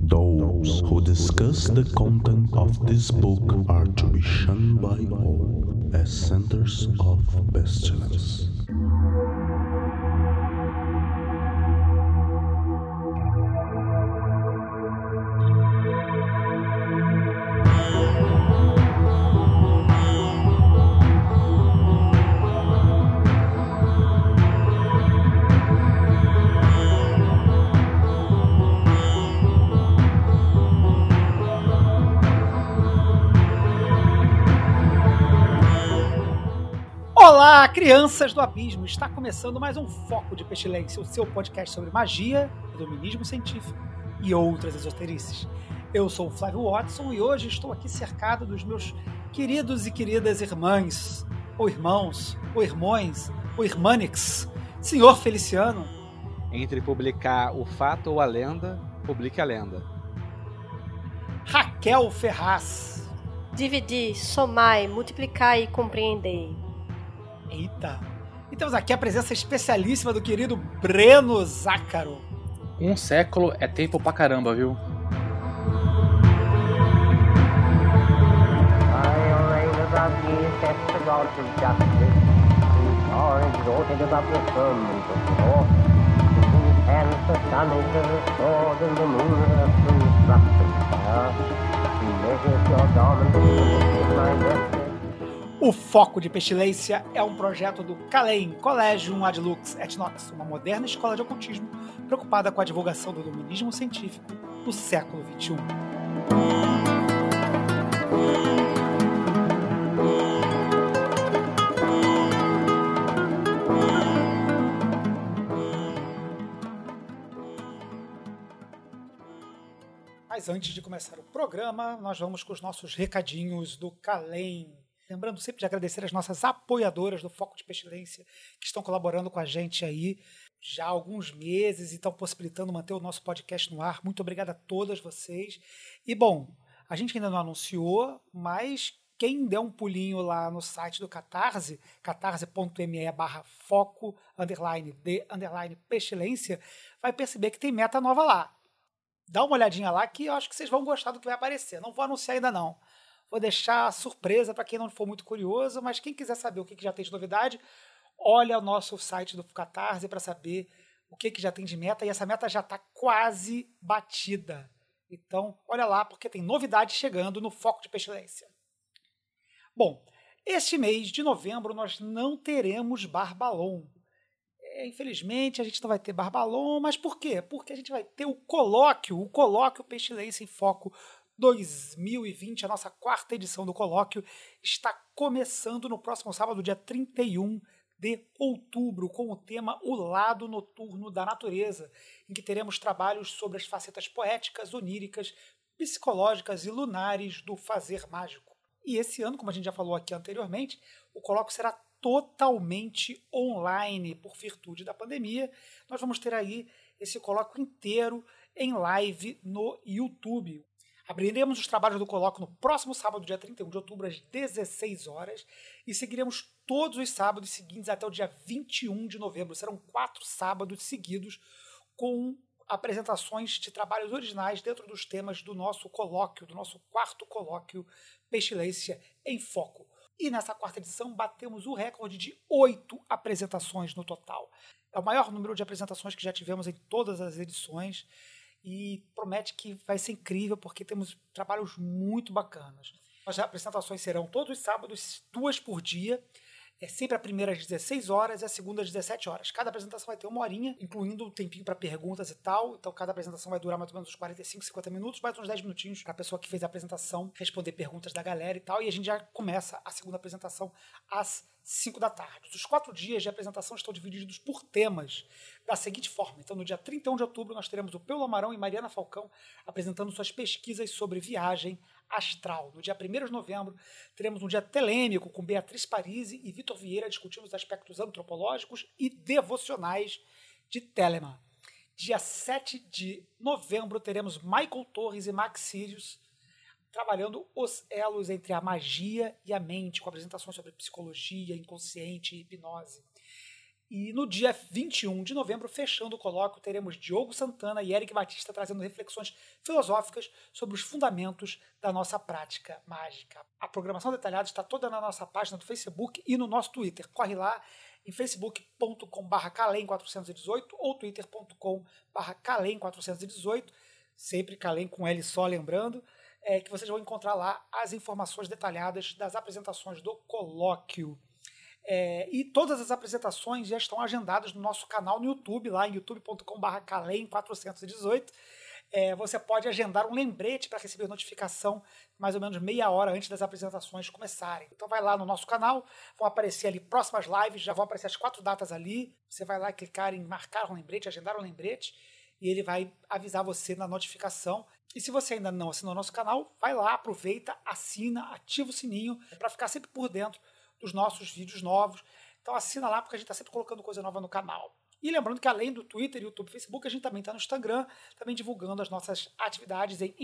Those who discuss the content of this book are to be shunned by all as centers of pestilence. Olá, crianças do abismo! Está começando mais um Foco de Pestilência, o seu podcast sobre magia, iluminismo científico e outras esoterices. Eu sou o Flávio Watson e hoje estou aqui cercado dos meus queridos e queridas irmãs, ou irmãos, ou irmões, ou irmânix. Senhor Feliciano. Entre publicar o fato ou a lenda, publique a lenda. Raquel Ferraz. Dividir, somai, multiplicar e compreender. Eita! E temos aqui a presença especialíssima do querido Breno Zácaro. Um século é tempo pra caramba, viu? O Foco de Pestilência é um projeto do Calain, Collegium Ad Lux et Nox, uma moderna escola de ocultismo preocupada com a divulgação do iluminismo científico no século XXI. Mas antes de começar o programa, nós vamos com os nossos recadinhos do Calain. Lembrando sempre de agradecer as nossas apoiadoras do Foco de Pestilência, que estão colaborando com a gente aí já há alguns meses e estão possibilitando manter o nosso podcast no ar. Muito obrigado a todas vocês. E bom, a gente ainda não anunciou, mas quem der um pulinho lá no site do Catarse, catarse.me/foco_de_pestilência, vai perceber que tem meta nova lá. Dá uma olhadinha lá que eu acho que vocês vão gostar do que vai aparecer. Não vou anunciar ainda não. Vou deixar surpresa para quem não for muito curioso, mas quem quiser saber o que já tem de novidade, olha o nosso site do Catarse para saber o que já tem de meta, e essa meta já está quase batida. Então, olha lá, porque tem novidade chegando no Foco de Pestilência. Bom, este mês de novembro nós não teremos Barbalon. Infelizmente, a gente não vai ter Barbalon, mas por quê? Porque a gente vai ter o Colóquio Pestilência em Foco 2020, a nossa quarta edição do colóquio, está começando no próximo sábado, dia 31 de outubro, com o tema O Lado Noturno da Natureza, em que teremos trabalhos sobre as facetas poéticas, oníricas, psicológicas e lunares do fazer mágico. E esse ano, como a gente já falou aqui anteriormente, o colóquio será totalmente online por virtude da pandemia. Nós vamos ter aí esse colóquio inteiro em live no YouTube. Abriremos os trabalhos do colóquio no próximo sábado, dia 31 de outubro, às 16 horas, e seguiremos todos os sábados seguintes até o dia 21 de novembro. Serão 4 sábados seguidos com apresentações de trabalhos originais dentro dos temas do nosso colóquio, do nosso quarto colóquio Pestilência em Foco. E nessa quarta edição batemos o recorde de 8 apresentações no total. É o maior número de apresentações que já tivemos em todas as edições, e promete que vai ser incrível, porque temos trabalhos muito bacanas. As apresentações serão todos os sábados, 2 por dia, sempre a primeira às 16 horas e a segunda às 17 horas. Cada apresentação vai ter 1 horinha, incluindo um tempinho para perguntas e tal, então cada apresentação vai durar mais ou menos uns 45, 50 minutos, mais uns 10 minutinhos para a pessoa que fez a apresentação responder perguntas da galera e tal, e a gente já começa a segunda apresentação às 5 da tarde. Os 4 dias de apresentação estão divididos por temas da seguinte forma. Então, no dia 31 de outubro, nós teremos o Peulo Amarão e Mariana Falcão apresentando suas pesquisas sobre viagem astral. No dia 1º de novembro, teremos um dia telêmico com Beatriz Parisi e Vitor Vieira discutindo os aspectos antropológicos e devocionais de Telema. Dia 7 de novembro, teremos Michael Torres e Max Sirius trabalhando os elos entre a magia e a mente, com apresentações sobre psicologia, inconsciente e hipnose. E no dia 21 de novembro, fechando o colóquio, teremos Diogo Santana e Eric Batista trazendo reflexões filosóficas sobre os fundamentos da nossa prática mágica. A programação detalhada está toda na nossa página do Facebook e no nosso Twitter. Corre lá em facebook.com/calem418 ou twitter.com/calem418, sempre Calem com L só, lembrando, que vocês vão encontrar lá as informações detalhadas das apresentações do colóquio. E todas as apresentações já estão agendadas no nosso canal no YouTube, lá em youtube.com/calem418. Você pode agendar um lembrete para receber notificação mais ou menos meia hora antes das apresentações começarem. Então vai lá no nosso canal, vão aparecer ali próximas lives, já vão aparecer as 4 datas ali. Você vai lá clicar em marcar um lembrete, agendar um lembrete, e ele vai avisar você na notificação. E se você ainda não assinou o nosso canal, vai lá, aproveita, assina, ativa o sininho para ficar sempre por dentro dos nossos vídeos novos. Então assina lá, porque a gente está sempre colocando coisa nova no canal. E lembrando que além do Twitter, YouTube e Facebook, a gente também está no Instagram, também divulgando as nossas atividades em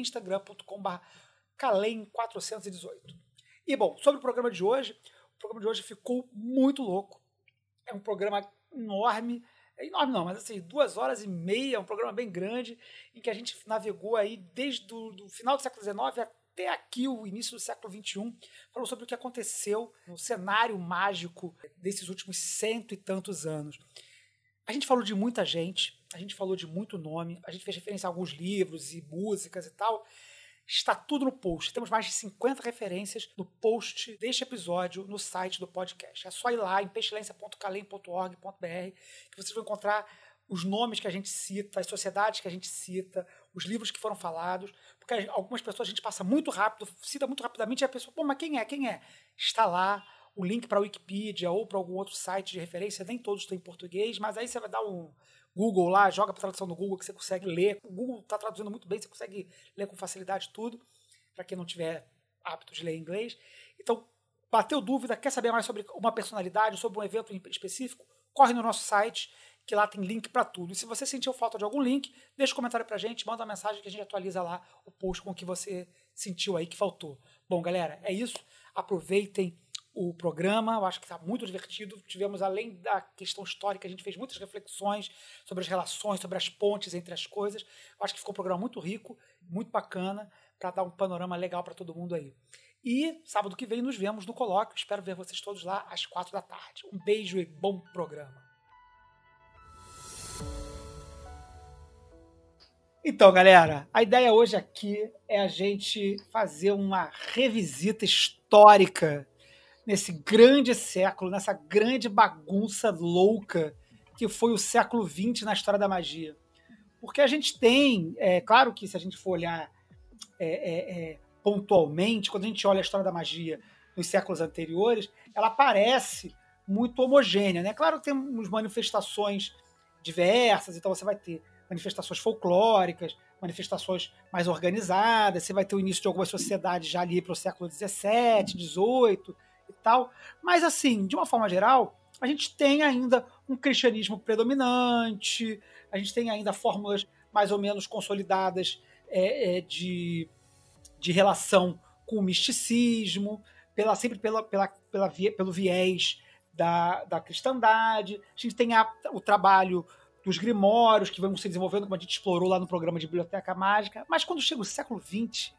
instagram.com/calem418. E bom, sobre o programa de hoje ficou muito louco. É um programa enorme, enorme não, mas assim, 2h30, um programa bem grande, em que a gente navegou aí desde o final do século XIX até aqui, o início do século XXI, falando sobre o que aconteceu no cenário mágico desses últimos 100 e tantos anos. A gente falou de muita gente, a gente falou de muito nome, a gente fez referência a alguns livros e músicas e tal. Está tudo no post. Temos mais de 50 referências no post deste episódio no site do podcast. É só ir lá em pestilência.calem.org.br que vocês vão encontrar os nomes que a gente cita, as sociedades que a gente cita, os livros que foram falados, porque algumas pessoas a gente passa muito rápido, cita muito rapidamente, e a pessoa, pô, mas quem é? Quem é? Está lá o link para a Wikipedia ou para algum outro site de referência, nem todos estão em português, mas aí você vai dar um Google lá, joga para a tradução do Google que você consegue ler. O Google está traduzindo muito bem, você consegue ler com facilidade tudo, para quem não tiver hábito de ler em inglês. Então, bateu dúvida, quer saber mais sobre uma personalidade, sobre um evento específico, corre no nosso site, que lá tem link para tudo. E se você sentiu falta de algum link, deixa um comentário pra gente, manda uma mensagem que a gente atualiza lá o post com o que você sentiu aí que faltou. Bom, galera, é isso. Aproveitem o programa, eu acho que está muito divertido. Tivemos, além da questão histórica, a gente fez muitas reflexões sobre as relações, sobre as pontes entre as coisas. Eu acho que ficou um programa muito rico, muito bacana, para dar um panorama legal para todo mundo aí. E sábado que vem nos vemos no colóquio. Espero ver vocês todos lá às 4h. Um beijo e bom programa. Então, galera, a ideia hoje aqui é a gente fazer uma revisita histórica nesse grande século, nessa grande bagunça louca que foi o século XX na história da magia. Porque a gente tem, claro que se a gente for olhar pontualmente, quando a gente olha a história da magia nos séculos anteriores, ela parece muito homogênea, né? Claro que temos manifestações diversas, então você vai ter manifestações folclóricas, manifestações mais organizadas, você vai ter o início de algumas sociedades já ali para o século XVII, XVIII e tal, mas assim, de uma forma geral, a gente tem ainda um cristianismo predominante, a gente tem ainda fórmulas mais ou menos consolidadas de relação com o misticismo, sempre pelo viés da cristandade. A gente tem o trabalho dos grimórios, que vão se desenvolvendo, como a gente explorou lá no programa de Biblioteca Mágica. Mas quando chega o século XX,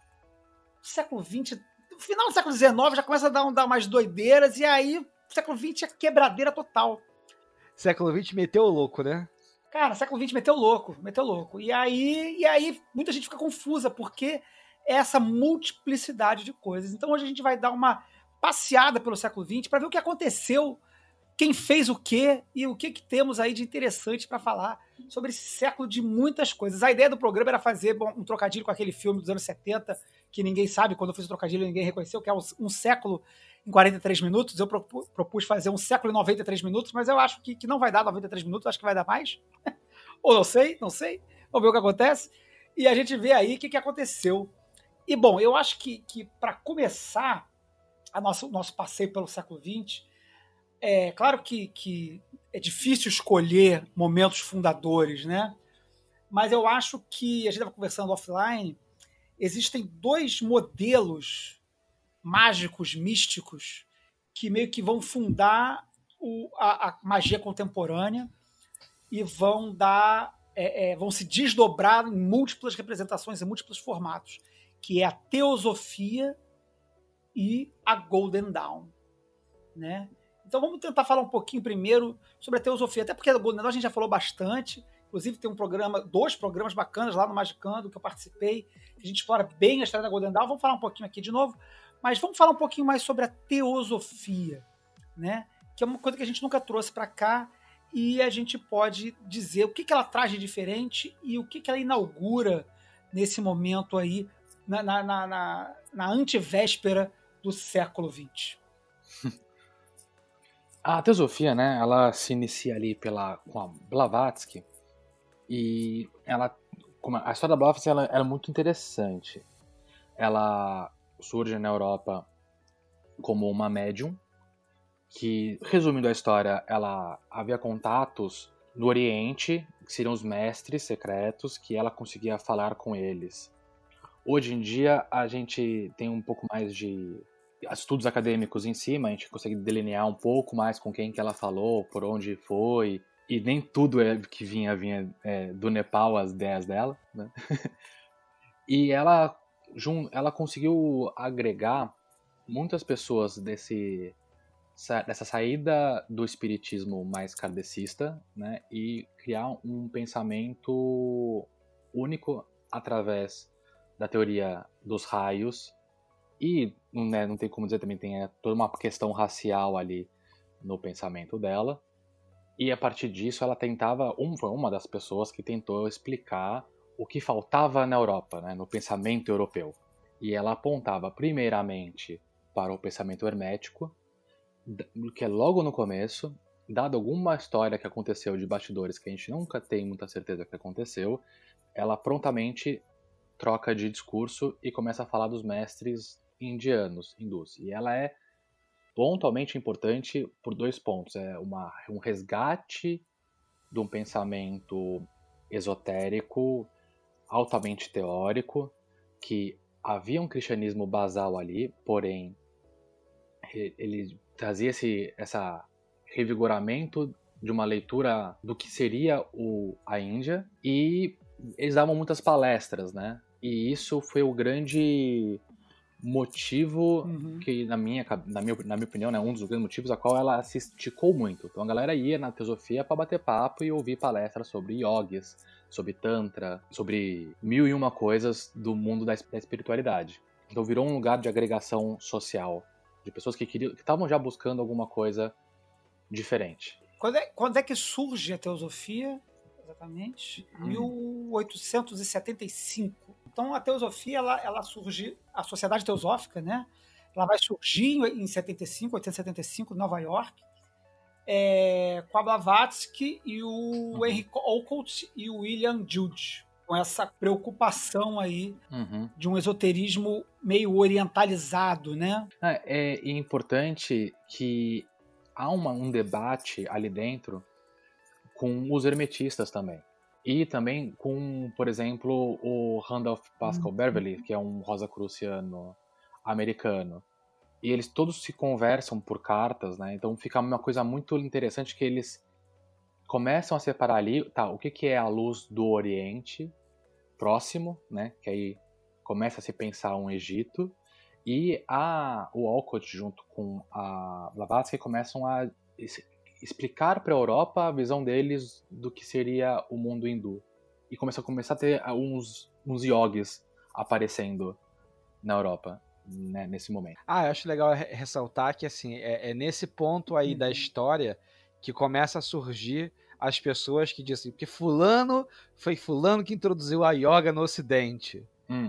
no final do século XIX já começa a dar umas doideiras, e aí o século XX é quebradeira total. Século XX meteu o louco, né? Cara, século XX meteu louco. E aí muita gente fica confusa, porque é essa multiplicidade de coisas. Então hoje a gente vai dar uma passeada pelo século XX para ver o que aconteceu, quem fez o quê e o que temos aí de interessante para falar sobre esse século de muitas coisas. A ideia do programa era fazer um trocadilho com aquele filme dos anos 70, que ninguém sabe, quando eu fiz o trocadilho ninguém reconheceu, que é um século em 43 minutos. Eu propus fazer um século em 93 minutos, mas eu acho que não vai dar 93 minutos, acho que vai dar mais. Ou não sei. Vamos ver o que acontece. E a gente vê aí o que aconteceu. E bom, eu acho que para começar o nosso passeio pelo século XX, é claro que é difícil escolher momentos fundadores, né? Mas eu acho que, a gente estava conversando offline, existem 2 modelos mágicos, místicos, que meio que vão fundar a magia contemporânea e vão vão se desdobrar em múltiplas representações, em múltiplos formatos, que é a teosofia e a Golden Dawn, né? Então vamos tentar falar um pouquinho primeiro sobre a teosofia, até porque a Golden Dawn a gente já falou bastante, inclusive tem 2 programas bacanas lá no Magicando que eu participei, que a gente explora bem a história da Golden Dawn. Vamos falar um pouquinho aqui de novo, mas vamos falar um pouquinho mais sobre a teosofia, né? Que é uma coisa que a gente nunca trouxe para cá, e a gente pode dizer o que ela traz de diferente e o que ela inaugura nesse momento aí, na antivéspera do século XX. A teosofia, né, ela se inicia ali com a Blavatsky, e a história da Blavatsky ela é muito interessante. Ela surge na Europa como uma médium, que, resumindo a história, ela havia contatos no Oriente, que seriam os mestres secretos, que ela conseguia falar com eles. Hoje em dia, a gente tem um pouco mais de estudos acadêmicos em cima, a gente consegue delinear um pouco mais com quem que ela falou, por onde foi, e nem tudo que vinha do Nepal, as ideias dela, né? E ela conseguiu agregar muitas pessoas dessa saída do espiritismo mais kardecista, né, e criar um pensamento único através da teoria dos raios, e não tem como dizer, também tem toda uma questão racial ali no pensamento dela, e a partir disso ela foi uma das pessoas que tentou explicar o que faltava na Europa, né, no pensamento europeu, e ela apontava primeiramente para o pensamento hermético, que é logo no começo, dado alguma história que aconteceu de bastidores que a gente nunca tem muita certeza que aconteceu, ela prontamente troca de discurso e começa a falar dos mestres hindus. E ela é pontualmente importante por 2 pontos. É um resgate de um pensamento esotérico, altamente teórico, que havia um cristianismo basal ali, porém ele trazia esse revigoramento de uma leitura do que seria a Índia, e eles davam muitas palestras, né? E isso foi o grande motivo que, na minha opinião, né, um dos grandes motivos a qual ela se esticou muito. Então a galera ia na teosofia para bater papo e ouvir palestras sobre yogis, sobre tantra, sobre 1001 coisas do mundo da espiritualidade. Então virou um lugar de agregação social, de pessoas que estavam já buscando alguma coisa diferente. Quando é que surge a teosofia? Exatamente. 1875. Então a teosofia, ela surge, a Sociedade Teosófica, né? Ela vai surgir em 1875, em Nova York, com a Blavatsky e o Henry Olcott e o William Jude, com essa preocupação aí de um esoterismo meio orientalizado, né? É importante que há um debate ali dentro com os hermetistas também. E também com, por exemplo, o Randolph Pascal Beverly, que é um rosacruciano americano. E eles todos se conversam por cartas, né? Então fica uma coisa muito interessante que eles começam a separar ali, o que é a luz do Oriente próximo, né? Que aí começa a se pensar um Egito, e o Olcott junto com a Blavatsky começam a explicar para a Europa a visão deles do que seria o mundo hindu, e começa a ter uns yogis aparecendo na Europa, né, nesse momento. Eu acho legal ressaltar que assim, é nesse ponto aí da história que começa a surgir as pessoas que dizem que foi fulano que introduziu a yoga no Ocidente.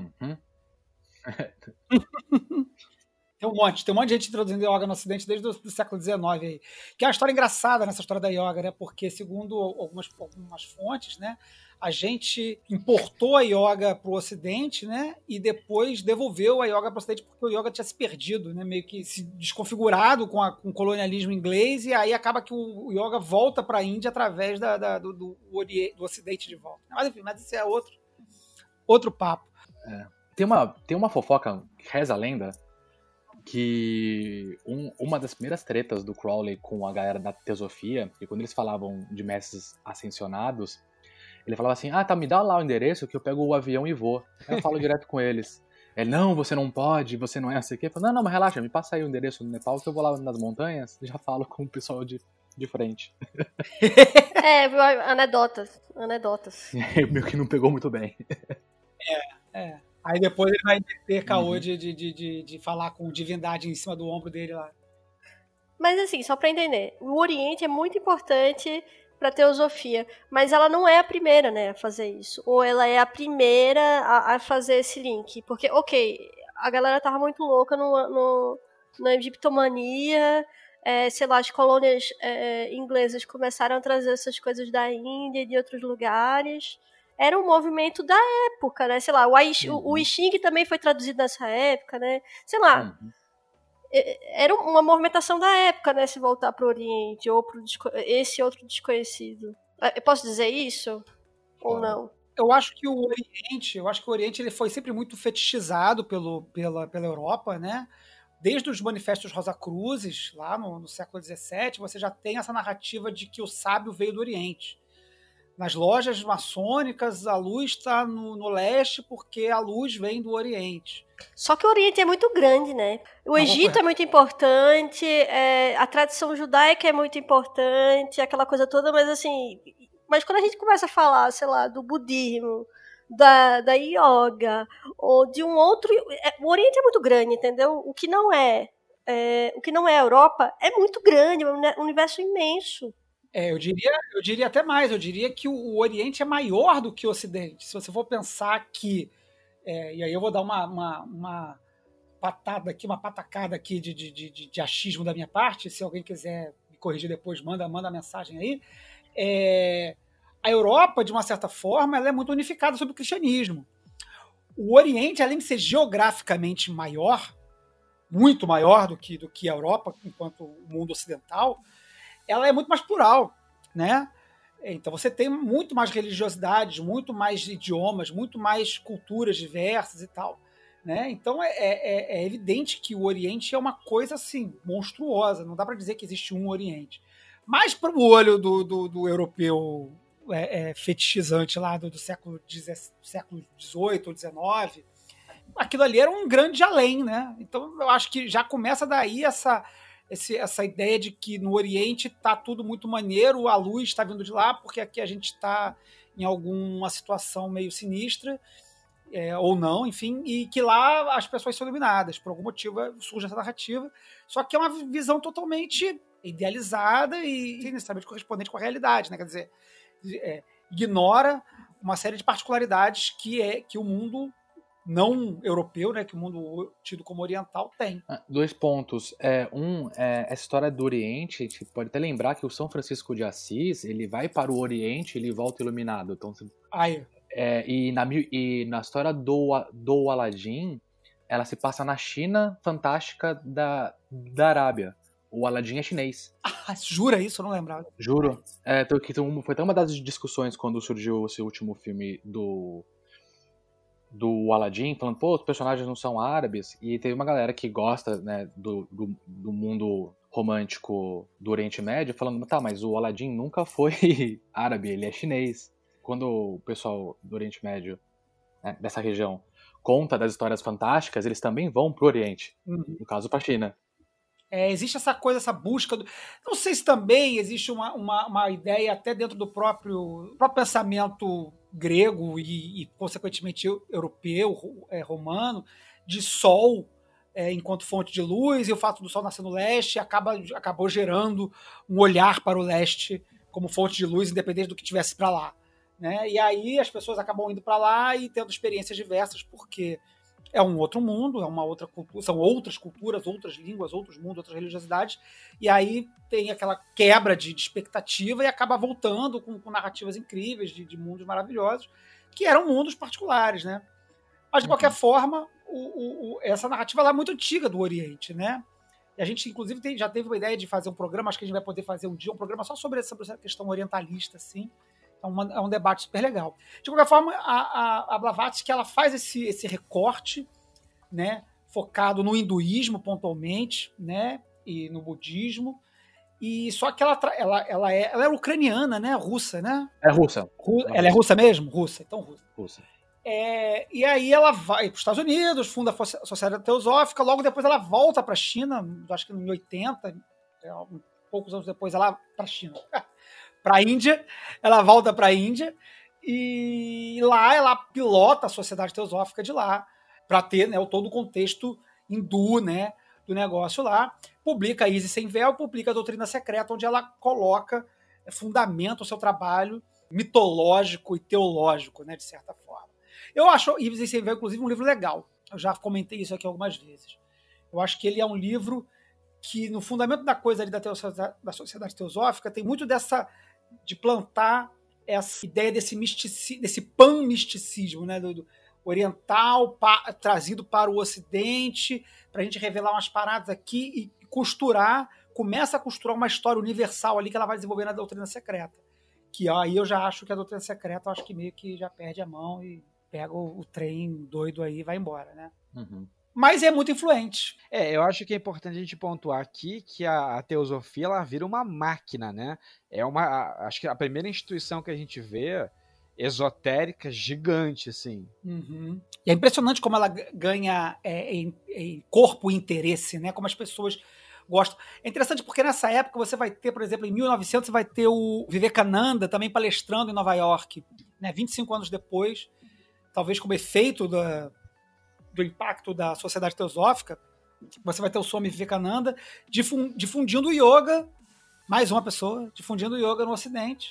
Tem um monte de gente introduzindo yoga no Ocidente desde o século XIX aí. Que é uma história engraçada nessa história da yoga, né? Porque, segundo algumas fontes, né? A gente importou a yoga para o Ocidente, né? E depois devolveu a yoga para o Ocidente porque o yoga tinha se perdido, né? Meio que se desconfigurado com o colonialismo inglês, e aí acaba que o yoga volta para a Índia através do Ocidente de volta. Mas enfim, isso é outro papo. Tem uma fofoca, reza a lenda, que uma das primeiras tretas do Crowley com a galera da Teosofia, que quando eles falavam de mestres ascensionados, ele falava assim, tá, me dá lá o endereço que eu pego o avião e vou. Aí eu falo direto com eles. Ele, não, você não pode, você não é, não sei o quê. Eu falo, não, mas relaxa, me passa aí o endereço do Nepal que eu vou lá nas montanhas e já falo com o pessoal de frente. Anedotas. Meio que não pegou muito bem. Aí depois ele vai ter caô de falar com divindade em cima do ombro dele lá. Mas assim, só pra entender, o Oriente é muito importante pra teosofia, mas ela não é a primeira, né, a fazer isso. Ou ela é a primeira a fazer esse link. Porque, ok, a galera tava muito louca na egiptomania, sei lá, as colônias inglesas começaram a trazer essas coisas da Índia e de outros lugares. Era um movimento da época, né? Sei lá, o I Ching também foi traduzido nessa época, né? Sei lá. Era uma movimentação da época, né? Se voltar pro Oriente ou pro esse outro desconhecido. Eu posso dizer isso? Ou não? Eu acho que o Oriente ele foi sempre muito fetichizado pela Europa, né? Desde os manifestos Rosacruzes, lá no século XVII, você já tem essa narrativa de que o sábio veio do Oriente. Nas lojas maçônicas, a luz está no leste porque a luz vem do Oriente. Só que o Oriente é muito grande, né? O Egito é muito importante, a tradição judaica é muito importante, aquela coisa toda, mas assim... Mas quando a gente começa a falar, sei lá, do budismo, da yoga, ou de um outro... O Oriente é muito grande, entendeu? O que não é a Europa é muito grande, é um universo imenso. Eu diria até mais, eu diria que o Oriente é maior do que o Ocidente. Se você for pensar que, e aí eu vou dar uma patada aqui, uma patacada aqui de achismo da minha parte, se alguém quiser me corrigir depois, manda a mensagem aí. A Europa, de uma certa forma, ela é muito unificada sobre o cristianismo. O Oriente, além de ser geograficamente maior, muito maior do que a Europa, enquanto o mundo ocidental, ela é muito mais plural, né? Então você tem muito mais religiosidades, muito mais idiomas, muito mais culturas diversas e tal, né? Então é evidente que o Oriente é uma coisa assim monstruosa. Não dá para dizer que existe um Oriente, mas para o olho do europeu fetichizante lá do século XVIII ou XIX, aquilo ali era um grande além, né? Então eu acho que já começa daí essa ideia de que no Oriente está tudo muito maneiro, a luz está vindo de lá, porque aqui a gente está em alguma situação meio sinistra, ou não, enfim, e que lá as pessoas são iluminadas. Por algum motivo surge essa narrativa, só que é uma visão totalmente idealizada e necessariamente correspondente com a realidade, né? Quer dizer, ignora uma série de particularidades que o mundo não europeu, né, que o mundo tido como oriental tem. 2 pontos. Essa história do Oriente, a gente pode até lembrar que o São Francisco de Assis, ele vai para o Oriente e ele volta iluminado. Então, e na história do Aladim, ela se passa na China fantástica da Arábia. O Aladim é chinês. Jura isso? Eu não lembrava. Juro. Foi até uma das discussões quando surgiu esse último filme do Aladdin, falando, pô, os personagens não são árabes, e teve uma galera que gosta, né, do mundo romântico do Oriente Médio, falando, tá, mas o Aladdin nunca foi árabe, ele é chinês. Quando o pessoal do Oriente Médio, né, dessa região, conta das histórias fantásticas, eles também vão pro Oriente, no caso pra China. Existe essa coisa, essa busca. Não sei se também existe uma ideia até dentro do próprio pensamento grego e consequentemente europeu, romano, de sol enquanto fonte de luz, e o fato do sol nascer no leste acabou gerando um olhar para o leste como fonte de luz, independente do que tivesse para lá, né? E aí as pessoas acabam indo para lá e tendo experiências diversas, porque é um outro mundo, é uma outra cultura, são outras culturas, outras línguas, outros mundos, outras religiosidades, e aí tem aquela quebra de expectativa e acaba voltando com narrativas incríveis de mundos maravilhosos, que eram mundos particulares, né? Mas, de qualquer forma, essa narrativa ela é muito antiga do Oriente, né? E a gente, inclusive, já teve uma ideia de fazer um programa, acho que a gente vai poder fazer um dia um programa só sobre essa questão orientalista, assim. É um debate super legal. De qualquer forma, a Blavatsky ela faz esse recorte, né, focado no hinduísmo pontualmente, né, e no budismo. E só que ela é ucraniana, né, russa, né? É russa. Ela é russa mesmo? Russa, então russa. Russa. E aí ela vai para os Estados Unidos, funda a Sociedade Teosófica, logo depois ela volta para a China, acho que em 80, poucos anos depois ela para a China, para a Índia, ela volta para a Índia e lá ela pilota a Sociedade Teosófica de lá, para ter, né, todo o contexto hindu, né, do negócio lá, publica Isis Sem Véu, publica a Doutrina Secreta, onde ela fundamenta o seu trabalho mitológico e teológico, né, de certa forma. Eu acho Isis Sem Véu, inclusive, um livro legal. Eu já comentei isso aqui algumas vezes. Eu acho que ele é um livro que, no fundamento da coisa ali da Sociedade Teosófica, tem muito de plantar essa ideia desse pan-misticismo, né, do oriental trazido para o Ocidente, para a gente revelar umas paradas aqui e começa a costurar uma história universal ali que ela vai desenvolver na Doutrina Secreta. Que aí eu já acho que a Doutrina Secreta, eu acho que meio que já perde a mão e pega o trem doido aí e vai embora, né? Uhum. Mas é muito influente. Eu acho que é importante a gente pontuar aqui que a teosofia ela vira uma máquina, né? Acho que a primeira instituição que a gente vê esotérica gigante, assim. Uhum. E é impressionante como ela ganha em corpo e interesse, né? Como as pessoas gostam. É interessante porque nessa época você vai ter, por exemplo, em 1900 você vai ter o Vivekananda também palestrando em Nova York, né? 25 anos depois, talvez como efeito do impacto da Sociedade Teosófica, você vai ter o Swami Vivekananda difundindo o yoga, mais uma pessoa, difundindo o yoga no Ocidente,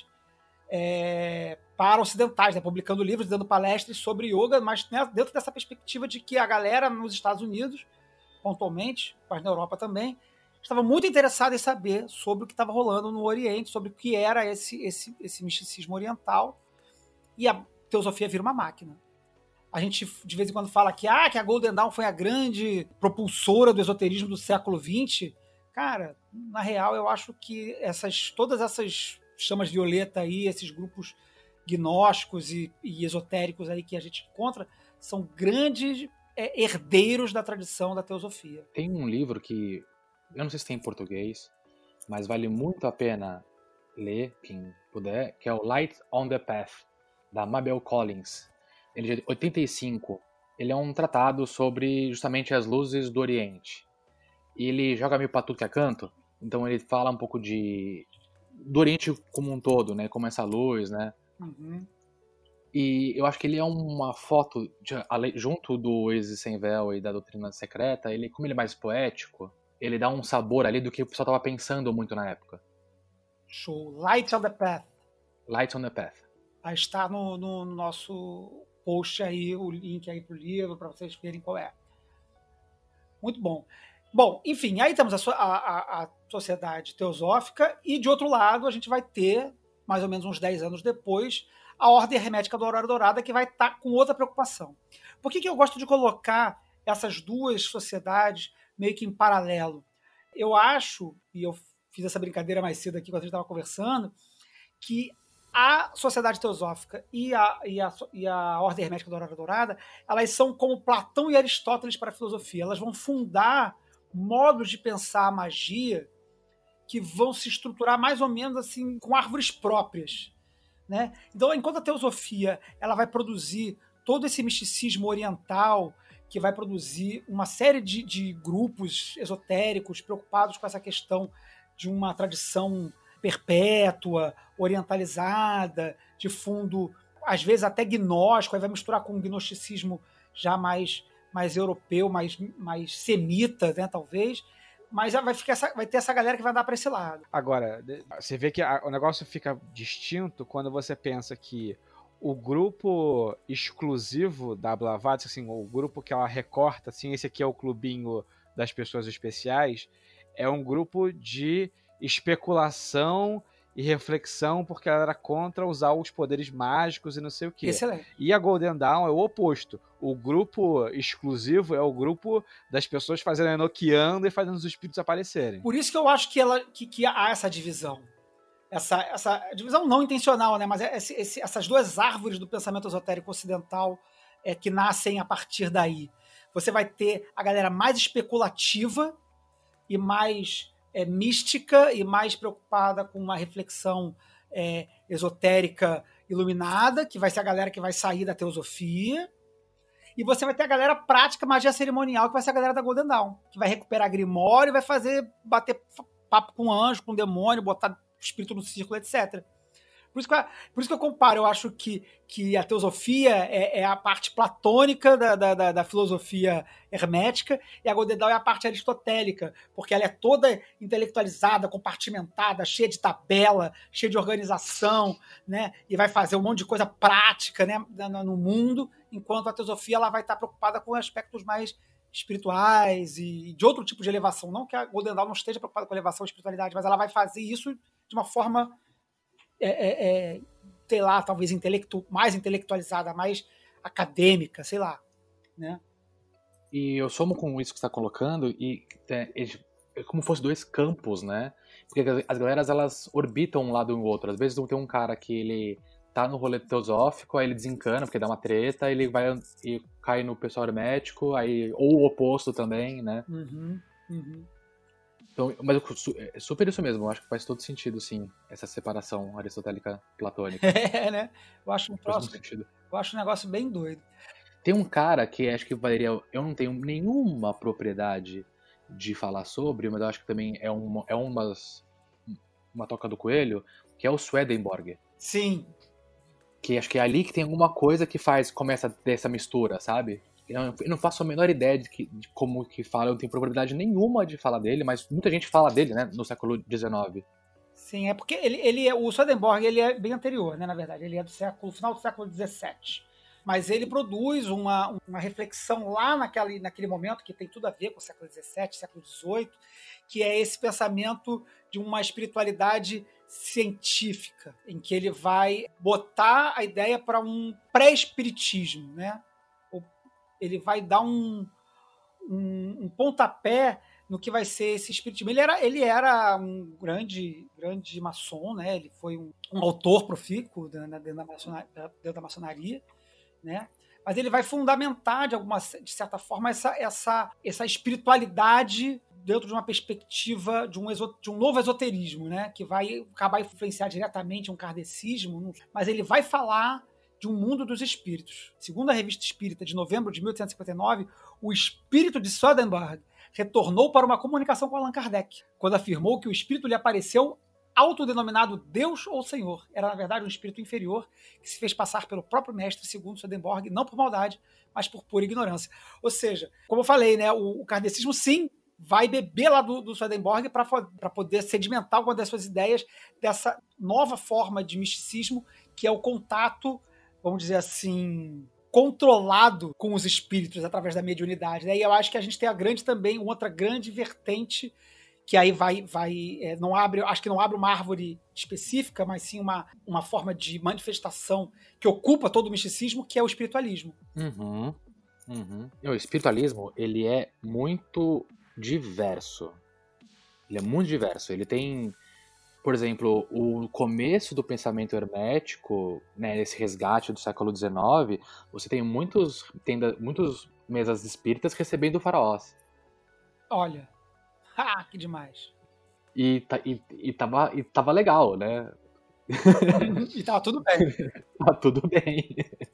para ocidentais, né, publicando livros, dando palestras sobre yoga, mas, né, dentro dessa perspectiva de que a galera nos Estados Unidos, pontualmente, mas na Europa também, estava muito interessada em saber sobre o que estava rolando no Oriente, sobre o que era esse misticismo oriental, e a teosofia vira uma máquina. A gente, de vez em quando, fala que a Golden Dawn foi a grande propulsora do esoterismo do século XX. Cara, na real, eu acho que todas essas chamas violeta aí, esses grupos gnósticos e esotéricos aí que a gente encontra, são grandes herdeiros da tradição da teosofia. Tem um livro que, eu não sei se tem em português, mas vale muito a pena ler, quem puder, que é o Light on the Path, da Mabel Collins. Ele é de 85. Ele é um tratado sobre justamente as luzes do Oriente. E ele joga meio patuque a canto, então ele fala um pouco do Oriente como um todo, né? Como essa luz, né? Uhum. E eu acho que ele é uma foto, junto do Isis Sem Véu e da Doutrina Secreta, como ele é mais poético, ele dá um sabor ali do que o pessoal estava pensando muito na época. Show. Light on the Path. Light on the Path. Aí está no nosso post aí, o link aí pro livro, para vocês verem qual é. Muito bom. Bom, enfim, aí temos a Sociedade Teosófica e, de outro lado, a gente vai ter, mais ou menos uns 10 anos depois, a Ordem Hermética da Aurora Dourada, que vai estar com outra preocupação. Por que eu gosto de colocar essas duas sociedades meio que em paralelo? Eu acho, e eu fiz essa brincadeira mais cedo aqui quando a gente estava conversando, que a Sociedade Teosófica e a Ordem Hermética da Aurora Dourada, elas são como Platão e Aristóteles para a filosofia. Elas vão fundar modos de pensar a magia que vão se estruturar mais ou menos assim com árvores próprias, né? Então, enquanto a teosofia ela vai produzir todo esse misticismo oriental, que vai produzir uma série de grupos esotéricos preocupados com essa questão de uma tradição perpétua, orientalizada, de fundo, às vezes até gnóstico, aí vai misturar com um gnosticismo já mais europeu, mais semita, né, talvez, mas vai ter essa galera que vai andar para esse lado. Agora, você vê que o negócio fica distinto quando você pensa que o grupo exclusivo da Blavatsky, assim, o grupo que ela recorta, assim, esse aqui é o clubinho das pessoas especiais, é um grupo de especulação e reflexão, porque ela era contra usar os poderes mágicos e não sei o quê. Excelente. E a Golden Dawn é o oposto. O grupo exclusivo é o grupo das pessoas fazendo enoquiando e fazendo os espíritos aparecerem. Por isso que eu acho que há essa divisão. Essa divisão não intencional, né? Mas essas duas árvores do pensamento esotérico ocidental que nascem a partir daí. você vai ter a galera mais especulativa e mais mística e mais preocupada com uma reflexão esotérica iluminada, que vai ser a galera que vai sair da teosofia. E você vai ter a galera prática, magia cerimonial, que vai ser a galera da Golden Dawn, que vai recuperar Grimório e vai bater papo com anjo, com demônio, botar espírito no círculo, etc. Por isso que eu comparo, eu acho que a teosofia é a parte platônica da filosofia hermética e a Golden Dawn é a parte aristotélica, porque ela é toda intelectualizada, compartimentada, cheia de tabela, cheia de organização, né? E vai fazer um monte de coisa prática, né, no mundo, enquanto a teosofia ela vai estar preocupada com aspectos mais espirituais e de outro tipo de elevação. Não que a Golden Dawn não esteja preocupada com elevação e espiritualidade, mas ela vai fazer isso de uma forma sei lá, talvez mais intelectualizada, mais acadêmica, sei lá, né? E eu somo com isso que você está colocando e é como se fosse dois campos, né? Porque as galeras, elas orbitam um lado e o outro. Às vezes tem um cara que ele tá no rolê teosófico, aí ele desencana porque dá uma treta, ele vai e cai no pessoal hermético, aí, ou o oposto também, né? Então, mas é super isso mesmo, eu acho que faz todo sentido, sim, essa separação aristotélica platônica. Né? Eu acho eu acho um negócio bem doido. Tem um cara que acho que valeria. Eu não tenho nenhuma propriedade de falar sobre, mas eu acho que também é uma toca do coelho, que é o Swedenborg. Sim. Que acho que é ali que tem alguma coisa que começa a ter essa mistura, sabe? Eu não faço a menor ideia de como que fala, eu não tenho propriedade nenhuma de falar dele, mas muita gente fala dele, né, no século XIX. Sim, é porque o Swedenborg ele é bem anterior, né, na verdade, ele é do final do século XVII. Mas ele produz uma reflexão lá naquele momento, que tem tudo a ver com o século XVII, século XVIII, que é esse pensamento de uma espiritualidade científica, em que ele vai botar a ideia para um pré-espiritismo, né? Ele vai dar um pontapé no que vai ser esse espiritismo. Ele era um grande maçom, né? Ele foi um autor profícuo dentro da maçonaria, né? Mas ele vai fundamentar, de certa forma, essa espiritualidade dentro de uma perspectiva de um novo esoterismo, né? Que vai acabar influenciar diretamente um kardecismo, mas ele vai falar de um mundo dos espíritos. Segundo a Revista Espírita, de novembro de 1859, o espírito de Swedenborg retornou para uma comunicação com Allan Kardec, quando afirmou que o espírito lhe apareceu autodenominado Deus ou Senhor. Era, na verdade, um espírito inferior que se fez passar pelo próprio mestre, segundo Swedenborg, não por maldade, mas por pura ignorância. Ou seja, como eu falei, né, o kardecismo, sim, vai beber lá do Swedenborg para poder sedimentar alguma das suas ideias dessa nova forma de misticismo, que é o contato, vamos dizer assim, controlado com os espíritos através da mediunidade, né? E eu acho que a gente tem também outra grande vertente, que aí acho que não abre uma árvore específica, mas sim uma forma de manifestação que ocupa todo o misticismo, que é o espiritualismo. O espiritualismo, ele é muito diverso. Ele é muito diverso. Ele tem, por exemplo, o começo do pensamento hermético, né, esse resgate do século XIX, você tem muitos mesas espíritas recebendo faraós. Olha, que demais. E tava legal, né? E tava tudo bem. Tá tudo bem.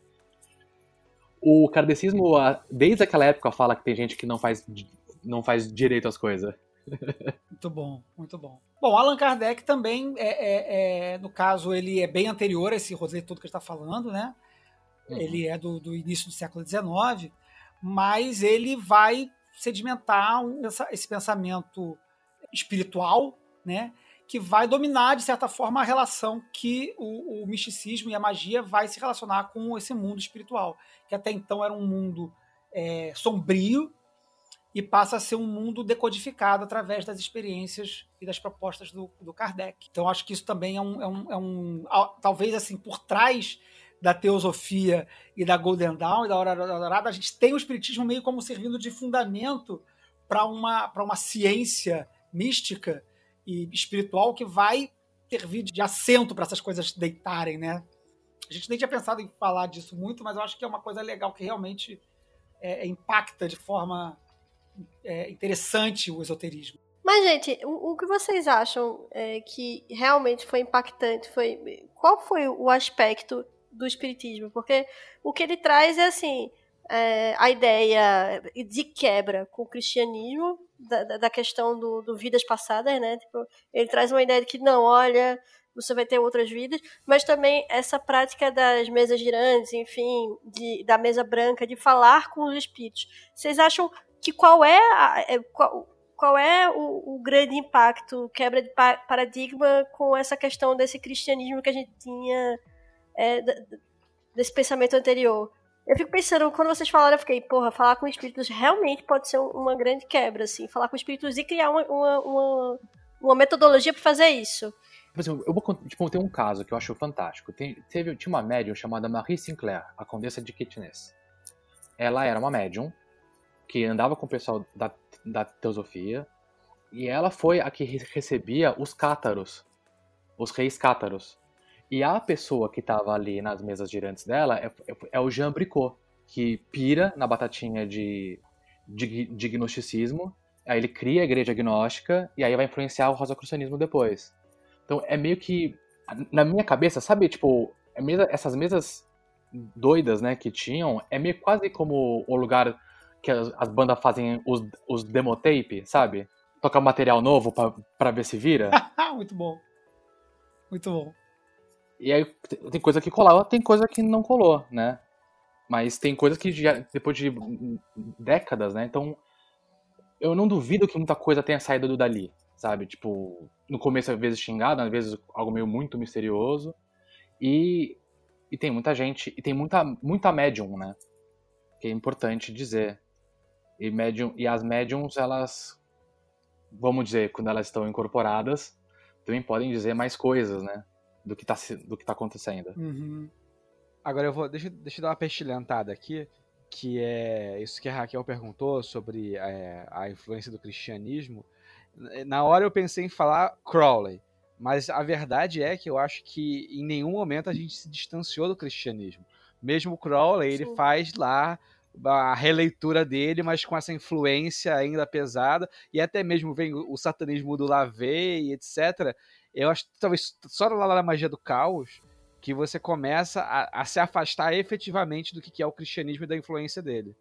O kardecismo, desde aquela época, fala que tem gente que não faz direito às coisas. Muito bom, muito bom. Bom, Allan Kardec também, no caso, ele é bem anterior a esse rolê todo que a gente está falando, né? Ele é do início do século XIX, mas ele vai sedimentar esse pensamento espiritual, né? Que vai dominar, de certa forma, a relação que o misticismo e a magia vai se relacionar com esse mundo espiritual, que até então era um mundo sombrio, e passa a ser um mundo decodificado através das experiências e das propostas do Kardec. Então, acho que isso também talvez, assim, por trás da teosofia e da Golden Dawn e da Hora Dourada, a gente tem o espiritismo meio como servindo de fundamento para uma ciência mística e espiritual que vai servir de assento para essas coisas deitarem, né? A gente nem tinha pensado em falar disso muito, mas eu acho que é uma coisa legal que realmente impacta de forma interessante o esoterismo. Mas, gente, o que vocês acham que realmente foi impactante? Qual foi o aspecto do espiritismo? Porque o que ele traz é assim, a ideia de quebra com o cristianismo, da questão do vidas passadas, né? Tipo, ele traz uma ideia de que, não, olha, você vai ter outras vidas, mas também essa prática das mesas girantes, enfim, da mesa branca, de falar com os espíritos. Vocês acham que qual é o grande impacto, quebra de paradigma com essa questão desse cristianismo que a gente tinha, desse pensamento anterior? Eu fico pensando, quando vocês falaram, eu fiquei, falar com espíritos realmente pode ser uma grande quebra, assim, falar com espíritos e criar uma metodologia para fazer isso. Por exemplo, eu vou ter um caso que eu acho fantástico. Tinha uma médium chamada Marie Sinclair, a Condessa de Kitness. Ela era uma médium que andava com o pessoal da teosofia, e ela foi a que recebia os cátaros, os reis cátaros. E a pessoa que estava ali nas mesas girantes dela é o Jean Bricot, que pira na batatinha de gnosticismo, aí ele cria a igreja gnóstica, e aí vai influenciar o rosacrucianismo depois. Então é meio que, na minha cabeça, sabe, tipo, essas mesas doidas, né, que tinham, é meio quase como o lugar que as bandas fazem os demotape, sabe? Tocar material novo pra ver se vira. Muito bom. Muito bom. E aí tem coisa que colava, tem coisa que não colou, né? Mas tem coisas que já, depois de décadas, né? Então, eu não duvido que muita coisa tenha saído dali, sabe? Tipo, no começo às vezes xingado, às vezes algo meio muito misterioso. E tem muita gente, e tem muita médium, né? Que é importante dizer. E as médiums, elas, vamos dizer, quando elas estão incorporadas, também podem dizer mais coisas, né? Do que tá acontecendo. Uhum. Agora deixa eu dar uma pestilentada aqui, que é isso que a Raquel perguntou sobre a influência do cristianismo. Na hora eu pensei em falar Crowley, mas a verdade é que eu acho que em nenhum momento a gente se distanciou do cristianismo. Mesmo o Crowley, ele faz lá a releitura dele, mas com essa influência ainda pesada, e até mesmo vem o satanismo do Lavey, etc. Eu acho que talvez só lá na Magia do Caos que você começa a se afastar efetivamente do que é o cristianismo e da influência dele.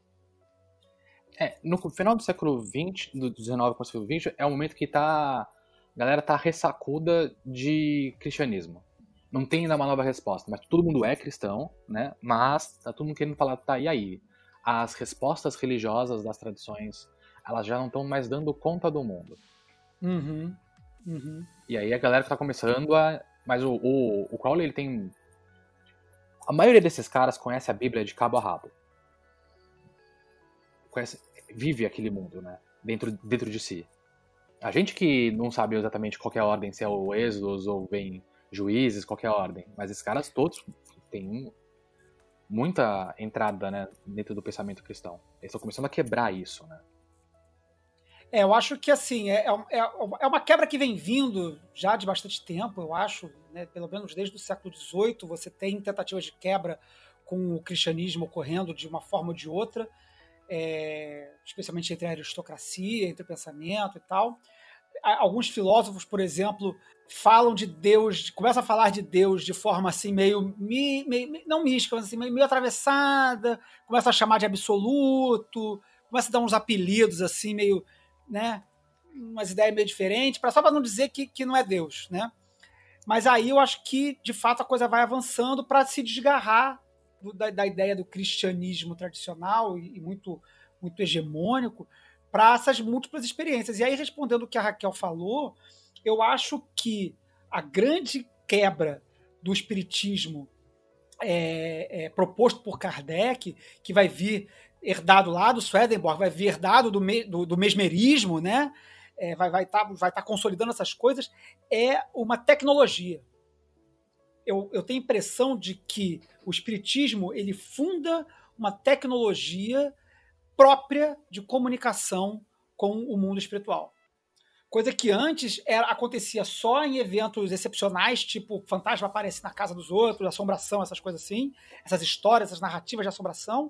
No final do século XX, do XIX para o século XX, é o momento que a galera tá ressacuda de cristianismo. Não tem ainda uma nova resposta, mas todo mundo é cristão, né? Mas tá todo mundo querendo falar, tá, e aí? As respostas religiosas das tradições, elas já não estão mais dando conta do mundo. Uhum. Uhum. E aí a galera que tá começando a... Mas o Crowley, ele tem... A maioria desses caras conhece a Bíblia de cabo a rabo. Vive aquele mundo, né? Dentro de si. A gente que não sabe exatamente qual é a ordem, se é o Êxodos ou vem Juízes, qualquer ordem. Mas esses caras todos têm muita entrada, né, dentro do pensamento cristão. Eles estão começando a quebrar isso, né? Eu acho que, assim, é uma quebra que vem vindo já de bastante tempo, eu acho, né? Pelo menos desde o século XVIII, você tem tentativas de quebra com o cristianismo ocorrendo de uma forma ou de outra, especialmente entre a aristocracia, entre o pensamento e tal. Alguns filósofos, por exemplo, falam de Deus, começam a falar de Deus de forma assim meio não mística, mas assim, meio atravessada, começam a chamar de absoluto, começam a dar uns apelidos assim meio, né, umas ideias meio diferentes, só para não dizer que não é Deus, né? Mas aí eu acho que de fato a coisa vai avançando para se desgarrar da ideia do cristianismo tradicional e muito hegemônico para essas múltiplas experiências. E aí, respondendo o que a Raquel falou, eu acho que a grande quebra do espiritismo proposto por Kardec, que vai vir herdado lá do Swedenborg, vai vir herdado do mesmerismo, né? Vai tá consolidando essas coisas, é uma tecnologia. Eu tenho a impressão de que o espiritismo ele funda uma tecnologia própria de comunicação com o mundo espiritual. Coisa que antes acontecia só em eventos excepcionais, tipo fantasma aparece na casa dos outros, assombração, essas coisas assim, essas histórias, essas narrativas de assombração,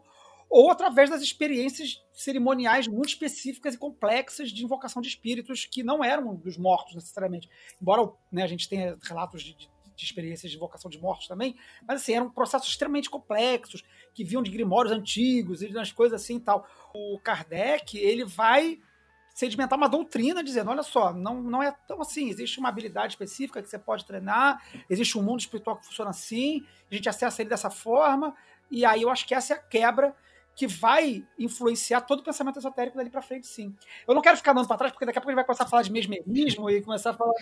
ou através das experiências cerimoniais muito específicas e complexas de invocação de espíritos que não eram dos mortos necessariamente. Embora, né, a gente tenha relatos de experiências de invocação de mortos também, mas assim, eram processos extremamente complexos, que vinham de grimórios antigos e das coisas assim e tal. O Kardec, ele vai sedimentar uma doutrina dizendo, olha só, não é tão assim, existe uma habilidade específica que você pode treinar, existe um mundo espiritual que funciona assim, a gente acessa ele dessa forma, e aí eu acho que essa é a quebra que vai influenciar todo o pensamento esotérico dali pra frente, sim. Eu não quero ficar andando pra trás, porque daqui a pouco a gente vai começar a falar de mesmerismo e começar a falar...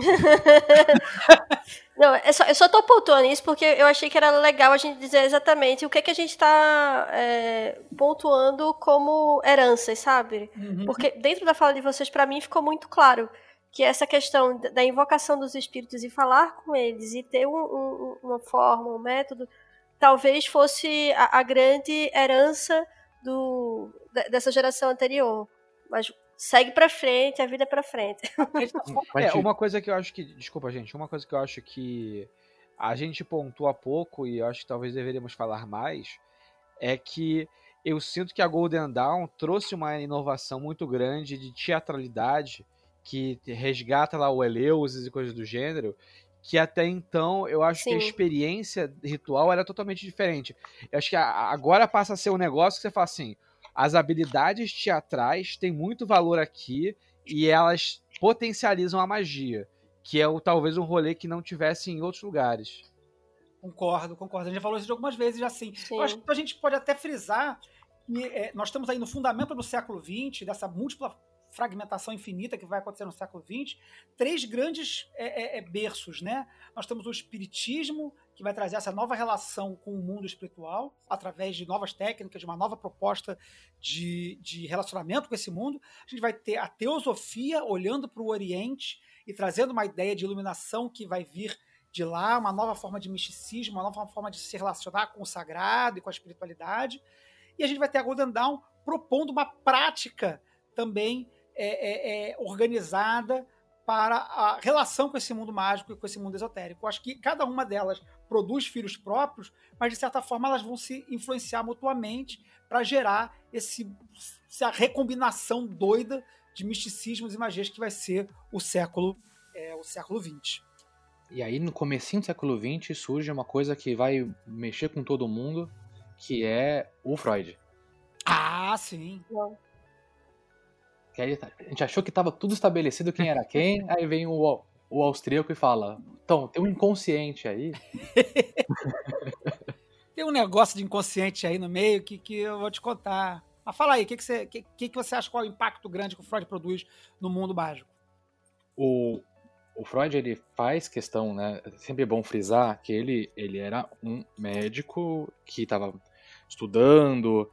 Não, eu só tô pontuando isso porque eu achei que era legal a gente dizer exatamente o que a gente tá pontuando como heranças, sabe? Uhum. Porque dentro da fala de vocês, pra mim, ficou muito claro que essa questão da invocação dos espíritos e falar com eles e ter uma forma, um método, talvez fosse a grande herança dessa geração anterior. Mas segue pra frente, a vida é pra frente. Uma coisa que eu acho que... Desculpa, gente. Uma coisa que eu acho que a gente pontua pouco, e eu acho que talvez deveríamos falar mais, é que eu sinto que a Golden Dawn trouxe uma inovação muito grande de teatralidade, que resgata lá o Eleusis e coisas do gênero, que até então eu acho que a experiência ritual era totalmente diferente. Eu acho que agora passa a ser um negócio que você fala assim, as habilidades teatrais têm muito valor aqui e elas potencializam a magia, que é talvez um rolê que não tivesse em outros lugares. Concordo. A gente já falou isso de algumas vezes já sim. Eu acho que a gente pode até frisar que nós estamos aí no fundamento do século XX, dessa múltipla fragmentação infinita que vai acontecer no século XX, 3 grandes berços, né? Nós temos o espiritismo, que vai trazer essa nova relação com o mundo espiritual, através de novas técnicas, de uma nova proposta de relacionamento com esse mundo. A gente vai ter a teosofia olhando para o Oriente e trazendo uma ideia de iluminação que vai vir de lá, uma nova forma de misticismo, uma nova forma de se relacionar com o sagrado e com a espiritualidade. E a gente vai ter a Golden Dawn propondo uma prática também organizada para a relação com esse mundo mágico e com esse mundo esotérico. Eu acho que cada uma delas produz filhos próprios, mas de certa forma elas vão se influenciar mutuamente para gerar essa recombinação doida de misticismos e magias que vai ser o século XX. E aí, no comecinho do século XX, surge uma coisa que vai mexer com todo mundo, que é o Freud. Ah, sim. Que aí, a gente achou que estava tudo estabelecido quem era quem, aí vem o austríaco e fala, então, tem um inconsciente aí. Tem um negócio de inconsciente aí no meio que eu vou te contar. Mas fala aí, o que você acha, qual é o impacto grande que o Freud produz no mundo mágico? O Freud, ele faz questão, né, é sempre bom frisar que ele era um médico que estava estudando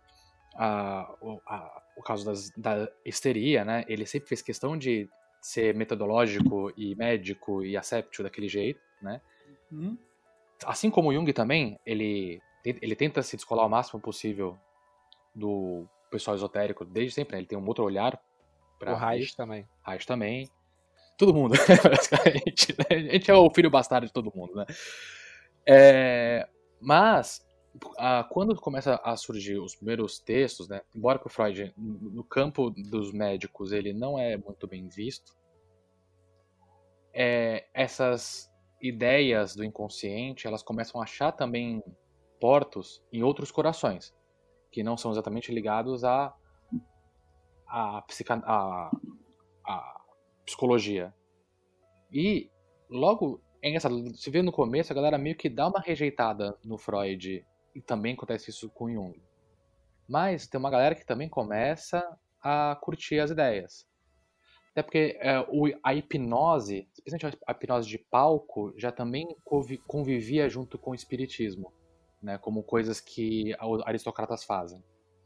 o caso da histeria, né, ele sempre fez questão de ser metodológico e médico e asséptico daquele jeito, né. Assim como o Jung também, ele tenta se descolar o máximo possível do pessoal esotérico desde sempre, né, ele tem um outro olhar. O Reich também. Reich também. Todo mundo, basicamente. A gente é o filho bastardo de todo mundo, né? Mas, quando começa a surgir os primeiros textos, né? Embora que o Freud, no campo dos médicos, ele não é muito bem visto, essas ideias do inconsciente, elas começam a achar também portos em outros corações, que não são exatamente ligados à psicologia. E logo, é engraçado, se vê no começo, a galera meio que dá uma rejeitada no Freud, e também acontece isso com Jung. Mas tem uma galera que também começa a curtir as ideias. Até porque a hipnose, especialmente a hipnose de palco, já também convivia junto com o espiritismo, né, como coisas que aristocratas fazem.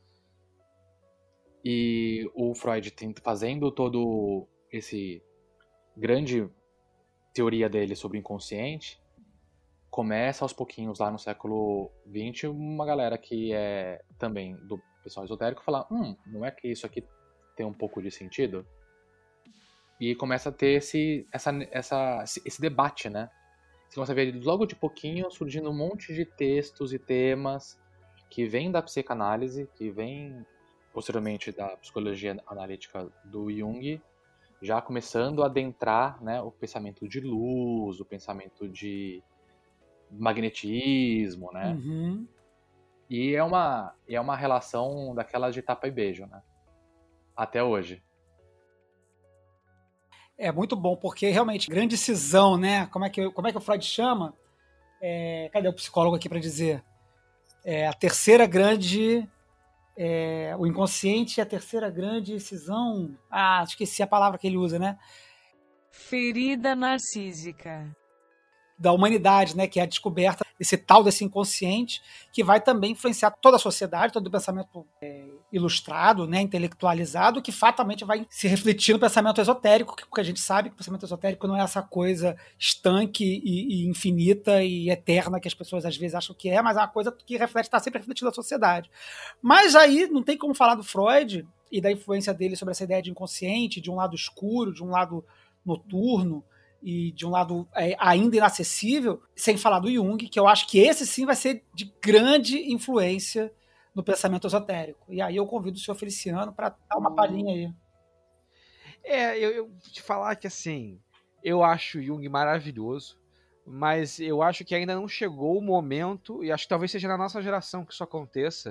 E o Freud fazendo todo esse grande teoria dele sobre o inconsciente, começa aos pouquinhos lá no século XX uma galera que é também do pessoal esotérico falar, não é que isso aqui tem um pouco de sentido? E começa a ter esse debate, né? Você começa a ver logo de pouquinho surgindo um monte de textos e temas que vem da psicanálise, que vem posteriormente da psicologia analítica do Jung, já começando a adentrar, né, o pensamento de luz, o pensamento de magnetismo, né? Uhum. E é uma relação daquelas de tapa e beijo, né? Até hoje. É muito bom, porque realmente, grande cisão, né? Como é que o Freud chama? Cadê o psicólogo aqui para dizer? A terceira grande. O inconsciente é a terceira grande cisão. Ah, esqueci a palavra que ele usa, né? Ferida narcísica. Da humanidade, né? Que é a descoberta desse tal desse inconsciente, que vai também influenciar toda a sociedade, todo o pensamento ilustrado, né, intelectualizado, que fatalmente vai se refletir no pensamento esotérico, porque a gente sabe que o pensamento esotérico não é essa coisa estanque e infinita e eterna que as pessoas às vezes acham que é, mas é uma coisa que reflete, está sempre refletindo na sociedade. Mas aí não tem como falar do Freud e da influência dele sobre essa ideia de inconsciente, de um lado escuro, de um lado noturno, e de um lado ainda inacessível, sem falar do Jung, que eu acho que esse sim vai ser de grande influência no pensamento esotérico. E aí eu convido o senhor Feliciano para dar uma palhinha aí. Eu te falar que assim, eu acho Jung maravilhoso, mas eu acho que ainda não chegou o momento, e acho que talvez seja na nossa geração que isso aconteça,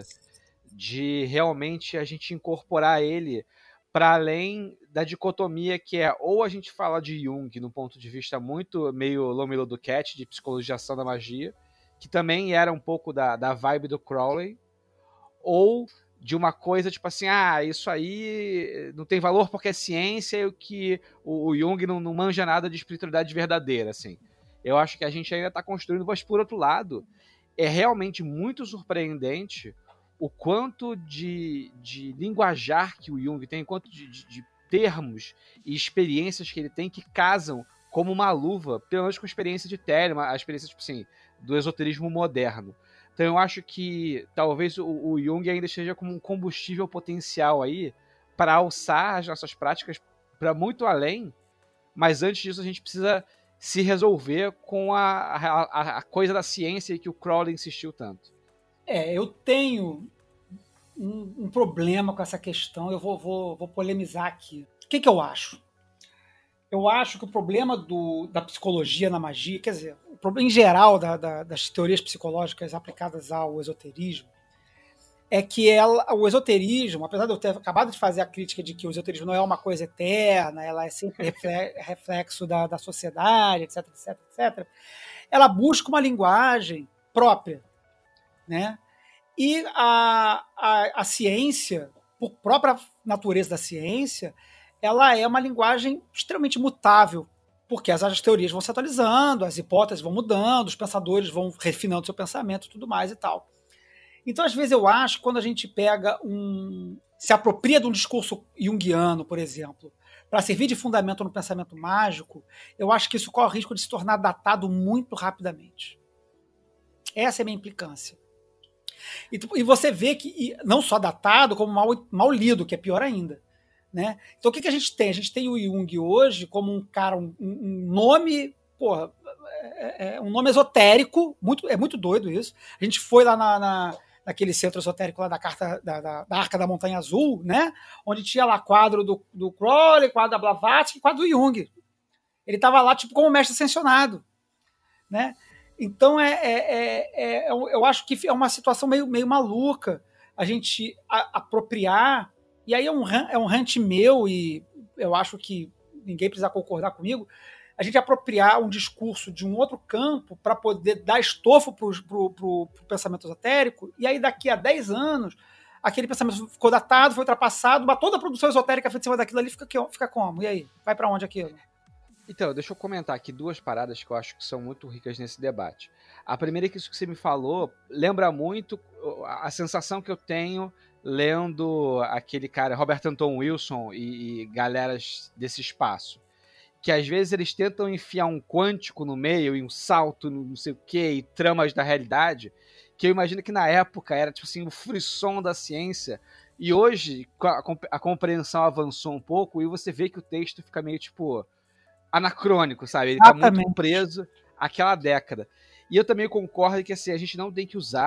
de realmente a gente incorporar ele para além da dicotomia que é ou a gente fala de Jung no ponto de vista muito meio Lomelo Duquette, de psicologização da magia, que também era um pouco da vibe do Crowley, ou de uma coisa tipo assim, isso aí não tem valor porque é ciência e que o Jung não manja nada de espiritualidade verdadeira, assim. Eu acho que a gente ainda está construindo, mas por outro lado, é realmente muito surpreendente o quanto de linguajar que o Jung tem, o quanto de termos e experiências que ele tem que casam como uma luva, pelo menos com a experiência de Telema, a experiência, tipo assim, do esoterismo moderno. Então eu acho que talvez o Jung ainda esteja como um combustível potencial aí para alçar as nossas práticas para muito além, mas antes disso a gente precisa se resolver com a coisa da ciência que o Crowley insistiu tanto. Eu tenho um problema com essa questão, eu vou polemizar aqui. O que eu acho? Eu acho que o problema da psicologia na magia, quer dizer, o problema em geral das teorias psicológicas aplicadas ao esoterismo, é que o esoterismo, apesar de eu ter acabado de fazer a crítica de que o esoterismo não é uma coisa eterna, ela é sempre reflexo da sociedade, etc, etc, etc, ela busca uma linguagem própria, né? E a ciência, por própria natureza da ciência, ela é uma linguagem extremamente mutável, porque as teorias vão se atualizando, as hipóteses vão mudando, os pensadores vão refinando seu pensamento e tudo mais e tal. Então, às vezes, eu acho que quando a gente pega se apropria de um discurso junguiano, por exemplo, para servir de fundamento no pensamento mágico, eu acho que isso corre o risco de se tornar datado muito rapidamente. Essa é a minha implicância. E você vê que não só datado, como mal lido, que é pior ainda. Né? Então o que a gente tem? A gente tem o Jung hoje como um cara, um nome, porra, um nome esotérico, é muito doido isso. A gente foi lá naquele centro esotérico lá da Arca da Montanha Azul, né? Onde tinha lá quadro do Crowley, quadro da Blavatsky, quadro do Jung. Ele estava lá tipo como mestre ascensionado, né? Então eu acho que é uma situação meio maluca a gente apropriar, e aí é um rant meu, e eu acho que ninguém precisa concordar comigo, a gente apropriar um discurso de um outro campo para poder dar estofo pro pensamento esotérico, e aí daqui a 10 anos aquele pensamento ficou datado, foi ultrapassado, mas toda a produção esotérica feita em cima daquilo ali fica como? E aí? Vai para onde aquilo? Então, deixa eu comentar aqui duas paradas que eu acho que são muito ricas nesse debate. A primeira é que isso que você me falou lembra muito a sensação que eu tenho lendo aquele cara, Robert Anton Wilson e galeras desse espaço. Que às vezes eles tentam enfiar um quântico no meio e um salto no não sei o que, e tramas da realidade, que eu imagino que na época era tipo assim, o frisson da ciência, e hoje a compreensão avançou um pouco e você vê que o texto fica meio tipo anacrônico, sabe? Ele tá muito preso àquela década. E eu também concordo que assim, a gente não tem que usar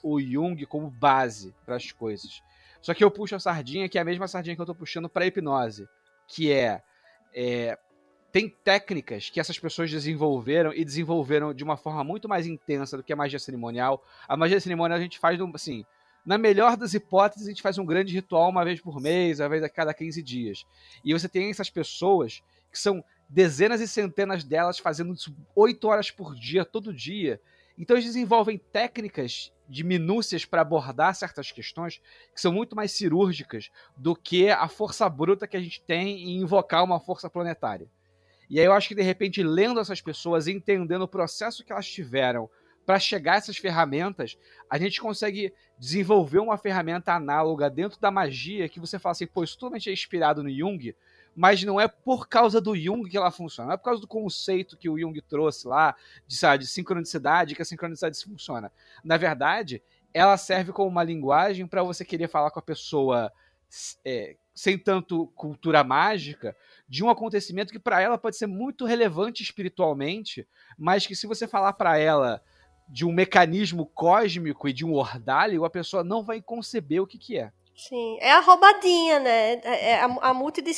o Jung como base para as coisas. Só que eu puxo a sardinha, que é a mesma sardinha que eu tô puxando para hipnose, que tem técnicas que essas pessoas desenvolveram e desenvolveram de uma forma muito mais intensa do que a magia cerimonial. A magia cerimonial a gente faz, assim, na melhor das hipóteses, a gente faz um grande ritual uma vez por mês, uma vez a cada 15 dias. E você tem essas pessoas que são dezenas e centenas delas fazendo isso 8 horas por dia, todo dia. Então eles desenvolvem técnicas de minúcias para abordar certas questões que são muito mais cirúrgicas do que a força bruta que a gente tem em invocar uma força planetária. E aí eu acho que, de repente, lendo essas pessoas, entendendo o processo que elas tiveram para chegar a essas ferramentas, a gente consegue desenvolver uma ferramenta análoga dentro da magia que você fala assim, pô, isso totalmente é inspirado no Jung, mas não é por causa do Jung que ela funciona, não é por causa do conceito que o Jung trouxe lá, de sincronicidade, que a sincronicidade funciona. Na verdade, ela serve como uma linguagem para você querer falar com a pessoa sem tanto cultura mágica, de um acontecimento que para ela pode ser muito relevante espiritualmente, mas que se você falar para ela de um mecanismo cósmico e de um ordalho, a pessoa não vai conceber o que é. Sim, é a roubadinha, né? É a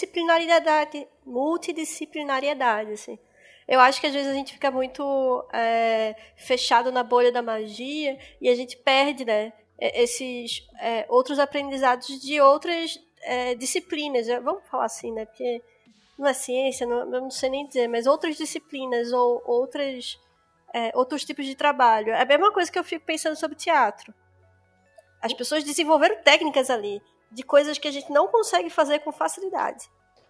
multidisciplinariedade, assim. Eu acho que às vezes a gente fica muito fechado na bolha da magia e a gente perde, né, esses outros aprendizados de outras disciplinas. Vamos falar assim, né? Porque não é ciência, eu não sei nem dizer, mas outras disciplinas ou outros tipos de trabalho. É a mesma coisa que eu fico pensando sobre teatro. As pessoas desenvolveram técnicas ali de coisas que a gente não consegue fazer com facilidade.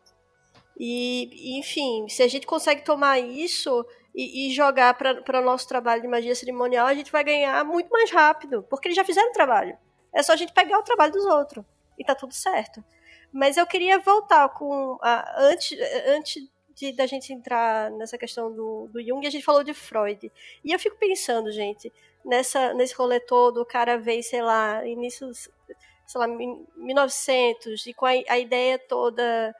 E enfim, se a gente consegue tomar isso e jogar para o nosso trabalho de magia cerimonial, a gente vai ganhar muito mais rápido, porque eles já fizeram o trabalho. É só a gente pegar o trabalho dos outros e tá tudo certo. Mas eu queria voltar com... antes da gente entrar nessa questão do Jung, a gente falou de Freud. E eu fico pensando, gente, nesse rolê todo, o cara veio, sei lá, início, sei lá, 1900, e com a ideia toda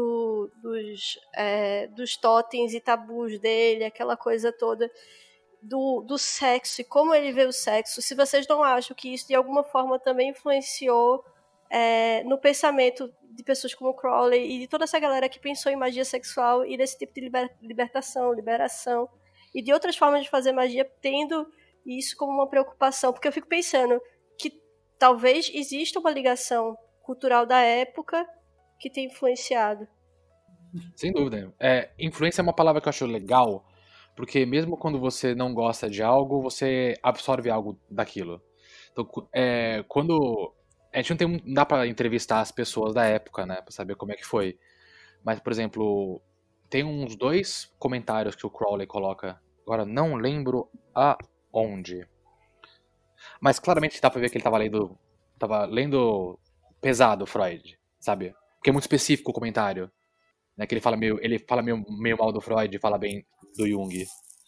dos totens e tabus dele, aquela coisa toda do sexo e como ele vê o sexo. Se vocês não acham que isso de alguma forma também influenciou no pensamento de pessoas como Crowley e de toda essa galera que pensou em magia sexual e desse tipo de liberação e de outras formas de fazer magia, tendo isso como uma preocupação, porque eu fico pensando que talvez exista uma ligação cultural da época que tem influenciado. Sem dúvida. Influência é uma palavra que eu acho legal, porque mesmo quando você não gosta de algo, você absorve algo daquilo. Então, quando... A gente não dá pra entrevistar as pessoas da época, né, pra saber como é que foi. Mas, por exemplo, tem uns 2 comentários que o Crowley coloca, agora não lembro aonde. Mas claramente dá pra ver que ele tava lendo pesado Freud, sabe? Porque é muito específico o comentário, né, que ele fala meio mal do Freud e fala bem do Jung.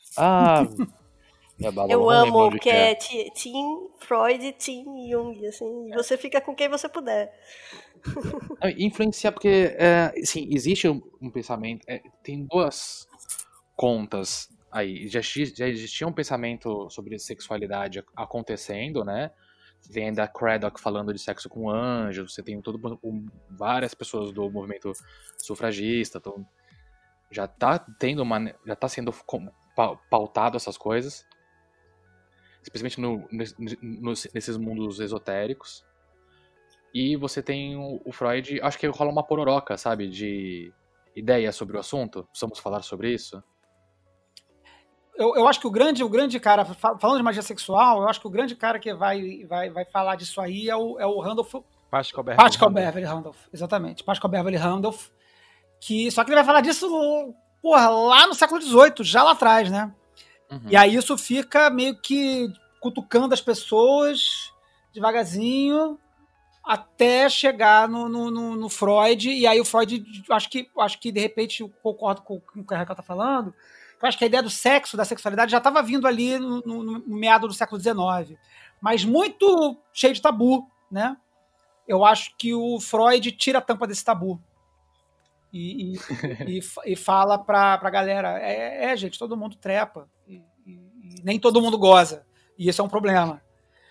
Eu amo que é Team Freud, Team Jung, assim, e você fica com quem você puder. Influenciar porque, sim, existe um pensamento, tem 2 contas aí, já existia um pensamento sobre sexualidade acontecendo, né? Você tem ainda Craddock falando de sexo com anjos, você tem várias pessoas do movimento sufragista, então já tá sendo pautado essas coisas, especialmente nesses mundos esotéricos. E você tem o Freud, acho que rola uma pororoca, sabe, de ideias sobre o assunto. Precisamos falar sobre isso? Eu acho que o grande cara, falando de magia sexual, eu acho que o grande cara que vai falar disso aí é o Randolph. Pascal Beverly Randolph, exatamente. Pascal Beverly Randolph. Só que ele vai falar disso, lá no século XVIII, já lá atrás, né? Uhum. E aí isso fica meio que cutucando as pessoas devagarzinho até chegar no Freud. E aí o Freud, acho que de repente, eu concordo com o que a Raquel tá falando. Eu acho que a ideia do sexo, da sexualidade, já estava vindo ali no meado do século XIX. Mas muito cheio de tabu, né? Eu acho que o Freud tira a tampa desse tabu. E fala pra galera, gente, todo mundo trepa. E nem todo mundo goza. E isso é um problema.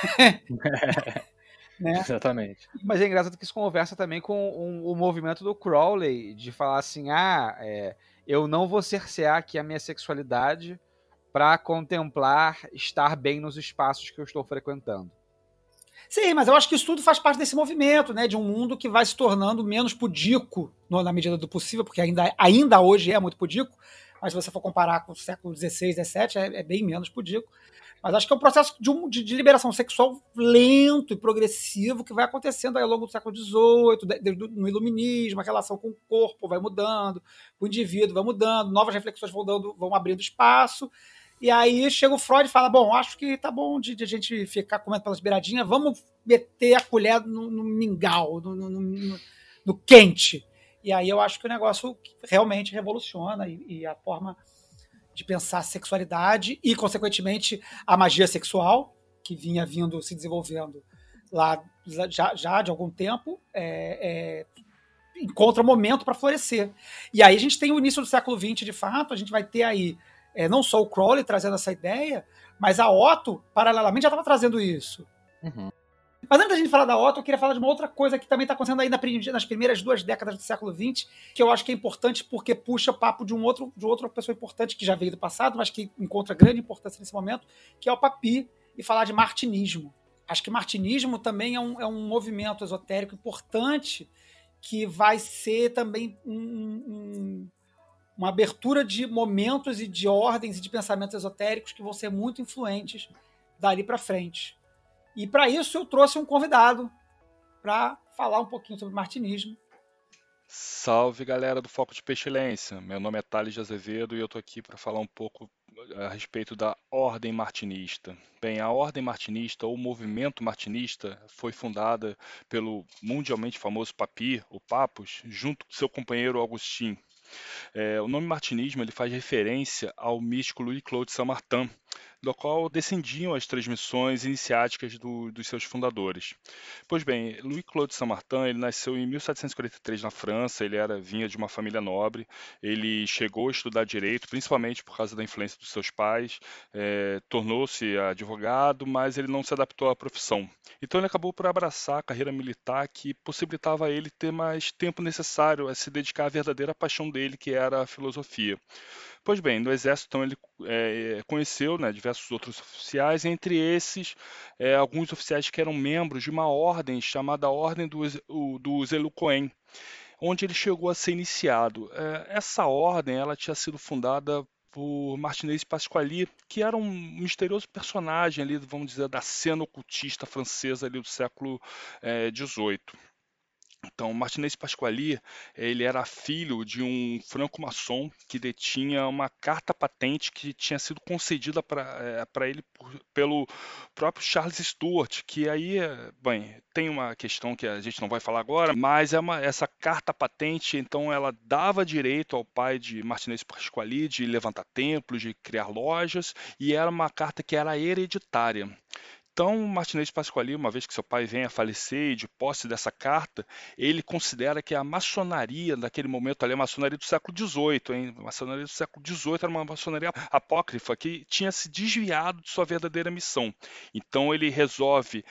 Né? Exatamente. Mas é engraçado que isso conversa também com o movimento do Crowley, de falar assim, eu não vou cercear aqui a minha sexualidade para contemplar estar bem nos espaços que eu estou frequentando. Sim, mas eu acho que isso tudo faz parte desse movimento, né? De um mundo que vai se tornando menos pudico na medida do possível, porque ainda hoje é muito pudico, mas se você for comparar com o século XVI, XVII, é bem menos pudico. Mas acho que é um processo de liberação sexual lento e progressivo que vai acontecendo aí ao longo do século XVIII, no iluminismo, a relação com o corpo vai mudando, o indivíduo vai mudando, novas reflexões vão abrindo espaço. E aí chega o Freud e fala: bom, acho que tá bom de a gente ficar comendo pelas beiradinhas, vamos meter a colher no mingau, no quente. E aí eu acho que o negócio realmente revoluciona e a forma de pensar a sexualidade e, consequentemente, a magia sexual, que vinha vindo se desenvolvendo lá já de algum tempo, encontra momento para florescer. E aí a gente tem o início do século XX, de fato, a gente vai ter aí não só o Crowley trazendo essa ideia, mas a Otto, paralelamente, já estava trazendo isso. Uhum. Mas antes da gente falar da Otto, eu queria falar de uma outra coisa que também está acontecendo aí nas primeiras 2 décadas do século XX, que eu acho que é importante porque puxa papo de outra pessoa importante que já veio do passado, mas que encontra grande importância nesse momento, que é o Papi, e falar de martinismo. Acho que martinismo também é um movimento esotérico importante que vai ser também uma abertura de momentos e de ordens e de pensamentos esotéricos que vão ser muito influentes dali para frente. E para isso eu trouxe um convidado para falar um pouquinho sobre martinismo. Salve, galera do Foco de Pestilência. Meu nome é Thales de Azevedo e eu tô aqui para falar um pouco a respeito da Ordem Martinista. Bem, a Ordem Martinista, ou Movimento Martinista, foi fundada pelo mundialmente famoso Papi, o Papus, junto com seu companheiro Augustin. O nome martinismo ele faz referência ao místico Louis-Claude Saint-Martin, do qual descendiam as transmissões iniciáticas dos seus fundadores. Pois bem, Louis-Claude Saint-Martin ele nasceu em 1743 na França, vinha de uma família nobre, ele chegou a estudar direito, principalmente por causa da influência dos seus pais, tornou-se advogado, mas ele não se adaptou à profissão. Então ele acabou por abraçar a carreira militar que possibilitava a ele ter mais tempo necessário a se dedicar à verdadeira paixão dele, que era a filosofia. Pois bem, no Exército então, ele conheceu, né, diversos outros oficiais, entre esses alguns oficiais que eram membros de uma ordem chamada Ordem dos Elucoen, onde ele chegou a ser iniciado. Essa ordem ela tinha sido fundada por Martinez Pasquali, que era um misterioso personagem ali, vamos dizer, da cena ocultista francesa ali do século XVIII. Então, Martinez Pasquali, ele era filho de um franco-maçom que detinha uma carta patente que tinha sido concedida para ele pelo próprio Charles Stuart, que aí, bem, tem uma questão que a gente não vai falar agora, mas essa carta patente, então, ela dava direito ao pai de Martinez Pasquali de levantar templos, de criar lojas, e era uma carta que era hereditária. Então, Martinez Pasquali, uma vez que seu pai vem a falecer e de posse dessa carta, ele considera que a maçonaria, naquele momento ali, a maçonaria do século XVIII, hein? A maçonaria do século XVIII era uma maçonaria apócrifa que tinha se desviado de sua verdadeira missão. Então, ele resolve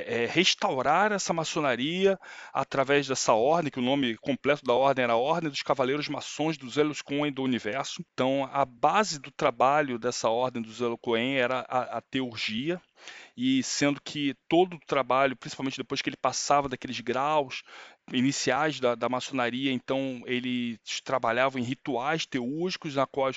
restaurar essa maçonaria através dessa ordem, que o nome completo da ordem era a Ordem dos Cavaleiros Maçons dos Eluscoen do Universo. Então, a base do trabalho dessa ordem dos Eluscoen era a teurgia, e sendo que todo o trabalho, principalmente depois que ele passava daqueles graus iniciais da maçonaria, então eles trabalhavam em rituais teúrgicos, na qual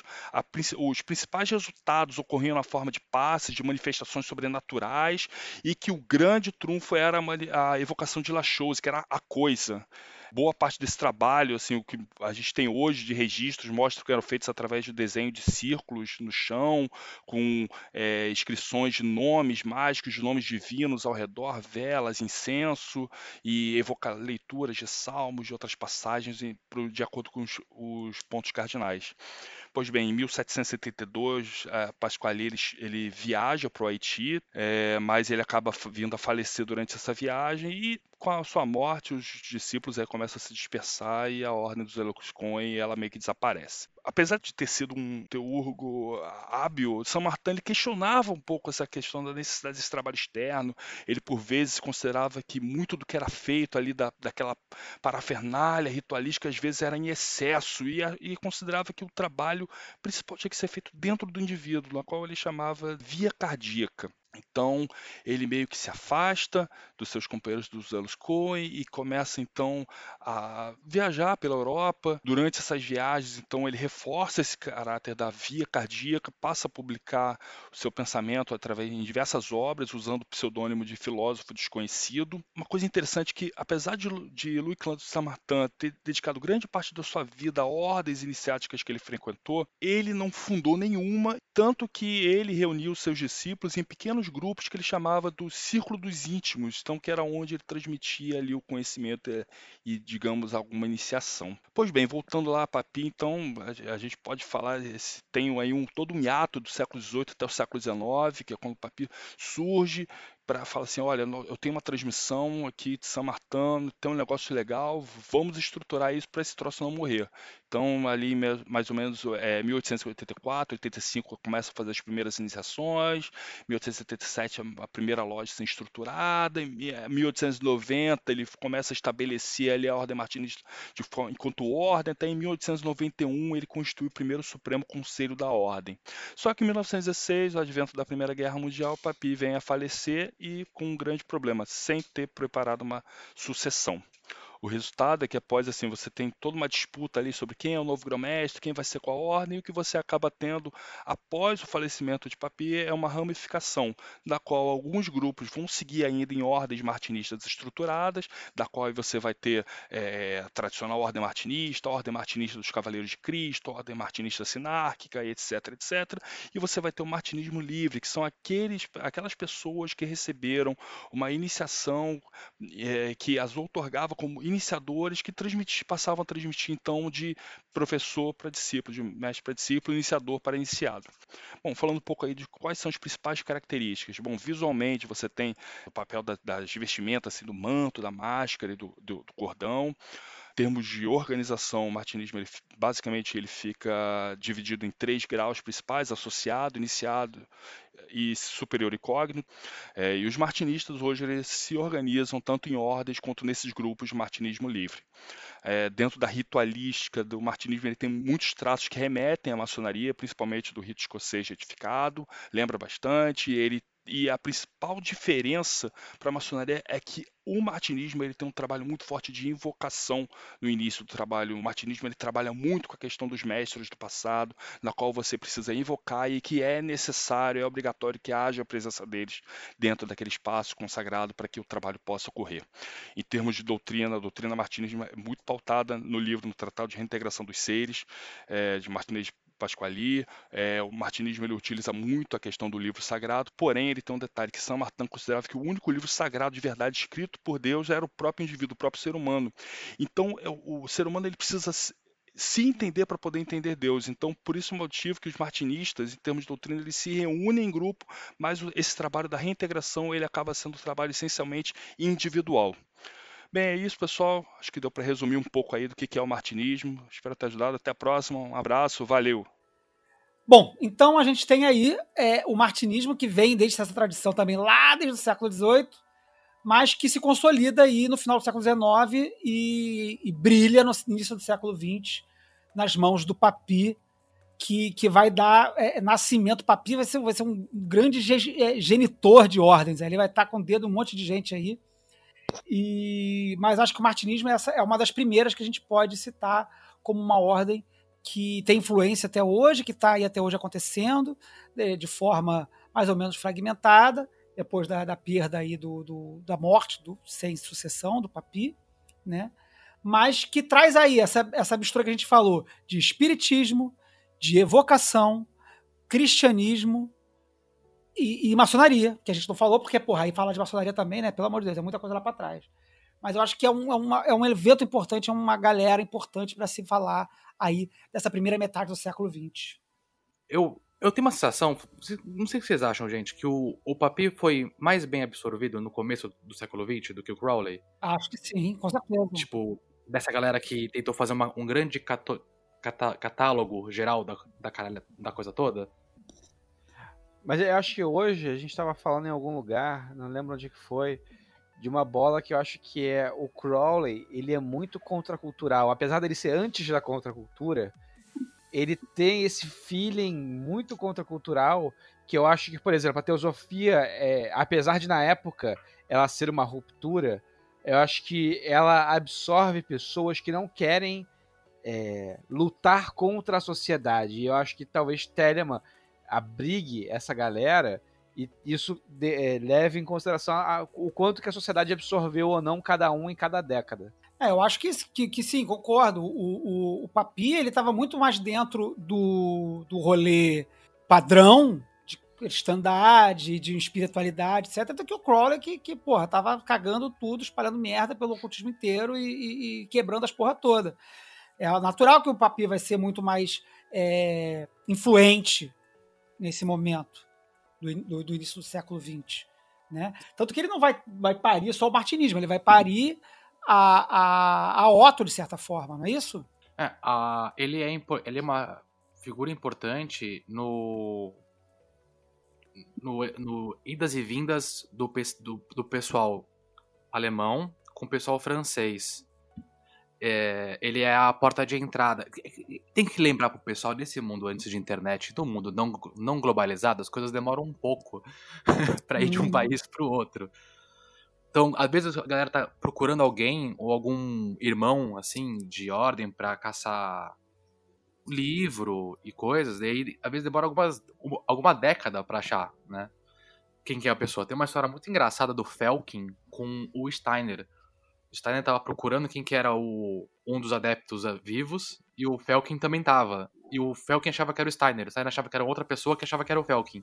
os principais resultados ocorriam na forma de passes, de manifestações sobrenaturais, e que o grande trunfo era a evocação de La Chose, que era a coisa. Boa parte desse trabalho, assim, o que a gente tem hoje de registros, mostra que eram feitos através de desenho de círculos no chão, com inscrições de nomes mágicos, de nomes divinos ao redor, velas, incenso, e evocar leituras de salmos, de outras passagens, de acordo com os pontos cardinais. Pois bem, em 1772, Pasquali ele viaja para o Haiti, mas ele acaba vindo a falecer durante essa viagem, e com a sua morte os discípulos começam a se dispersar e a Ordem dos Eluscoen ela meio que desaparece. apesar de ter sido um teurgo hábil, Saint-Martin ele questionava um pouco essa questão da necessidade desse trabalho externo. Ele, por vezes, considerava que muito do que era feito ali daquela parafernália ritualística, às vezes era em excesso, e considerava que o trabalho principal tinha que ser feito dentro do indivíduo, na qual ele chamava via cardíaca. Então, ele meio que se afasta dos seus companheiros dos Anos Cohen e começa, então, a viajar pela Europa. Durante essas viagens, então, ele reforça esse caráter da via cardíaca, passa a publicar o seu pensamento através em diversas obras, usando o pseudônimo de filósofo desconhecido. Uma coisa interessante que, apesar de Louis Clã de Saint-Martin ter dedicado grande parte da sua vida a ordens iniciáticas que ele frequentou, ele não fundou nenhuma, tanto que ele reuniu seus discípulos em pequenos grupos que ele chamava do Círculo dos Íntimos, então que era onde ele transmitia ali o conhecimento e digamos, alguma iniciação. Pois bem, voltando lá a Papi, então, a gente pode falar, tem aí todo um hiato do século XVIII até o século XIX, que é quando o Papi surge, para falar assim, olha, eu tenho uma transmissão aqui de Saint-Martin, tem um negócio legal, vamos estruturar isso para esse troço não morrer. Então, ali, mais ou menos, 1884, 85, começa a fazer as primeiras iniciações, 1877, a primeira loja sendo estruturada, em 1890, ele começa a estabelecer ali a Ordem Martinista enquanto ordem, até em 1891, ele constitui o primeiro Supremo Conselho da Ordem. Só que em 1916, o advento da Primeira Guerra Mundial, o Papi vem a falecer e com um grande problema, sem ter preparado uma sucessão. O resultado é que após assim você tem toda uma disputa ali sobre quem é o novo grão-mestre, quem vai ser qual ordem, e o que você acaba tendo após o falecimento de Papi é uma ramificação, da qual alguns grupos vão seguir ainda em ordens martinistas estruturadas, da qual você vai ter a tradicional ordem martinista, a ordem martinista dos Cavaleiros de Cristo, a ordem martinista sinárquica, etc, etc. E você vai ter o martinismo livre, que são aquelas pessoas que receberam uma iniciação que as outorgava como iniciadores que passavam a transmitir então de professor para discípulo, de mestre para discípulo, iniciador para iniciado. Bom, falando um pouco aí de quais são as principais características. Bom, visualmente você tem o papel das vestimentas, assim, do manto, da máscara e do cordão. Em termos de organização, o martinismo basicamente ele fica dividido em 3 graus principais: associado, iniciado e superior e cogno. E os martinistas hoje eles se organizam tanto em ordens quanto nesses grupos de martinismo livre. Dentro da ritualística do martinismo, ele tem muitos traços que remetem à maçonaria, principalmente do rito escocês retificado, lembra bastante. E a principal diferença para a maçonaria é que o martinismo ele tem um trabalho muito forte de invocação no início do trabalho. O martinismo ele trabalha muito com a questão dos mestres do passado, na qual você precisa invocar e que é necessário, é obrigatório que haja a presença deles dentro daquele espaço consagrado para que o trabalho possa ocorrer. Em termos de doutrina, a doutrina martinista é muito pautada no livro, no Tratado de Reintegração dos Seres, de Martinez Pasquali. O martinismo ele utiliza muito a questão do livro sagrado, porém ele tem um detalhe que Saint-Martin considerava que o único livro sagrado de verdade escrito por Deus era o próprio indivíduo, o próprio ser humano. Então o ser humano ele precisa se entender para poder entender Deus. Então, por isso o motivo que os martinistas, em termos de doutrina, eles se reúnem em grupo, mas esse trabalho da reintegração ele acaba sendo um trabalho essencialmente individual. Bem, é isso, pessoal. Acho que deu para resumir um pouco aí do que é o martinismo. Espero ter ajudado. Até a próxima. Um abraço. Valeu. Bom, então a gente tem aí o martinismo que vem desde essa tradição também lá desde o século XVIII, mas que se consolida aí no final do século XIX e brilha no início do século XX nas mãos do Papi, que vai dar nascimento. O Papi vai ser um grande genitor de ordens. Ele vai estar com o dedo um monte de gente aí. Mas acho que o martinismo é uma das primeiras que a gente pode citar como uma ordem que tem influência até hoje, que está aí até hoje acontecendo de forma mais ou menos fragmentada, depois da perda aí da morte sem sucessão do Papi, né? Mas que traz aí essa mistura que a gente falou de espiritismo, de evocação, cristianismo e maçonaria, que a gente não falou, porque, porra, aí fala de maçonaria também, né? Pelo amor de Deus, é muita coisa lá para trás. Mas eu acho que é um evento importante, é uma galera importante para se falar aí dessa primeira metade do século XX. Eu tenho uma sensação, não sei o que vocês acham, gente, que o Papi foi mais bem absorvido no começo do século XX do que o Crowley. Acho que sim, com certeza. Tipo, dessa galera que tentou fazer um grande catálogo geral da coisa toda. Mas eu acho que hoje a gente estava falando em algum lugar, não lembro onde que foi, de uma bola que eu acho que é o Crowley, ele é muito contracultural. Apesar dele ser antes da contracultura, ele tem esse feeling muito contracultural que eu acho que, por exemplo, a teosofia, apesar de na época ela ser uma ruptura, eu acho que ela absorve pessoas que não querem lutar contra a sociedade. E eu acho que talvez Telemann abrigue essa galera e isso leve em consideração o quanto que a sociedade absorveu ou não cada um em cada década. Eu acho que sim, concordo. O Papi, ele estava muito mais dentro do rolê padrão, de cristandade, de espiritualidade, etc., do que o Crowley, que porra, tava cagando tudo, espalhando merda pelo ocultismo inteiro e quebrando as porra toda. É natural que o Papi vai ser muito mais influente nesse momento do início do século XX. Né? Tanto que ele não vai parir só o martinismo, ele vai parir a Otto, de certa forma, não é isso? Ele é uma figura importante no idas e vindas do pessoal alemão com o pessoal francês. Ele é a porta de entrada. Tem que lembrar pro pessoal, nesse mundo antes de internet, do mundo não globalizado, as coisas demoram um pouco para ir de um país pro outro. Então, às vezes a galera tá procurando alguém ou algum irmão, assim, de ordem pra caçar livro e coisas, e aí às vezes demora alguma década pra achar, né? Quem que é a pessoa. Tem uma história muito engraçada do Felkin com o Steiner. O Steiner tava procurando quem que era um dos adeptos vivos, e o Felkin também tava. E o Felkin achava que era o Steiner achava que era outra pessoa que achava que era o Felkin.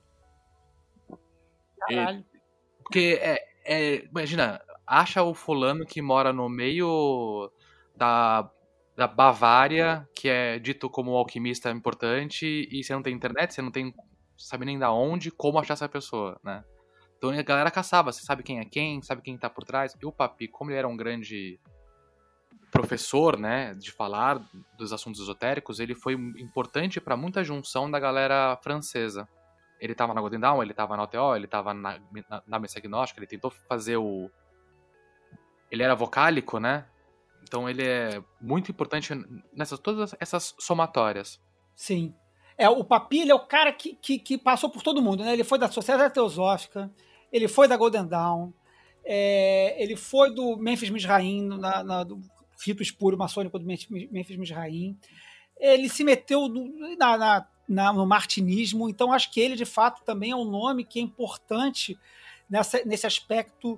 Caralho. Porque imagina, acha o fulano que mora no meio da Bavária, que é dito como um alquimista importante, e você não tem internet, você não sabe nem da onde, como achar essa pessoa, né? Então a galera caçava, você sabe quem é quem, sabe quem tá por trás. E o Papi, como ele era um grande professor, né, de falar dos assuntos esotéricos, ele foi importante para muita junção da galera francesa. Ele tava na Golden Dawn, ele tava na OTO, ele tava na Missa Gnóstica, ele tentou fazer ele era vocálico, né? Então ele é muito importante nessas todas essas somatórias. Sim. O Papi, ele é o cara que passou por todo mundo, né? Ele foi da Sociedade Teosófica, ele foi da Golden Dawn, ele foi do Memphis Mizraim, do rito espúrio maçônico do Memphis Mizraim. Ele se meteu no martinismo, então acho que ele, de fato, também é um nome que é importante nesse aspecto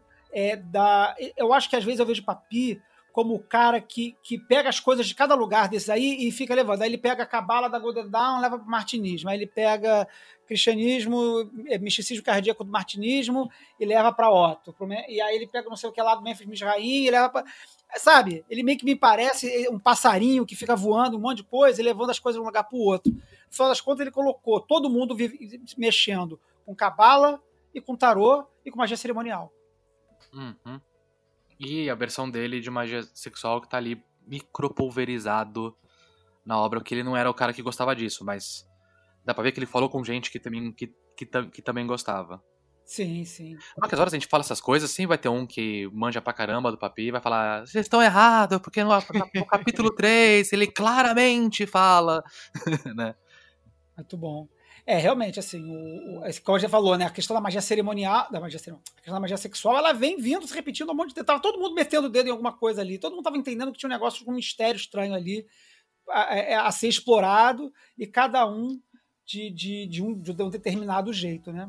eu acho que às vezes eu vejo Papi como o cara que pega as coisas de cada lugar desses aí e fica levando. Aí ele pega a cabala da Golden Dawn e leva para o martinismo. Aí ele pega cristianismo, misticismo cardíaco do martinismo e leva para Otto. E aí ele pega não sei o que lá do Memphis Mizraim e leva para... Sabe? Ele meio que me parece um passarinho que fica voando um monte de coisa e levando as coisas de um lugar para o outro. No final das contas, ele colocou todo mundo mexendo com cabala e com tarô e com magia cerimonial. Uhum. E a versão dele de magia sexual que tá ali micropulverizado na obra, que ele não era o cara que gostava disso, mas dá pra ver que ele falou com gente que também gostava. Sim, sim. Porque as horas a gente fala essas coisas, sim, vai ter um que manja pra caramba do Papi e vai falar, vocês estão errados, porque no capítulo 3 ele claramente fala, né? Muito bom. Realmente, assim, como já falou, né? A questão da magia cerimonial, a questão da magia sexual, ela vem vindo, se repetindo um monte de tempo. Tava todo mundo metendo o dedo em alguma coisa ali, todo mundo tava entendendo que tinha um negócio com um mistério estranho ali a ser explorado, e cada um de um determinado jeito, né?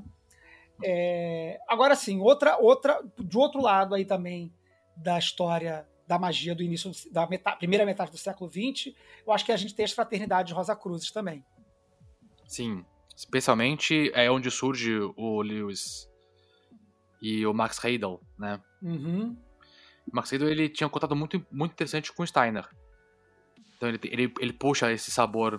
Agora, sim, de outro lado aí também da história da magia do início da primeira metade do século XX, eu acho que a gente tem as fraternidades Rosa Cruzes também. Sim. Especialmente é onde surge o Lewis e o Max Heidel, né? Uhum. O Max Heidel, ele tinha um contato muito, muito interessante com o Steiner. Então ele puxa esse sabor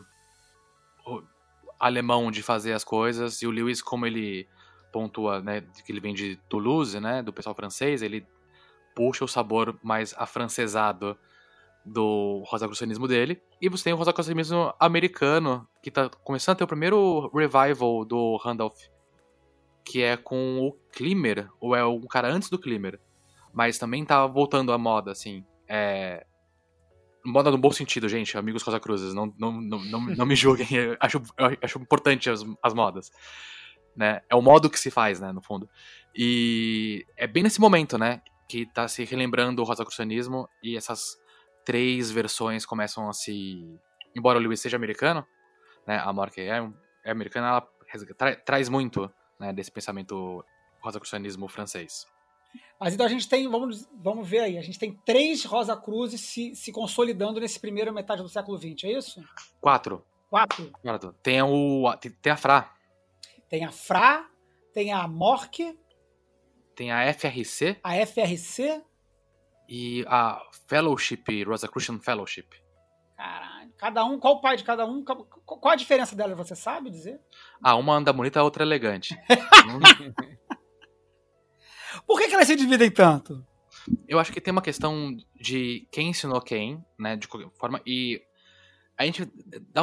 alemão de fazer as coisas, e o Lewis, como ele pontua, né, que ele vem de Toulouse, né, do pessoal francês, ele puxa o sabor mais afrancesado do rosacrucianismo dele. E você tem o rosacrucianismo americano, que tá começando a ter o primeiro revival do Randolph, que é com o Klimmer, ou é um cara antes do Klimmer. Mas também tá voltando à moda, assim. Moda no bom sentido, gente, amigos Rosacruzes, não me julguem, eu acho importante as modas, né? É o modo que se faz, né, no fundo. E é bem nesse momento, né, que tá se relembrando o rosacrucianismo e essas 3 versões começam a se... Embora o Lewis seja americano, né, a Mork é americana, ela traz muito, né, desse pensamento rosacrucianismo francês. Mas então a gente tem, vamos ver aí, a gente tem 3 Rosacruzes se consolidando nesse primeiro metade do século XX, é isso? 4. 4. Tem a Fra. Tem a Fra, tem a Mork. Tem a FRC. A FRC. E a Fellowship, Rosacrucian Fellowship. Caralho. Cada um, qual o pai de cada um? Qual a diferença delas, você sabe dizer? Uma anda bonita, a outra é elegante. Por que elas se dividem tanto? Eu acho que tem uma questão de quem ensinou quem, né, de qualquer forma, e a gente dá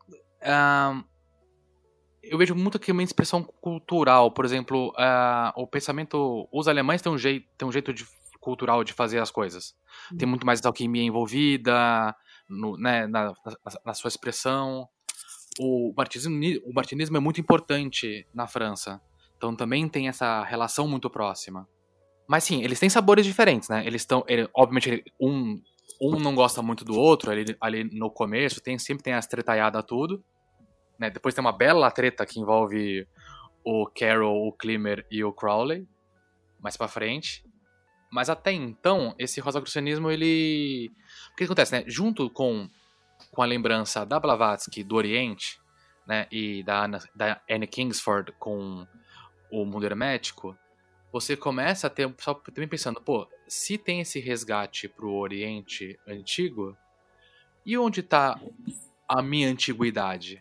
eu vejo muito aqui uma expressão cultural, por exemplo, o pensamento, os alemães têm um jeito cultural de fazer as coisas. Tem muito mais alquimia envolvida, né, na sua expressão. O martinismo é muito importante na França, então também tem essa relação muito próxima. Mas sim, eles têm sabores diferentes, né? Obviamente, um não gosta muito do outro, ali no começo, sempre tem as tretaiadas tudo. Né? Depois tem uma bela treta que envolve o Carroll, o Klimmer e o Crowley, mais pra frente. Mas até então, esse rosacrucianismo, ele... O que acontece, né? Junto com a lembrança da Blavatsky do Oriente, né? E da Anne Kingsford com o mundo hermético, você começa a ter, só também pensando, se tem esse resgate pro Oriente Antigo, e onde tá a minha antiguidade?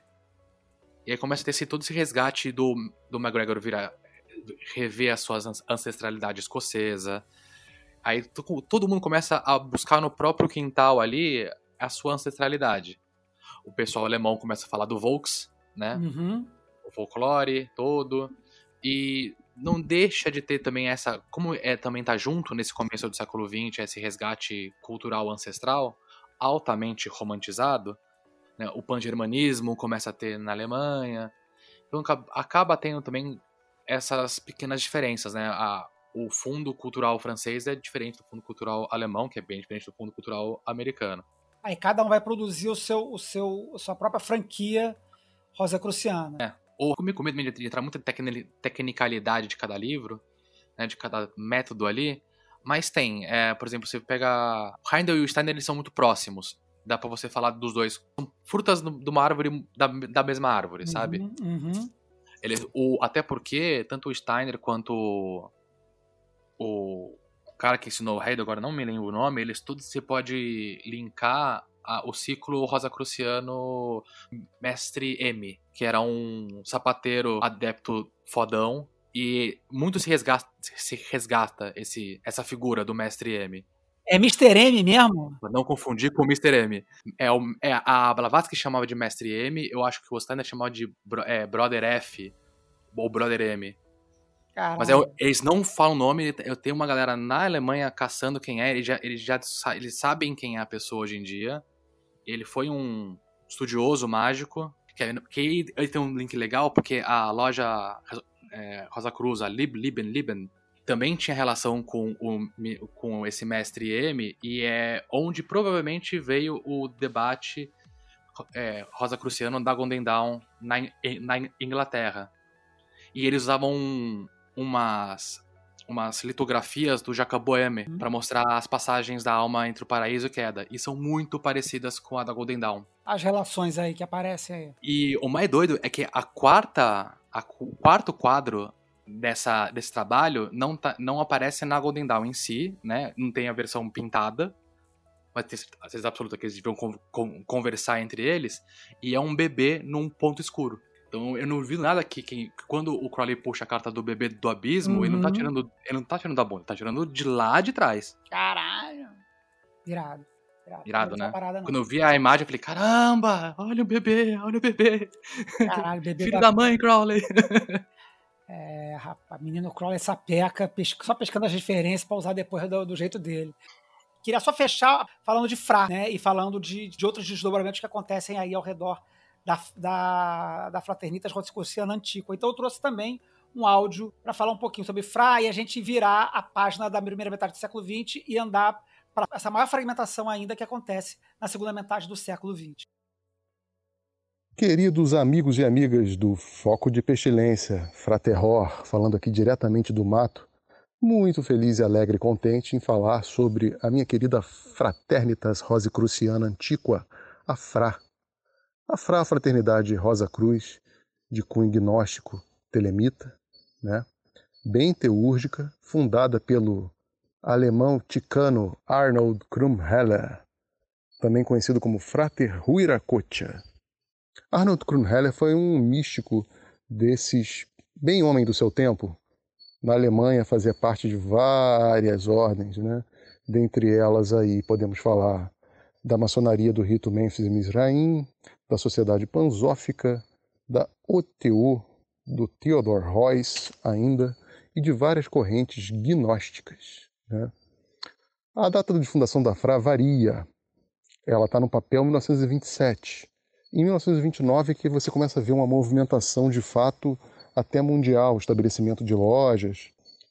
E aí começa a ter todo esse resgate do MacGregor rever a sua ancestralidade escocesa. Aí todo mundo começa a buscar no próprio quintal ali a sua ancestralidade. O pessoal alemão começa a falar do Volks, né? Uhum. O folclore todo. E não deixa de ter também essa... Como também tá junto nesse começo do século XX, esse resgate cultural ancestral, altamente romantizado, né? O pan-germanismo começa a ter na Alemanha. Então acaba tendo também essas pequenas diferenças, né? O fundo cultural francês é diferente do fundo cultural alemão, que é bem diferente do fundo cultural americano. Aí cada um vai produzir a sua própria franquia rosacruciana. Ou comigo medo de entrar muita tecnicalidade de cada livro, né, de cada método ali, mas tem, por exemplo, você pega... O Heindel e o Steiner, eles são muito próximos, dá pra você falar dos dois. São frutas de uma árvore, da mesma árvore, sabe? Uhum. Até porque, tanto o Steiner quanto o cara que ensinou o Heidel, agora não me lembro o nome, eles todos se pode linkar o ciclo rosacruciano Mestre M, que era um sapateiro adepto fodão, e muito se resgata essa figura do Mestre M. É Mr. M mesmo? Pra não confundir com o Mr. M. A Blavatsky chamava de Mestre M, eu acho que o Steiner chamava de Brother F, ou Brother M. Caralho. Mas eles não falam o nome, eu tenho uma galera na Alemanha caçando quem é, eles sabem quem é a pessoa hoje em dia. Ele foi um estudioso mágico, que ele tem um link legal, porque a loja Rosacruz, a Lieben, também tinha relação com esse Mestre M, e é onde provavelmente veio o debate rosacruciano da Golden Dawn na Inglaterra. E eles usavam umas litografias do Jacob Boehme para mostrar as passagens da alma entre o paraíso e queda. E são muito parecidas com a da Golden Dawn. As relações aí que aparecem aí. E o mais doido é que o quarto quadro desse trabalho não aparece na Golden Dawn em si, né? Não tem a versão pintada. Mas tem certeza absoluta que eles deviam conversar entre eles. E é um bebê num ponto escuro. Então eu não vi nada que quando o Crowley puxa a carta do bebê do abismo, ele não tá tirando da bunda, ele tá tirando de lá de trás. Caralho. Irado. Irado, Essa né? parada, não. Quando eu vi a imagem, eu falei, caramba, olha o bebê, olha o bebê. Caralho, bebê Filho da mãe, Crowley. Rapaz, menino Crowley sapeca, só pescando as referências pra usar depois do jeito dele. Queria só fechar falando de Fra, né? E falando de outros desdobramentos que acontecem aí ao redor da Fraternitas Rosicruciana Antiqua. Então eu trouxe também um áudio para falar um pouquinho sobre Fra e a gente virar a página da primeira metade do século XX e andar para essa maior fragmentação ainda que acontece na segunda metade do século XX. Queridos amigos e amigas do Foco de Pestilência, Fraterror, falando aqui diretamente do mato, muito feliz e alegre e contente em falar sobre a minha querida Fraternitas Rosicruciana Antiqua, a Fra. A Fra, a Fraternidade Rosa Cruz, de cunho gnóstico telemita, né? Bem teúrgica, fundada pelo alemão ticano Arnold Krumheller, também conhecido como Frater Huiracocha. Arnold Krumheller foi um místico desses, bem homem do seu tempo. Na Alemanha fazia parte de várias ordens, né? Dentre elas aí podemos falar da maçonaria do rito Memphis Mizraim, da Sociedade Panzófica, da OTO, do Theodor Heuss ainda, e de várias correntes gnósticas, né? A data de fundação da Fra varia. Ela está no papel 1927. Em 1929 é que você começa a ver uma movimentação de fato até mundial, estabelecimento de lojas,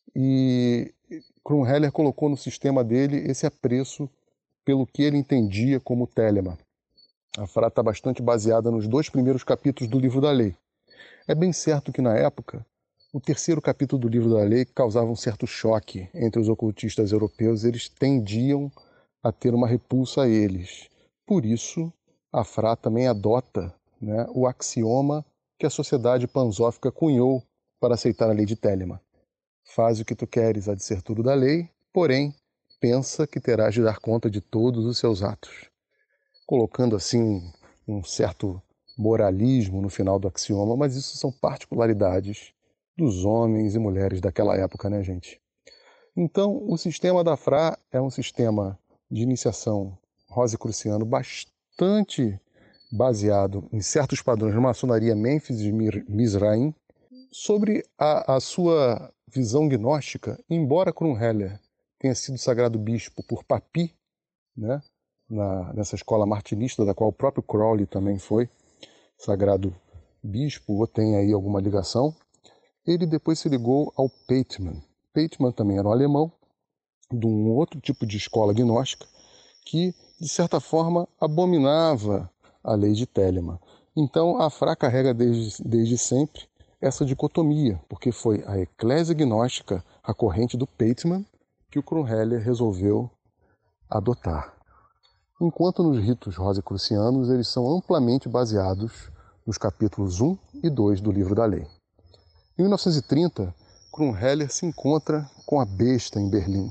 e Krumheller colocou no sistema dele esse apreço pelo que ele entendia como telema. A Fra está bastante baseada nos 2 primeiros capítulos do Livro da Lei. É bem certo que, na época, o 3º capítulo do Livro da Lei causava um certo choque entre os ocultistas europeus. Eles tendiam a ter uma repulsa a eles. Por isso, a Fra também adota, né, o axioma que a sociedade panzófica cunhou para aceitar a lei de Telema. Faz o que tu queres, há de ser tudo da lei, porém, pensa que terás de dar conta de todos os seus atos. Colocando assim um certo moralismo no final do axioma, mas isso são particularidades dos homens e mulheres daquela época, né, gente? Então, o sistema da Fra é um sistema de iniciação rosicruciano bastante baseado em certos padrões de maçonaria Memphis e Mizraim. Sobre a sua visão gnóstica, embora Krumheller tenha sido sagrado bispo por Papi, né, nessa escola martinista, da qual o próprio Crowley também foi sagrado bispo, ou tem aí alguma ligação, ele depois se ligou ao Pateman. Pateman também era um alemão, de um outro tipo de escola gnóstica, que, de certa forma, abominava a lei de Telema. Então, a Fra carrega desde sempre essa dicotomia, porque foi a eclésia gnóstica, a corrente do Pateman, que o Krumheller resolveu adotar. Enquanto nos ritos rosicrucianos, eles são amplamente baseados nos capítulos 1 e 2 do Livro da Lei. Em 1930, Krumheller se encontra com a besta em Berlim.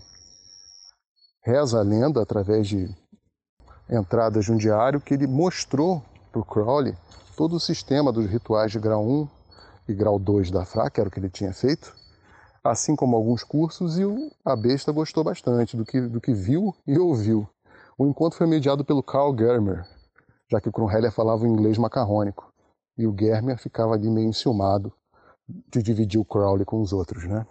Reza a lenda, através de entradas de um diário, que ele mostrou para o Crowley todo o sistema dos rituais de grau 1 e grau 2 da Fra, que era o que ele tinha feito, assim como alguns cursos, e a besta gostou bastante do que viu e ouviu. O encontro foi mediado pelo Karl Germer, já que o Krumheller falava o inglês macarrônico, e o Germer ficava ali meio enciumado de dividir o Crowley com os outros, né?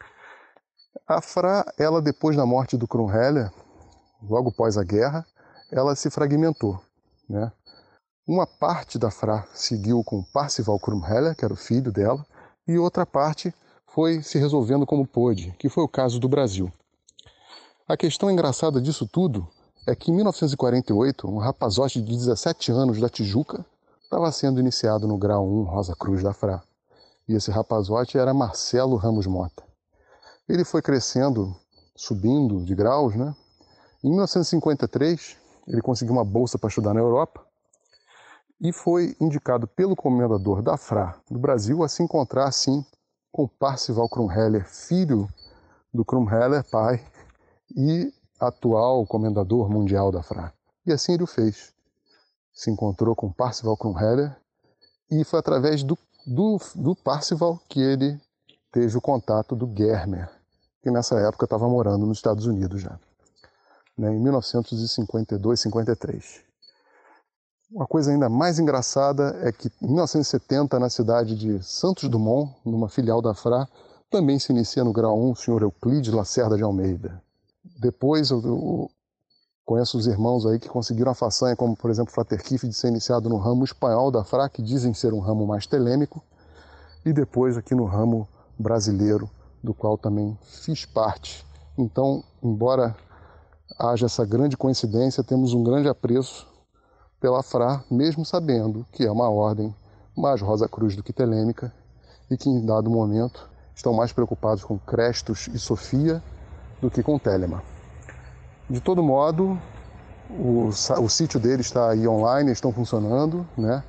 A Fra, ela depois da morte do Krumheller, logo após a guerra, ela se fragmentou, né? Uma parte da Fra seguiu com Parcival Krumheller, que era o filho dela, e outra parte foi se resolvendo como pôde, que foi o caso do Brasil. A questão engraçada disso tudo é que em 1948, um rapazote de 17 anos da Tijuca estava sendo iniciado no grau 1 Rosa Cruz da Fra. E esse rapazote era Marcelo Ramos Mota. Ele foi crescendo, subindo de graus, né? Em 1953, ele conseguiu uma bolsa para estudar na Europa e foi indicado pelo comendador da Fra do Brasil a se encontrar, assim, com Parcival Krumheller, filho do Krumheller, pai, e atual comendador mundial da Fra. E assim ele o fez. Se encontrou com Parcival Krumheller e foi através do Parcival que ele teve o contato do Germer, que nessa época estava morando nos Estados Unidos já. né, em 1952, 53. Uma coisa ainda mais engraçada é que em 1970, na cidade de Santos Dumont, numa filial da FRA, também se inicia no grau 1 o senhor Euclides Lacerda de Almeida. Depois eu conheço os irmãos aí que conseguiram a façanha, como por exemplo Frater Kiff, de ser iniciado no ramo espanhol da FRA, que dizem ser um ramo mais telêmico, e depois aqui no ramo brasileiro, do qual também fiz parte. Então, embora haja essa grande coincidência, temos um grande apreço pela FRA, mesmo sabendo que é uma ordem mais Rosa Cruz do que telêmica e que em dado momento estão mais preocupados com Crestos e Sofia do que com Telema. De todo modo, o sítio deles está aí online, estão funcionando, né?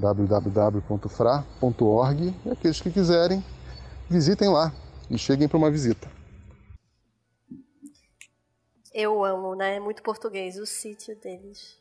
www.fra.org, e aqueles que quiserem, visitem lá e cheguem para uma visita. Eu amo, né? Muito português, o sítio deles.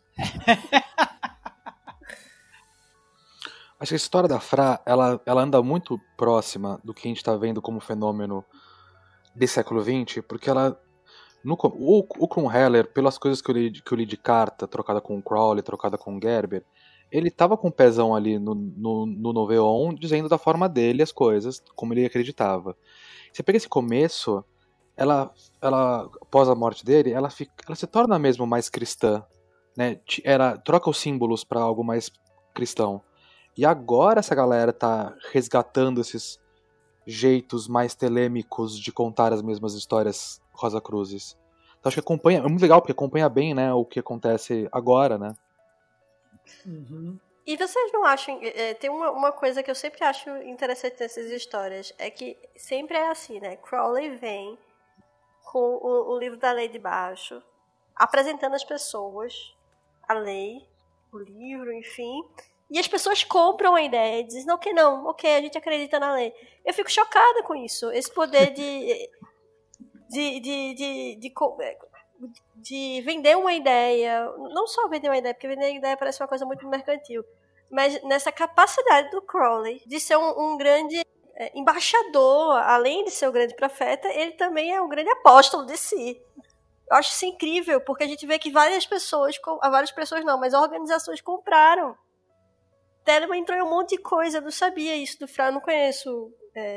Acho que a história da Fra, ela anda muito próxima do que a gente está vendo como fenômeno desse século XX, porque ela... o Krummheller, pelas coisas que eu li de carta, trocada com o Crowley, trocada com o Gerber, ele tava com o pezão ali no Noveon, dizendo da forma dele as coisas, como ele acreditava. Você pega esse começo, ela após a morte dele, ela se torna mesmo mais cristã, né? Troca os símbolos para algo mais cristão. E agora essa galera tá resgatando esses jeitos mais telêmicos de contar as mesmas histórias Rosa Cruzes. Então acho que é muito legal, porque acompanha bem, né, o que acontece agora, né? Uhum. E vocês não acham... tem uma coisa que eu sempre acho interessante nessas histórias, é que sempre é assim, né? Crowley vem com o livro da lei de baixo, apresentando às pessoas a lei, o livro, enfim... E as pessoas compram a ideia e dizem, não, ok, a gente acredita na lei. Eu fico chocada com isso. Esse poder de vender uma ideia. Não só vender uma ideia, porque vender uma ideia parece uma coisa muito mercantil. Mas nessa capacidade do Crowley de ser um grande embaixador, além de ser o grande profeta, ele também é um grande apóstolo de si. Eu acho isso incrível, porque a gente vê que várias pessoas não, mas organizações compraram. Telema entrou em um monte de coisa, eu não sabia isso do Fra, eu não conheço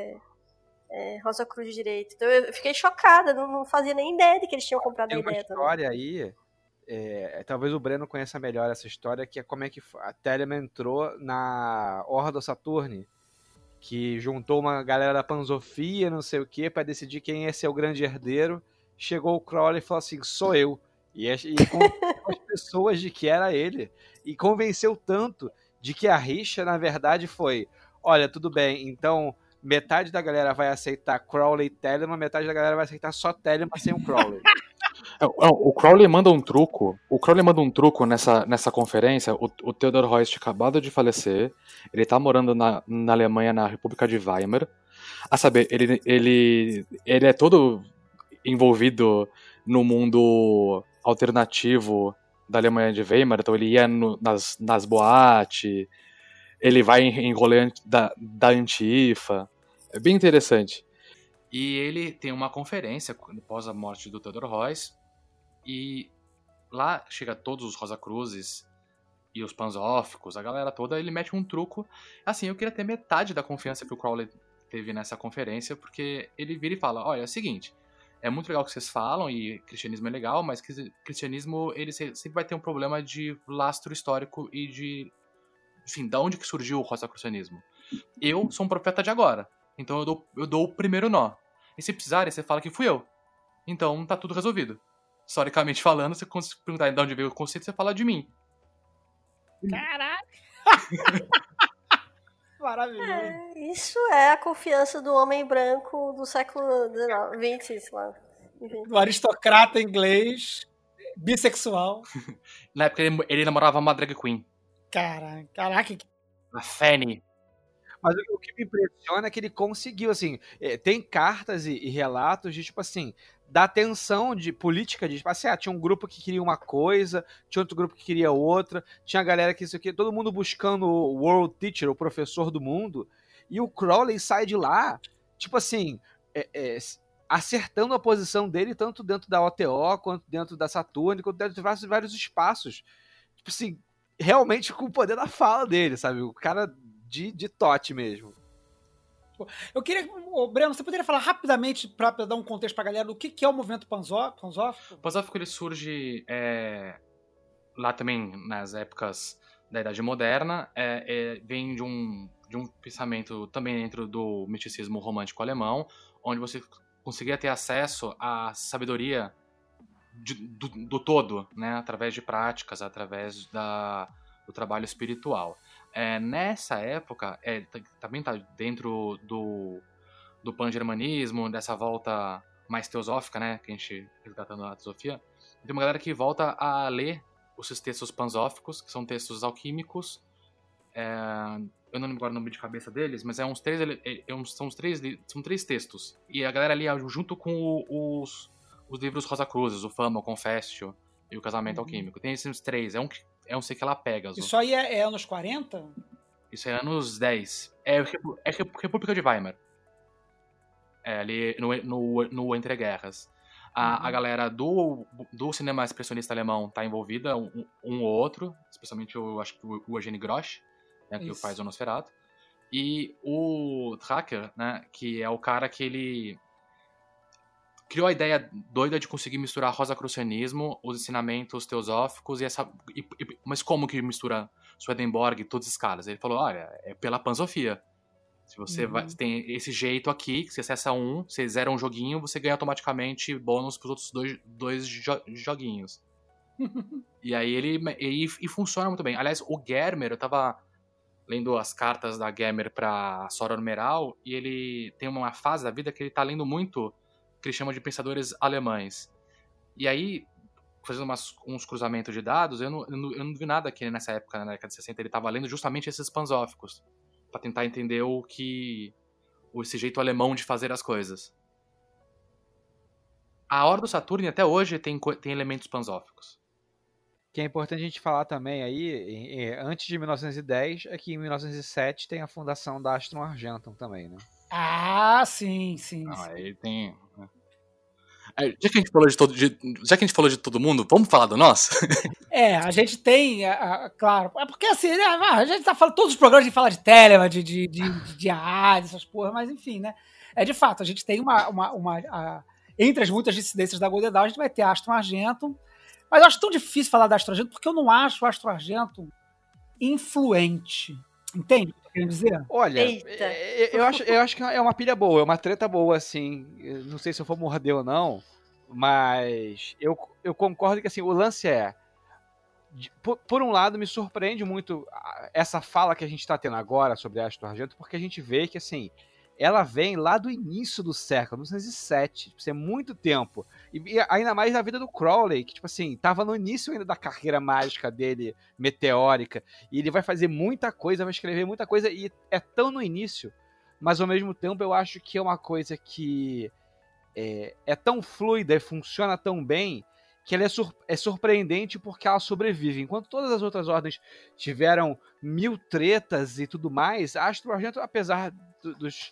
Rosa Cruz direito. Então eu fiquei chocada, não fazia nem ideia de que eles tinham comprado a ideia. Tem uma história aí, talvez o Breno conheça melhor essa história, que é como é que a Telema entrou na Ordo Saturni, que juntou uma galera da Panzofia, não sei o que, pra decidir quem ia ser o grande herdeiro. Chegou o Crowley e falou assim, sou eu. E convenceu as pessoas de que era ele. E convenceu tanto de que a rixa, na verdade, foi, olha, tudo bem, então metade da galera vai aceitar Crowley e Telema, metade da galera vai aceitar só Telema sem o Crowley. O Crowley manda um truco. O Crowley manda um truco nessa conferência. O Theodor Heuss tinha acabado de falecer. Ele tá morando na Alemanha, na República de Weimar. A saber, ele é todo envolvido no mundo alternativo da Alemanha de Weimar, então ele ia nas boates, ele vai em rolê da Antifa, é bem interessante. E ele tem uma conferência após a morte do Theodor Heuss, e lá chega todos os Rosa Cruzes e os panzóficos, a galera toda, ele mete um truco. Assim, eu queria ter metade da confiança que o Crowley teve nessa conferência, porque ele vira e fala, olha, é o seguinte, é muito legal o que vocês falam, e cristianismo é legal, mas cristianismo, ele sempre vai ter um problema de lastro histórico e de... Enfim, da onde que surgiu o rosacrucianismo? Eu sou um profeta de agora, então eu dou o primeiro nó. E se precisarem, você fala que fui eu. Então tá tudo resolvido. Historicamente falando, se você perguntar de onde veio o conceito, você fala de mim. Caraca! Maravilhoso. Isso é a confiança do homem branco do século XX, sei lá. Do aristocrata inglês, bissexual. Na época ele namorava uma drag queen. Caraca. A Fanny. Mas o que me impressiona é que ele conseguiu, assim, tem cartas e relatos de, tipo assim, da tensão de política, de, tipo assim, tinha um grupo que queria uma coisa, tinha outro grupo que queria outra, tinha a galera que isso aqui, todo mundo buscando o World Teacher, o professor do mundo, e o Crowley sai de lá, tipo assim, acertando a posição dele tanto dentro da OTO, quanto dentro da Saturn, quanto dentro de vários espaços. Tipo assim, realmente com o poder da fala dele, sabe? O cara de Tote mesmo. Eu queria, Breno, você poderia falar rapidamente, para dar um contexto pra galera, do que é o movimento panzófico? O panzófico ele surge lá também nas épocas da Idade Moderna, vem de um pensamento também dentro do misticismo romântico alemão, onde você conseguia ter acesso à sabedoria do todo, né, através de práticas, através do trabalho espiritual. Nessa época, também está dentro do pan-germanismo, dessa volta mais teosófica, né, que a gente resgatando a teosofia, tem uma galera que volta a ler esses textos panzóficos, que são textos alquímicos. Eu não lembro agora o nome de cabeça deles, mas são três textos. E a galera lia junto com os livros Rosa Cruzes, o Fama, o Confessio e o Casamento Alquímico. Tem esses três. É um sei que lá Pégaso. Isso aí é anos 40? Isso é anos 10. É República de Weimar. Ali no Entre Guerras. A galera do cinema expressionista alemão tá envolvida, um ou outro, especialmente acho que o Eugene Grosch, né, que faz o Nosferatu. E o Thacker, né, que é o cara que ele criou a ideia doida de conseguir misturar rosacrucianismo, os ensinamentos teosóficos mas como que mistura Swedenborg e todas as escalas? Ele falou, olha, é pela panzofia. Se você tem esse jeito aqui, que você acessa você zera um joguinho, você ganha automaticamente bônus pros outros dois joguinhos. E aí ele funciona muito bem. Aliás, o Germer, eu tava lendo as cartas da Germer pra Sora Numeral, e ele tem uma fase da vida que ele tá lendo muito, que ele chama de pensadores alemães. E aí, fazendo uns cruzamentos de dados, eu não vi nada que nessa época, na década de 60, ele tava lendo justamente esses panzóficos, pra tentar entender esse jeito alemão de fazer as coisas. A Hora do Saturno até hoje tem elementos panzóficos. Que é importante a gente falar também aí, antes de 1910, é que em 1907 tem a fundação da Astron Argentum também, né? Ah, sim. Aí tem... Já que a gente falou de todo mundo, vamos falar do nosso? A gente tem, claro, é porque assim, né, a gente tá falando, todos os programas a gente fala de Telemann, de Hades, essas porra, mas enfim, né, de fato, a gente tem entre as muitas dissidências da Golden Dawn, a gente vai ter a Astron Argentum, mas eu acho tão difícil falar da Astron Argentum, porque eu não acho a Astron Argentum influente, entende o que eu tô querendo dizer? Olha, eu acho que é uma pilha boa, é uma treta boa, assim. Eu não sei se eu vou morder ou não, mas eu concordo que assim, o lance por um lado, me surpreende muito essa fala que a gente está tendo agora sobre a Astron Argentum, porque a gente vê que assim, ela vem lá do início do século, 1907, isso é muito tempo. E ainda mais na vida do Crowley, que, tipo assim, tava no início ainda da carreira mágica dele, meteórica, e ele vai fazer muita coisa, vai escrever muita coisa, e é tão no início, mas ao mesmo tempo eu acho que é uma coisa que é tão fluida e funciona tão bem, que ela é surpreendente porque ela sobrevive. Enquanto todas as outras ordens tiveram 1000 tretas e tudo mais, a Astron Argentum, apesar dos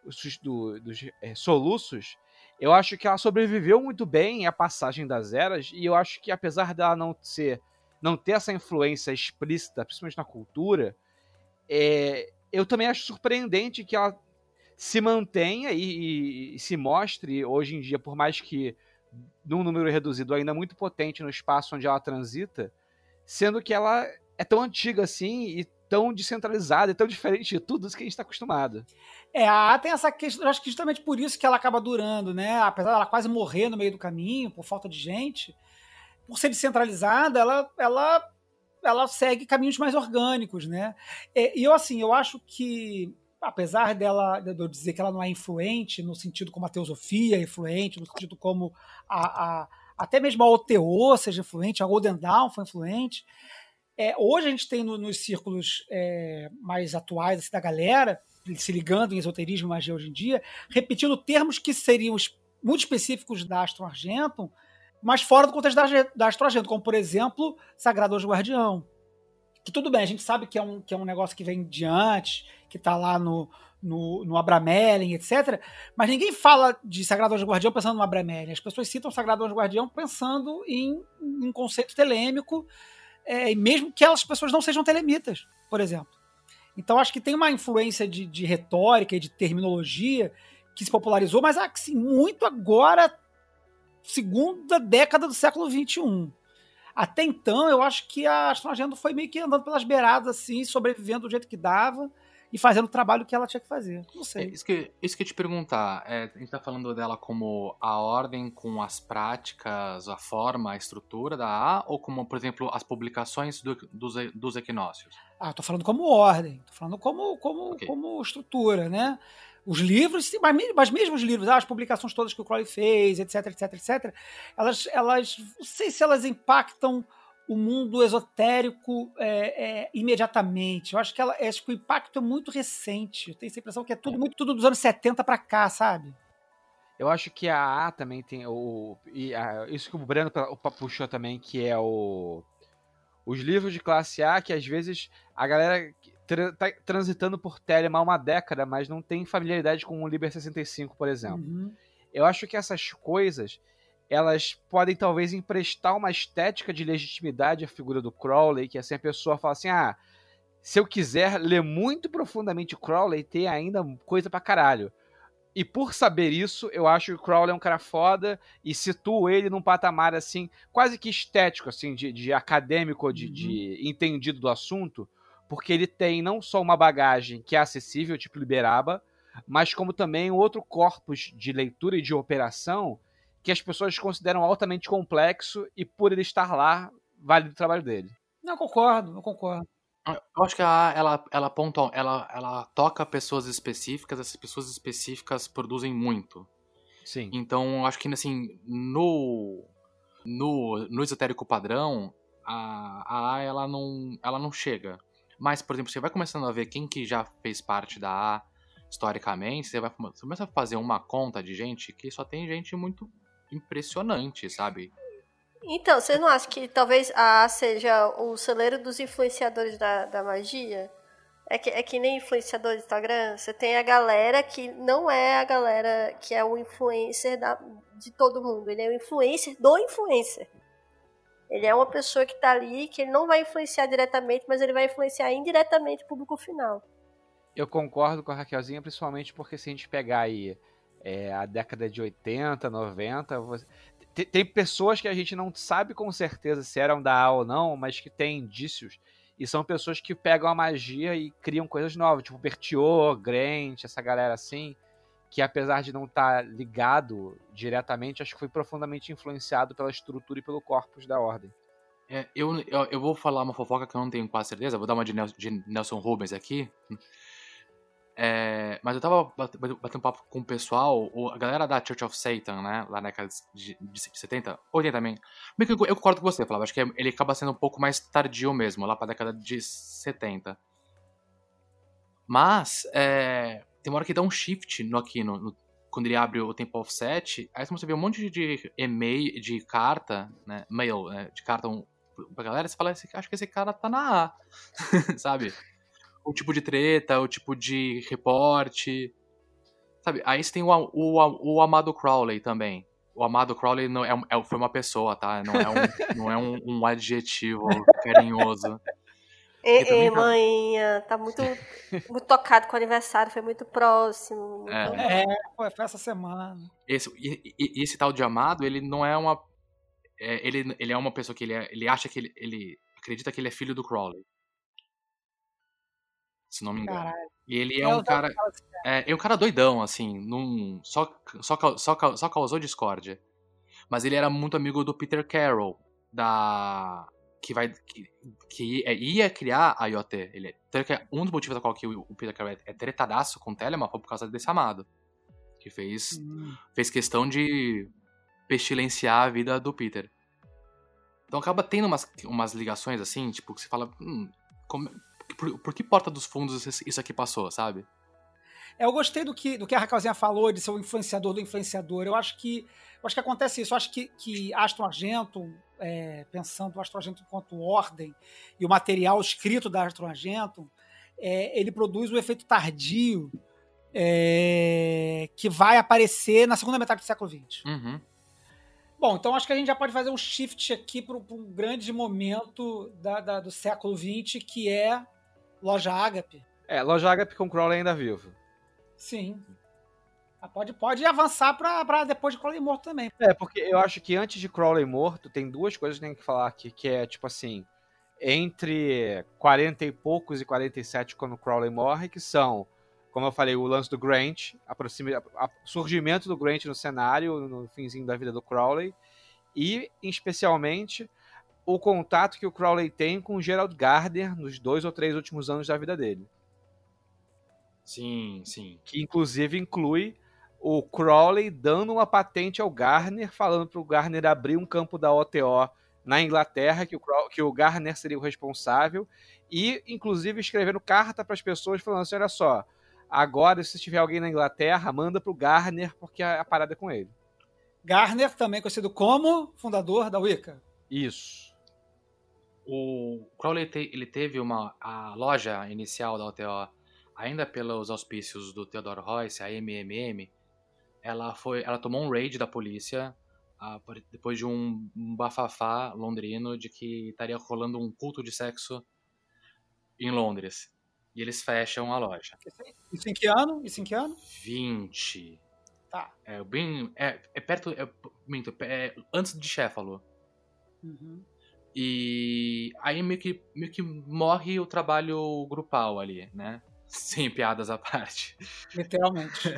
soluços, eu acho que ela sobreviveu muito bem à passagem das eras, e eu acho que apesar dela não ter essa influência explícita, principalmente na cultura, eu também acho surpreendente que ela se mantenha e se mostre hoje em dia, por mais que num número reduzido, ainda muito potente no espaço onde ela transita, sendo que ela é tão antiga assim e tão descentralizada e tão diferente de tudo isso que a gente está acostumado. Tem essa questão, eu acho que justamente por isso que ela acaba durando, né? Apesar dela quase morrer no meio do caminho, por falta de gente, por ser descentralizada, ela segue caminhos mais orgânicos, né? E eu acho que, apesar de eu dizer que ela não é influente, no sentido como a teosofia é influente, no sentido como até mesmo a OTO seja influente, a Golden Dawn foi influente, hoje a gente tem nos círculos mais atuais assim, da galera, se ligando em esoterismo e magia hoje em dia, repetindo termos que seriam muito específicos da Astron Argentum, mas fora do contexto da Astron Argentum, como, por exemplo, Sagrado Anjo Guardião. Que tudo bem, a gente sabe que é um negócio que vem de antes, que está lá no Abramelin, etc. Mas ninguém fala de Sagrado Anjo Guardião pensando no Abramelin. As pessoas citam Sagrado Anjo Guardião pensando em um conceito telêmico, e mesmo que as pessoas não sejam telemitas, por exemplo. Então acho que tem uma influência de retórica e de terminologia que se popularizou, mas assim, muito agora, segunda década do século XXI. Até então, eu acho que a Astrogendo foi meio que andando pelas beiradas, assim, sobrevivendo do jeito que dava e fazendo o trabalho que ela tinha que fazer. Não sei. Isso que eu ia te perguntar. A gente tá falando dela como a ordem com as práticas, a forma, a estrutura da A, ou como, por exemplo, as publicações dos equinócios? Tô falando como ordem, tô falando Ok. como estrutura, né? Os livros, sim, mas mesmo os livros, as publicações todas que o Crowley fez, etc, etc, etc, elas não sei se elas impactam o mundo esotérico imediatamente. Eu acho que o impacto é muito recente. Eu tenho essa impressão que é tudo dos anos 70 para cá, sabe? Eu acho que a A também tem isso que o Breno puxou também, que é os livros de classe A, que às vezes a galera tá transitando por Telema há uma década, mas não tem familiaridade com o Liber 65, por exemplo. Uhum. Eu acho que essas coisas, elas podem talvez emprestar uma estética de legitimidade à figura do Crowley, que assim a pessoa fala assim, se eu quiser ler muito profundamente o Crowley, tem ainda coisa pra caralho. E por saber isso, eu acho que o Crowley é um cara foda e situo ele num patamar, assim, quase que estético, assim, de acadêmico, de entendido do assunto, porque ele tem não só uma bagagem que é acessível, tipo Liberaba, mas como também outro corpus de leitura e de operação que as pessoas consideram altamente complexo e por ele estar lá, vale o trabalho dele. Não, concordo, eu concordo. Eu acho que a A, ela toca pessoas específicas, essas pessoas específicas produzem muito. Sim. Então, eu acho que, assim, no esotérico padrão, a A, ela não chega. Mas, por exemplo, você vai começando a ver quem que já fez parte da A historicamente, você começa a fazer uma conta de gente que só tem gente muito impressionante, sabe? Então, você não acha que talvez a A seja o celeiro dos influenciadores da magia? É que nem influenciador do Instagram, você tem a galera que não é a galera que é o influencer de todo mundo. Ele é o influencer do influencer. Ele é uma pessoa que tá ali, que ele não vai influenciar diretamente, mas ele vai influenciar indiretamente o público final. Eu concordo com a Raquelzinha, principalmente porque se a gente pegar aí a década de 80, 90, tem pessoas que a gente não sabe com certeza se eram da A ou não, mas que tem indícios. E são pessoas que pegam a magia e criam coisas novas, tipo Berthiaud, Grant, essa galera assim, que apesar de não estar ligado diretamente, acho que foi profundamente influenciado pela estrutura e pelo corpus da ordem. Eu vou falar uma fofoca que eu não tenho quase certeza, vou dar uma de Nelson Rubens aqui. Mas eu tava batendo papo com o pessoal, a galera da Church of Satan, né, lá na década de 70, 80 também. Bem que eu concordo com você, Flávio, acho que ele acaba sendo um pouco mais tardio mesmo, lá pra década de 70. Mas, tem uma hora que dá um shift quando ele abre o Temple of Set, aí você vê um monte de e-mail, de carta, né, mail, né, de carta pra galera, e você fala, acho que esse cara tá na A, sabe? O tipo de treta, o tipo de reporte, sabe? Aí você tem o Amado Crowley também. O Amado Crowley não foi uma pessoa, tá? Não é um adjetivo carinhoso. Manhinha, tá muito, muito tocado com o aniversário, foi muito próximo. Foi essa semana. Esse tal de Amado, ele não é uma... ele é uma pessoa que ele acha que ele acredita que ele é filho do Crowley. Se não me engano. Caralho. E ele é um cara... É um cara doidão, assim. Só causou discórdia. Mas ele era muito amigo do Peter Carroll, que ia criar a IoT. Um dos motivos da qual que o Peter Carroll é tretadaço com o Telema foi por causa desse Amado. Que fez questão de pestilenciar a vida do Peter. Então acaba tendo umas ligações assim, tipo, que você fala... Por que porta dos fundos isso aqui passou, sabe? Eu gostei do que a Raquelzinha falou, de ser o influenciador do influenciador. Eu acho que acontece isso. Eu acho que Aston Argento, pensando o Aston Argento enquanto ordem, e o material escrito da Aston Argento, ele produz um efeito tardio que vai aparecer na segunda metade do século XX. Uhum. Bom, então acho que a gente já pode fazer um shift aqui para um grande momento do século XX, que é Loja Ágape. Loja Ágape com Crowley ainda vivo. Sim. Pode avançar para depois de Crowley morto também. Porque eu acho que antes de Crowley morto, tem duas coisas que tem que falar aqui, que é, tipo assim, entre 40 e poucos e 47, quando Crowley morre, que são, como eu falei, o lance do Grant, surgimento do Grant no cenário, no finzinho da vida do Crowley, e, especialmente, o contato que o Crowley tem com o Gerald Gardner nos 2 ou 3 últimos anos da vida dele. Sim, sim. Que, inclusive, inclui o Crowley dando uma patente ao Gardner, falando para o Gardner abrir um campo da OTO na Inglaterra, que o Gardner seria o responsável, e, inclusive, escrevendo carta para as pessoas falando assim, olha só, agora, se tiver alguém na Inglaterra, manda pro Gardner, porque a parada é com ele. Gardner, também conhecido como fundador da Wicca. Isso. O Crowley ele teve a loja inicial da OTO, ainda pelos auspícios do Theodore Royce, a MMM, ela tomou um raid da polícia depois de um bafafá londrino de que estaria rolando um culto de sexo em Londres. E eles fecham a loja. Isso em que ano? 20. Tá. Antes de Céfalo. Uhum. E aí meio que morre o trabalho grupal ali, né? Sem piadas à parte. Literalmente.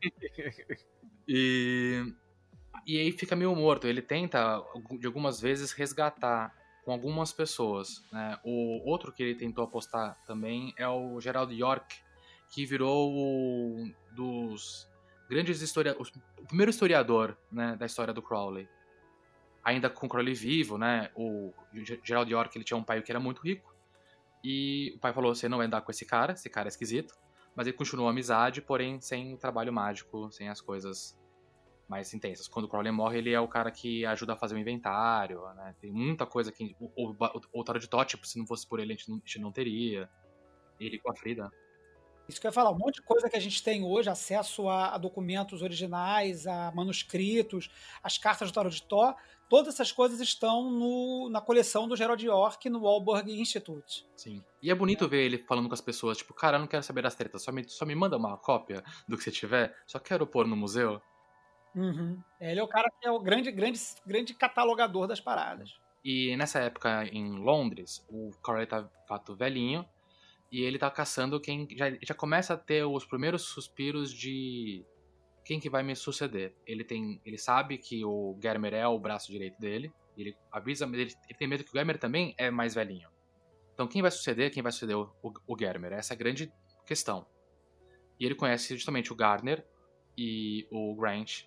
E aí fica meio morto. Ele tenta, de algumas vezes, resgatar com algumas pessoas, né? O outro que ele tentou apostar também é o Gerald York, que virou um dos grandes historiadores, o primeiro historiador, né, da história do Crowley. Ainda com Crowley vivo, né? O Gerald York, ele tinha um pai que era muito rico, e o pai falou, você não vai andar com esse cara é esquisito, mas ele continuou a amizade, porém sem o trabalho mágico, sem as coisas mais intensas. Quando o Crowley morre, ele é o cara que ajuda a fazer o inventário, né? Tem muita coisa que... O Tarot de Tote, se não fosse por ele, a gente não teria. Ele com a Frida. Isso que eu ia falar, um monte de coisa que a gente tem hoje, acesso a documentos originais, a manuscritos, as cartas do Tarot de Tó, todas essas coisas estão na coleção do Gerald York no Warburg Institute. Sim. E é bonito ver ele falando com as pessoas, tipo, cara, eu não quero saber das tretas, só me manda uma cópia do que você tiver, só quero pôr no museu. Uhum. Ele é o cara que é o grande catalogador das paradas. E nessa época, em Londres, o Crowley tá fato velhinho, e ele tá caçando quem... Já começa a ter os primeiros suspiros de quem que vai me suceder. Ele sabe que o Germer é o braço direito dele, ele avisa, ele tem medo que o Germer também é mais velhinho. Então quem vai suceder o Germer? Essa é a grande questão. E ele conhece justamente o Gardner e o Grant,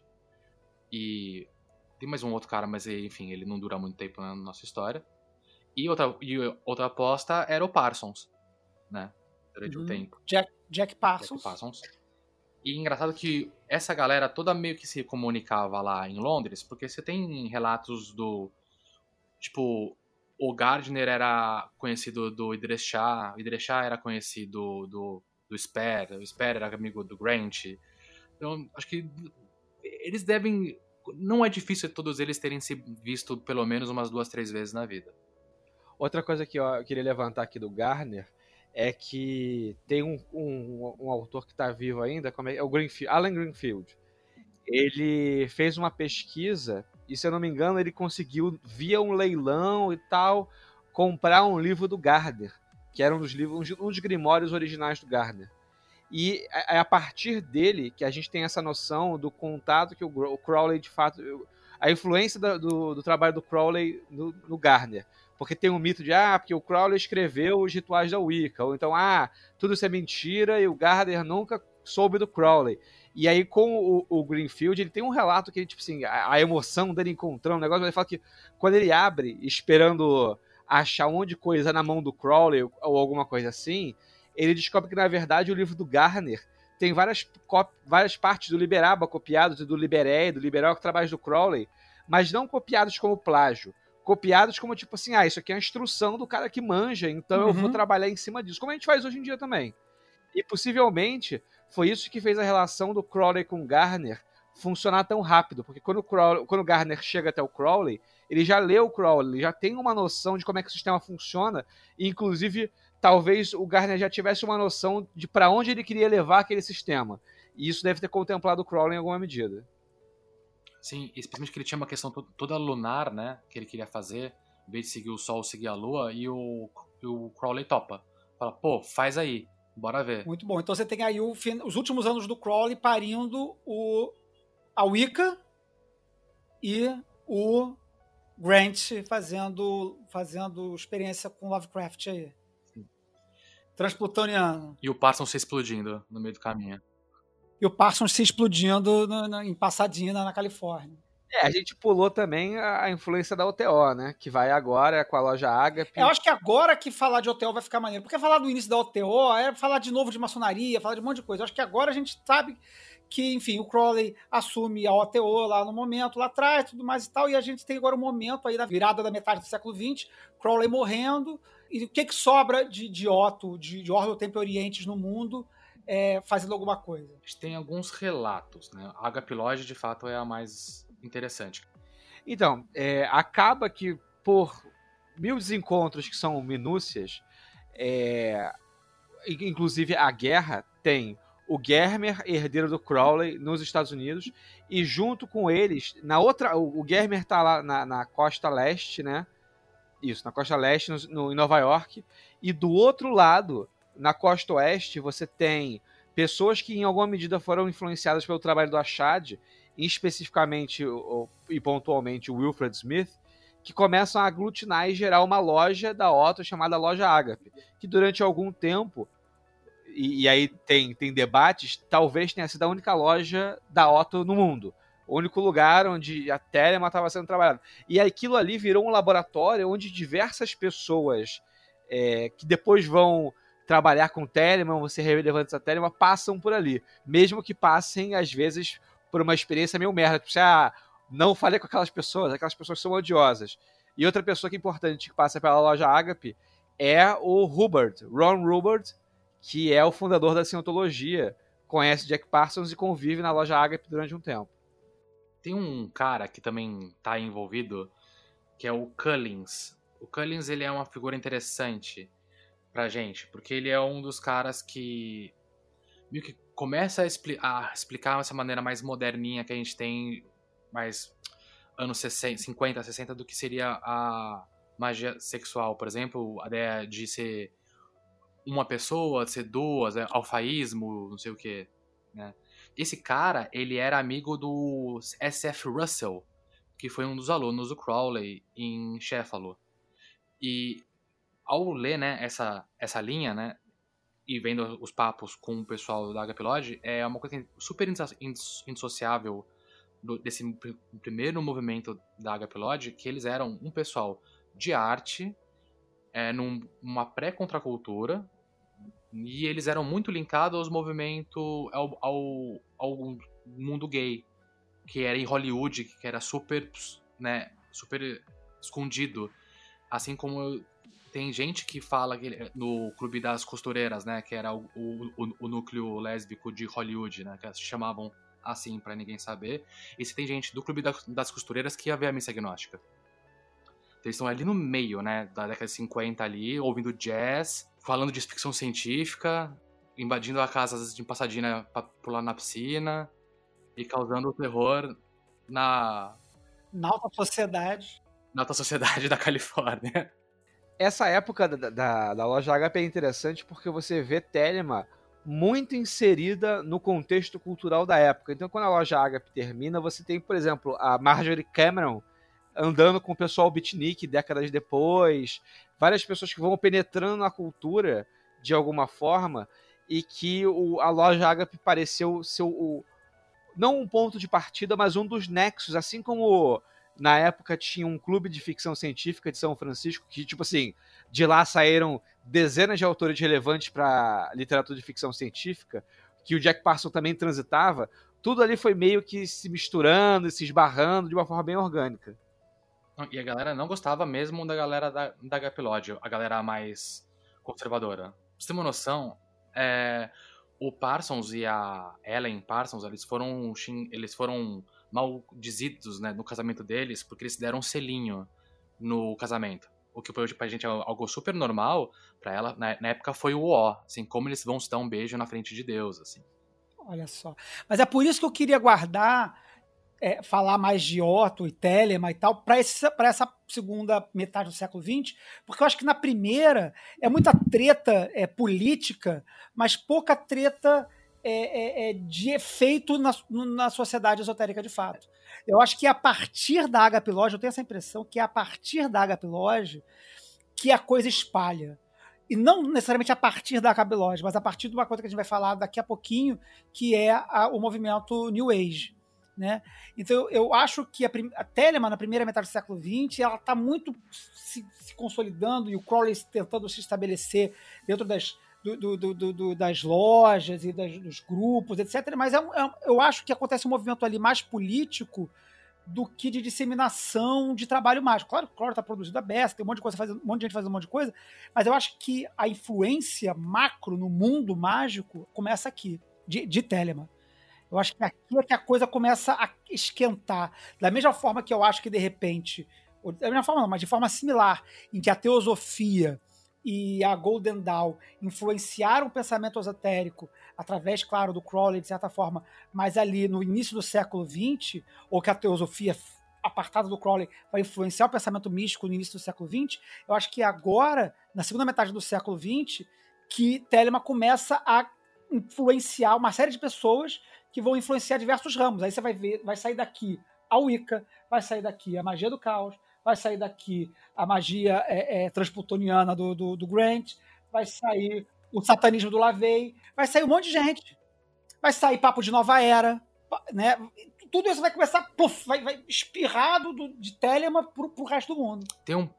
e tem mais um outro cara, mas enfim, ele não dura muito tempo na nossa história. E outra aposta era o Parsons, né? Durante o tempo. Jack Parsons. E engraçado que essa galera toda meio que se comunicava lá em Londres, porque você tem relatos do... Tipo, o Gardner era conhecido do Idris Shah, o Idris Shah era conhecido do Sper, o Sper era amigo do Grant. Então, acho que eles devem... Não é difícil todos eles terem se visto pelo menos umas 2, 3 vezes na vida. Outra coisa que eu queria levantar aqui do Gardner é que tem um autor que está vivo ainda, é o Alan Greenfield. Ele fez uma pesquisa e, se eu não me engano, ele conseguiu, via um leilão e tal, comprar um livro do Gardner, que era um dos grimórios originais do Gardner. E é a partir dele que a gente tem essa noção do contato que o Crowley, de fato... A influência do trabalho do Crowley no Gardner. Porque tem um mito de, porque o Crowley escreveu os rituais da Wicca. Ou então, tudo isso é mentira e o Gardner nunca soube do Crowley. E aí, com o Greenfield, ele tem um relato que ele, tipo assim, a emoção dele encontrando um negócio, ele fala que quando ele abre, esperando achar um monte de coisa na mão do Crowley ou alguma coisa assim, ele descobre que, na verdade, o livro do Gardner tem várias partes do Liberaba copiadas, do Liberé, do Liberal, trabalhos do Crowley, mas não copiados como plágio, copiados como tipo assim, isso aqui é a instrução do cara que manja, então eu vou trabalhar em cima disso, como a gente faz hoje em dia também. E possivelmente foi isso que fez a relação do Crowley com o Garner funcionar tão rápido, porque quando o Garner chega até o Crowley, ele já leu o Crowley, ele já tem uma noção de como é que o sistema funciona, e inclusive talvez o Garner já tivesse uma noção de para onde ele queria levar aquele sistema. E isso deve ter contemplado o Crowley em alguma medida. Sim, especialmente que ele tinha uma questão toda lunar, né? Que ele queria fazer, em vez de seguir o Sol, seguir a Lua, e o Crowley topa. Fala, pô, faz aí, bora ver. Muito bom. Então você tem aí os últimos anos do Crowley parindo a Wicca e o Grant fazendo experiência com Lovecraft aí. Sim. Transplutoniano. E o Parsons se explodindo no meio do caminho. E o Parsons se explodindo em Pasadena, na Califórnia. A gente pulou também a influência da OTO, né? Que vai agora com a loja Agape. Eu acho que agora que falar de OTO vai ficar maneiro. Porque falar do início da OTO é falar de novo de maçonaria, falar de um monte de coisa. Eu acho que agora a gente sabe que, enfim, o Crowley assume a OTO lá no momento, lá atrás, tudo mais e tal. E a gente tem agora um momento aí da virada da metade do século XX, Crowley morrendo. E o que sobra de Otto, de Ordem do Tempo e Orientes no mundo, fazendo alguma coisa? A gente tem alguns relatos, né? A Agape Lodge, de fato, é a mais interessante. Então, acaba que por 1000 desencontros que são minúcias, inclusive a guerra tem o Germer, herdeiro do Crowley, nos Estados Unidos, e junto com eles, o Germer tá lá na costa leste, né? Isso, na costa leste, em Nova York, e do outro lado, na costa oeste, você tem pessoas que em alguma medida foram influenciadas pelo trabalho do Achad, especificamente e pontualmente o Wilfred Smith, que começam a aglutinar e gerar uma loja da Otto chamada Loja Agape, que durante algum tempo, e aí tem debates, talvez tenha sido a única loja da Otto no mundo, o único lugar onde a Telema estava sendo trabalhada. E aquilo ali virou um laboratório onde diversas pessoas que depois vão trabalhar com Telemann, vão ser relevantes a Telemann, passam por ali, mesmo que passem às vezes por uma experiência meio merda, tipo, não falei com aquelas pessoas são odiosas. E outra pessoa que é importante que passa pela loja Agape é o Ron Hubbard, que é o fundador da Cientologia, conhece Jack Parsons e convive na loja Agape durante um tempo. Tem um cara que também está envolvido, que é o Cullins. O Cullins, ele é uma figura interessante pra gente, porque ele é um dos caras que meio que começa a explicar essa maneira mais moderninha que a gente tem, mais anos 50, 60, do que seria a magia sexual. Por exemplo, a ideia de ser uma pessoa, de ser duas, alfaísmo, não sei o que, né? Esse cara, ele era amigo do S.F. Russell, que foi um dos alunos do Crowley em Céfalo. E ao ler, né, essa linha, né, e vendo os papos com o pessoal da Agape Lodge, é uma coisa super indissociável desse primeiro movimento da Agape Lodge, que eles eram um pessoal de arte, numa pré-contracultura, e eles eram muito linkados aos movimentos, ao mundo gay, que era em Hollywood, que era super, né, super escondido. Assim como tem gente que fala que no Clube das Costureiras, né, que era o núcleo lésbico de Hollywood, né, que se chamavam assim pra ninguém saber. E se tem gente do Clube das Costureiras que ia ver a missa gnóstica. Então, eles estão ali no meio, né, da década de 50 ali, ouvindo jazz, falando de ficção científica, invadindo a casa de Pasadena pra pular na piscina e causando terror na alta sociedade. Na alta sociedade da Califórnia. Essa época da loja Agape é interessante porque você vê Telemann muito inserida no contexto cultural da época. Então, quando a loja Agape termina, você tem, por exemplo, a Marjorie Cameron andando com o pessoal beatnik décadas depois, várias pessoas que vão penetrando na cultura de alguma forma, e que a loja Agape pareceu ser não um ponto de partida, mas um dos nexos, assim como na época tinha um clube de ficção científica de São Francisco, que, tipo assim, de lá saíram dezenas de autores relevantes para literatura de ficção científica, que o Jack Parsons também transitava. Tudo ali foi meio que se misturando e se esbarrando de uma forma bem orgânica. E a galera não gostava mesmo da galera da Agape Lodge, a galera mais conservadora. Pra você ter uma noção, o Parsons e a Ellen Parsons, eles foram maldizidos, né, no casamento deles, porque eles deram um selinho no casamento. O que hoje pra gente é algo super normal, pra ela, na época foi o ó, assim, como eles vão se dar um beijo na frente de Deus, assim. Olha só. Mas é por isso que eu queria guardar, falar mais de Otto e Telema e tal, para essa segunda metade do século XX, porque eu acho que na primeira é muita treta política, mas pouca treta de efeito na sociedade esotérica de fato. Eu acho que a partir da H.P. Lodge, eu tenho essa impressão que é a partir da H.P. Lodge que a coisa espalha. E não necessariamente a partir da H.P. Lodge, mas a partir de uma coisa que a gente vai falar daqui a pouquinho, que é o movimento New Age. Né? Então eu acho que a Telemann, na primeira metade do século XX, ela está muito se consolidando, e o Crowley tentando se estabelecer dentro das lojas e dos grupos, etc. Mas eu acho que acontece um movimento ali mais político do que de disseminação de trabalho mágico. Claro que o Crowley está produzindo a beça, tem um monte de coisa, um monte de gente fazendo um monte de coisa, mas eu acho que a influência macro no mundo mágico começa aqui, de Telemann. Eu acho que aqui é que a coisa começa a esquentar. Da mesma forma que eu acho que, de repente, da mesma forma não, mas de forma similar, em que a teosofia e a Golden Dawn influenciaram o pensamento esotérico através, claro, do Crowley, de certa forma, mas ali no início do século XX, ou que a teosofia apartada do Crowley vai influenciar o pensamento místico no início do século XX, eu acho que agora, na segunda metade do século XX, que Telemann começa a influenciar uma série de pessoas que vão influenciar diversos ramos. Aí você vai ver, vai sair daqui a Wicca, vai sair daqui a magia do caos, vai sair daqui a magia transplutoniana do Grant, vai sair o satanismo do LaVey, vai sair um monte de gente. Vai sair papo de nova era, né? Tudo isso vai começar, vai espirrado de Telemann pro resto do mundo.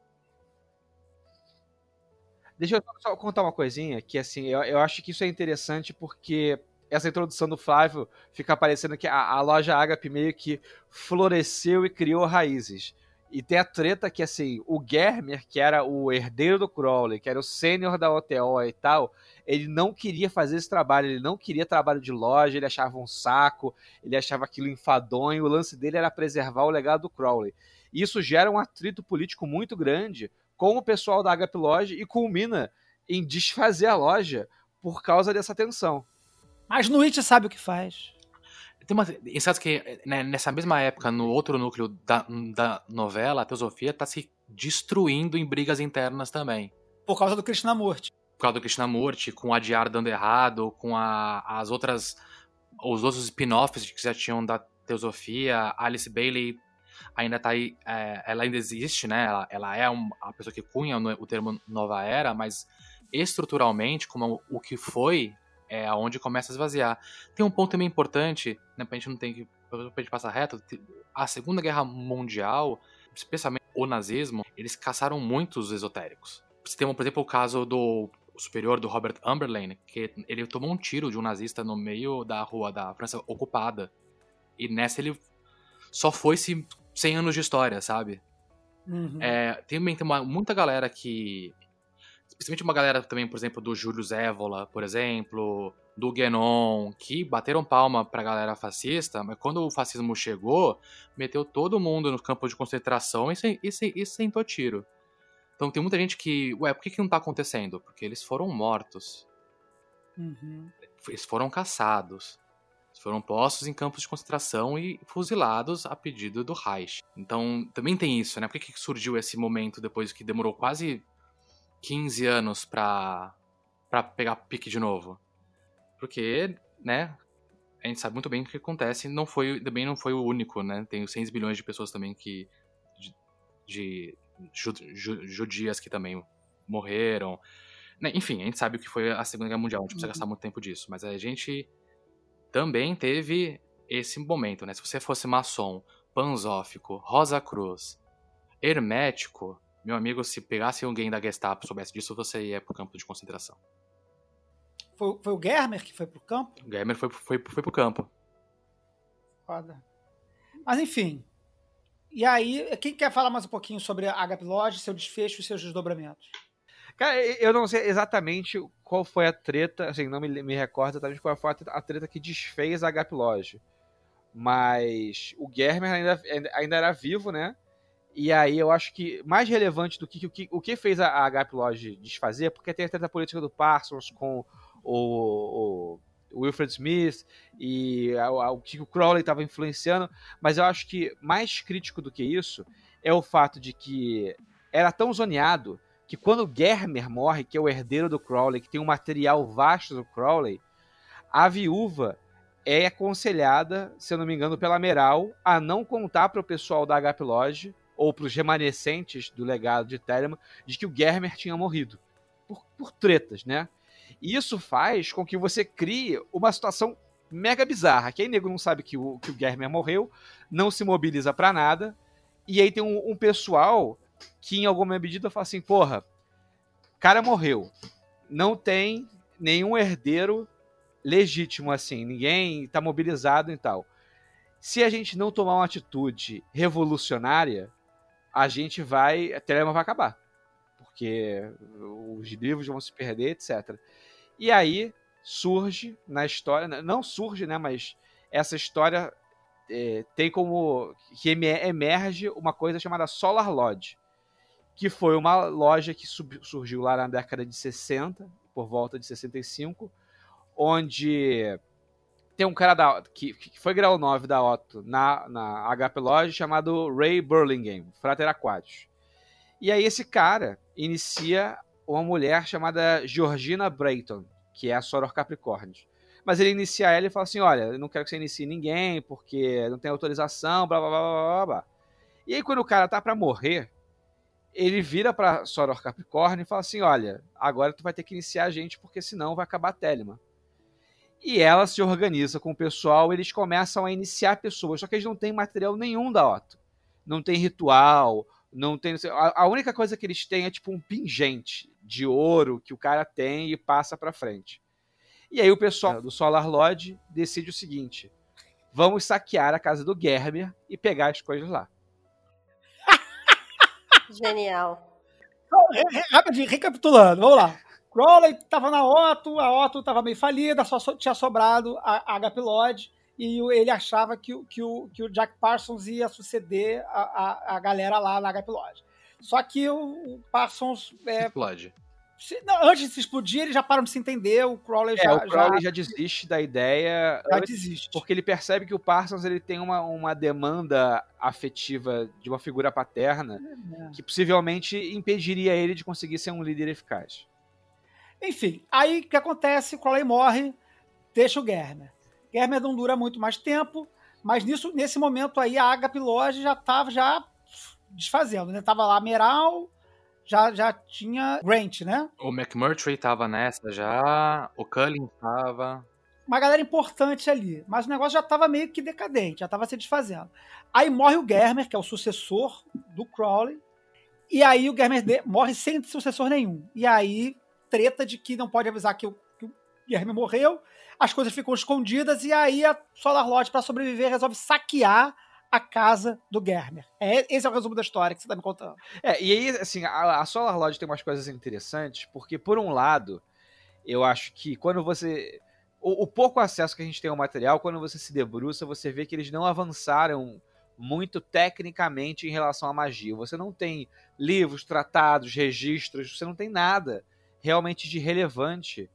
Deixa eu só contar uma coisinha, que assim, eu acho que isso é interessante porque essa introdução do Flávio fica parecendo que a loja Ágape meio que floresceu e criou raízes. E tem a treta que, assim, o Germer, que era o herdeiro do Crowley, que era o sênior da OTO e tal, ele não queria fazer esse trabalho, ele não queria trabalho de loja, ele achava um saco, ele achava aquilo enfadonho, o lance dele era preservar o legado do Crowley. E isso gera um atrito político muito grande com o pessoal da Ágape Lodge e culmina em desfazer a loja por causa dessa tensão. Mas Nuit sabe o que faz. Tem uma, sabe que, né, nessa mesma época, no outro núcleo da novela, a teosofia está se destruindo em brigas internas também. Por causa do Krishnamurti. Por causa do Krishnamurti, com o Adyar dando errado, com os outros spin-offs que já tinham da teosofia. Alice Bailey ainda tá aí, ela ainda existe, né? Ela é a pessoa que cunha o termo Nova Era, mas estruturalmente, como o que foi, é aonde começa a esvaziar. Tem um ponto também importante, né, pra gente passar reto, a Segunda Guerra Mundial, especialmente o nazismo, eles caçaram muitos esotéricos. Você tem, por exemplo, o caso do superior do Robert Umberland, que ele tomou um tiro de um nazista no meio da rua da França ocupada, e nessa ele só foi-se 100 anos de história, sabe? Uhum. Tem muita galera que... Especialmente uma galera também, por exemplo, do Júlio Zévola, por exemplo, do Guénon, que bateram palma pra galera fascista, mas quando o fascismo chegou, meteu todo mundo no campo de concentração e sentou tiro. Então tem muita gente que... Ué, por que não tá acontecendo? Porque eles foram mortos. Uhum. Eles foram caçados. Eles foram postos em campos de concentração e fuzilados a pedido do Reich. Então também tem isso, né? Por que surgiu esse momento depois que demorou quase 15 anos pra pegar pique de novo? Porque, né, a gente sabe muito bem o que acontece, também não foi o único, né? Tem 100 bilhões de pessoas também judias que também morreram. Né? Enfim, a gente sabe o que foi a Segunda Guerra Mundial, a gente não precisa gastar muito tempo disso, mas a gente também teve esse momento, né? Se você fosse maçom, panzófico, Rosa Cruz, hermético, meu amigo, se pegasse alguém da Gestapo e soubesse disso, você ia pro campo de concentração. Foi o Germer que foi pro campo? O Germer foi pro campo. Foda. Mas enfim. E aí, quem quer falar mais um pouquinho sobre a Ágape Lodge, seu desfecho e seus desdobramentos? Cara, eu não sei exatamente qual foi a treta, assim, não me recordo exatamente qual foi a treta que desfez a HP Lodge. Mas o Germer ainda era vivo, né? E aí eu acho que mais relevante do que o que fez a HP Lodge desfazer, porque tem a treta política do Parsons com o Wilfred Smith e o que o Crowley estava influenciando, mas eu acho que mais crítico do que isso é o fato de que era tão zoneado que quando o Germer morre, que é o herdeiro do Crowley, que tem um material vasto do Crowley, a viúva é aconselhada, se eu não me engano, pela Meral, a não contar para o pessoal da HP Lodge ou para os remanescentes do legado de Telemann de que o Germer tinha morrido. Por tretas, né? E isso faz com que você crie uma situação mega bizarra, que aí nego não sabe que o Germer morreu, não se mobiliza para nada, e aí tem um pessoal que em alguma medida fala assim, porra, cara morreu, não tem nenhum herdeiro legítimo assim, ninguém tá mobilizado e tal. Se a gente não tomar uma atitude revolucionária, a Telemann vai acabar, porque os livros vão se perder, etc. E aí surge na história, não surge, né, mas essa história tem como que emerge uma coisa chamada Solar Lodge, que foi uma loja que surgiu lá na década de 60, por volta de 65, onde tem um cara que foi grau 9 da Otto na HP Lodge chamado Ray Burlingame, Frater Aquatius. E aí esse cara inicia uma mulher chamada Georgina Brayton, que é a Soror Capricórnios. Mas ele inicia ela e fala assim, olha, eu não quero que você inicie ninguém, porque não tem autorização, blá, blá, blá, blá, blá. E aí quando o cara tá pra morrer, ele vira pra Soror Capricórnio e fala assim, olha, agora tu vai ter que iniciar a gente, porque senão vai acabar a Telemann. E ela se organiza com o pessoal, eles começam a iniciar pessoas, só que eles não têm material nenhum da Otto. Não tem ritual, não tem... A única coisa que eles têm é tipo um pingente de ouro que o cara tem e passa pra frente. E aí o pessoal do Solar Lodge decide o seguinte, vamos saquear a casa do Germer e pegar as coisas lá. Genial. Rapidinho, recapitulando, vamos lá. Crowley estava na Otto, a Otto estava meio falida, só tinha sobrado a HP Lodge, e ele achava que o Jack Parsons ia suceder a galera lá na HP Lodge. Só que o Parsons... Explode. Antes de se explodir, eles já param de se entender, o Crowley já desiste da ideia, desiste. Porque ele percebe que o Parsons ele tem uma demanda afetiva de uma figura paterna que possivelmente impediria ele de conseguir ser um líder eficaz. Enfim, aí o que acontece? O Crowley morre, deixa o Germer. Germer não dura muito mais tempo, mas nesse momento aí a HP Lodge já estava desfazendo, né? Tava lá a Meral, já tinha Grant, né? O McMurtry tava nessa já, o Cullen tava... Uma galera importante ali, mas o negócio já estava meio que decadente, já estava se desfazendo. Aí morre o Germer, que é o sucessor do Crowley, e aí o Germer morre sem sucessor nenhum. E aí, treta de que não pode avisar que o Germer morreu, as coisas ficam escondidas, e aí a Solar Lodge, para sobreviver, resolve saquear a casa do Germer. Esse é o resumo da história que você está me contando. E aí, assim, a Solar Lodge tem umas coisas interessantes, porque, por um lado, eu acho que quando você... O pouco acesso que a gente tem ao material, quando você se debruça, você vê que eles não avançaram muito tecnicamente em relação à magia. Você não tem livros, tratados, registros, você não tem nada realmente de relevante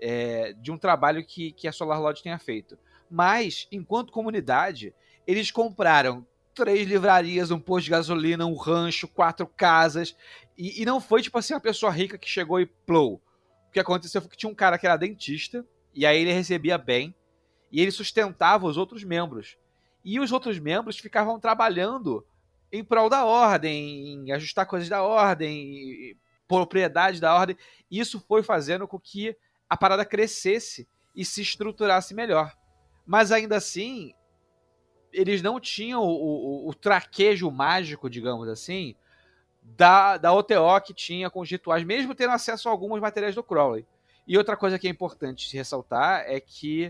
de um trabalho que a Solar Lodge tenha feito. Mas, enquanto comunidade, eles compraram 3 livrarias, um posto de gasolina, um rancho, 4 casas, e não foi tipo assim uma pessoa rica que chegou e plou. O que aconteceu foi que tinha um cara que era dentista, e aí ele recebia bem, e ele sustentava os outros membros. E os outros membros ficavam trabalhando em prol da ordem, em ajustar coisas da ordem, propriedade da ordem. E isso foi fazendo com que a parada crescesse e se estruturasse melhor. Mas ainda assim, eles não tinham o traquejo mágico, digamos assim, da OTO que tinha com os rituais, mesmo tendo acesso a alguns materiais do Crowley. E outra coisa que é importante se ressaltar é que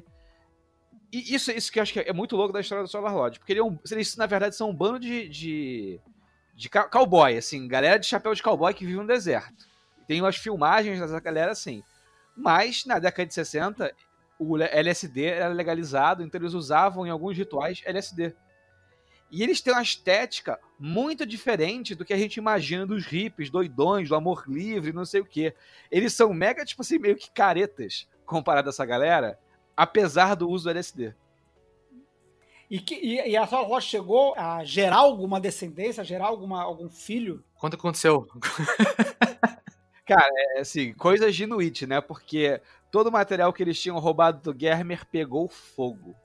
isso que eu acho que é muito louco da história do Solar Lodge, porque eles na verdade são um bando de cowboy, assim, galera de chapéu de cowboy que vive no deserto. Tem umas filmagens dessa galera assim. Mas, na década de 60, o LSD era legalizado, então eles usavam em alguns rituais LSD. E eles têm uma estética muito diferente do que a gente imagina dos hippies, doidões, do amor livre, não sei o quê. Eles são mega, tipo assim, meio que caretas comparado a essa galera, apesar do uso do LSD. E a Solar Lodge chegou a gerar alguma descendência, a gerar algum filho? Quanto aconteceu? Cara, assim, coisas de Inuit, né? Porque todo o material que eles tinham roubado do Germer pegou fogo.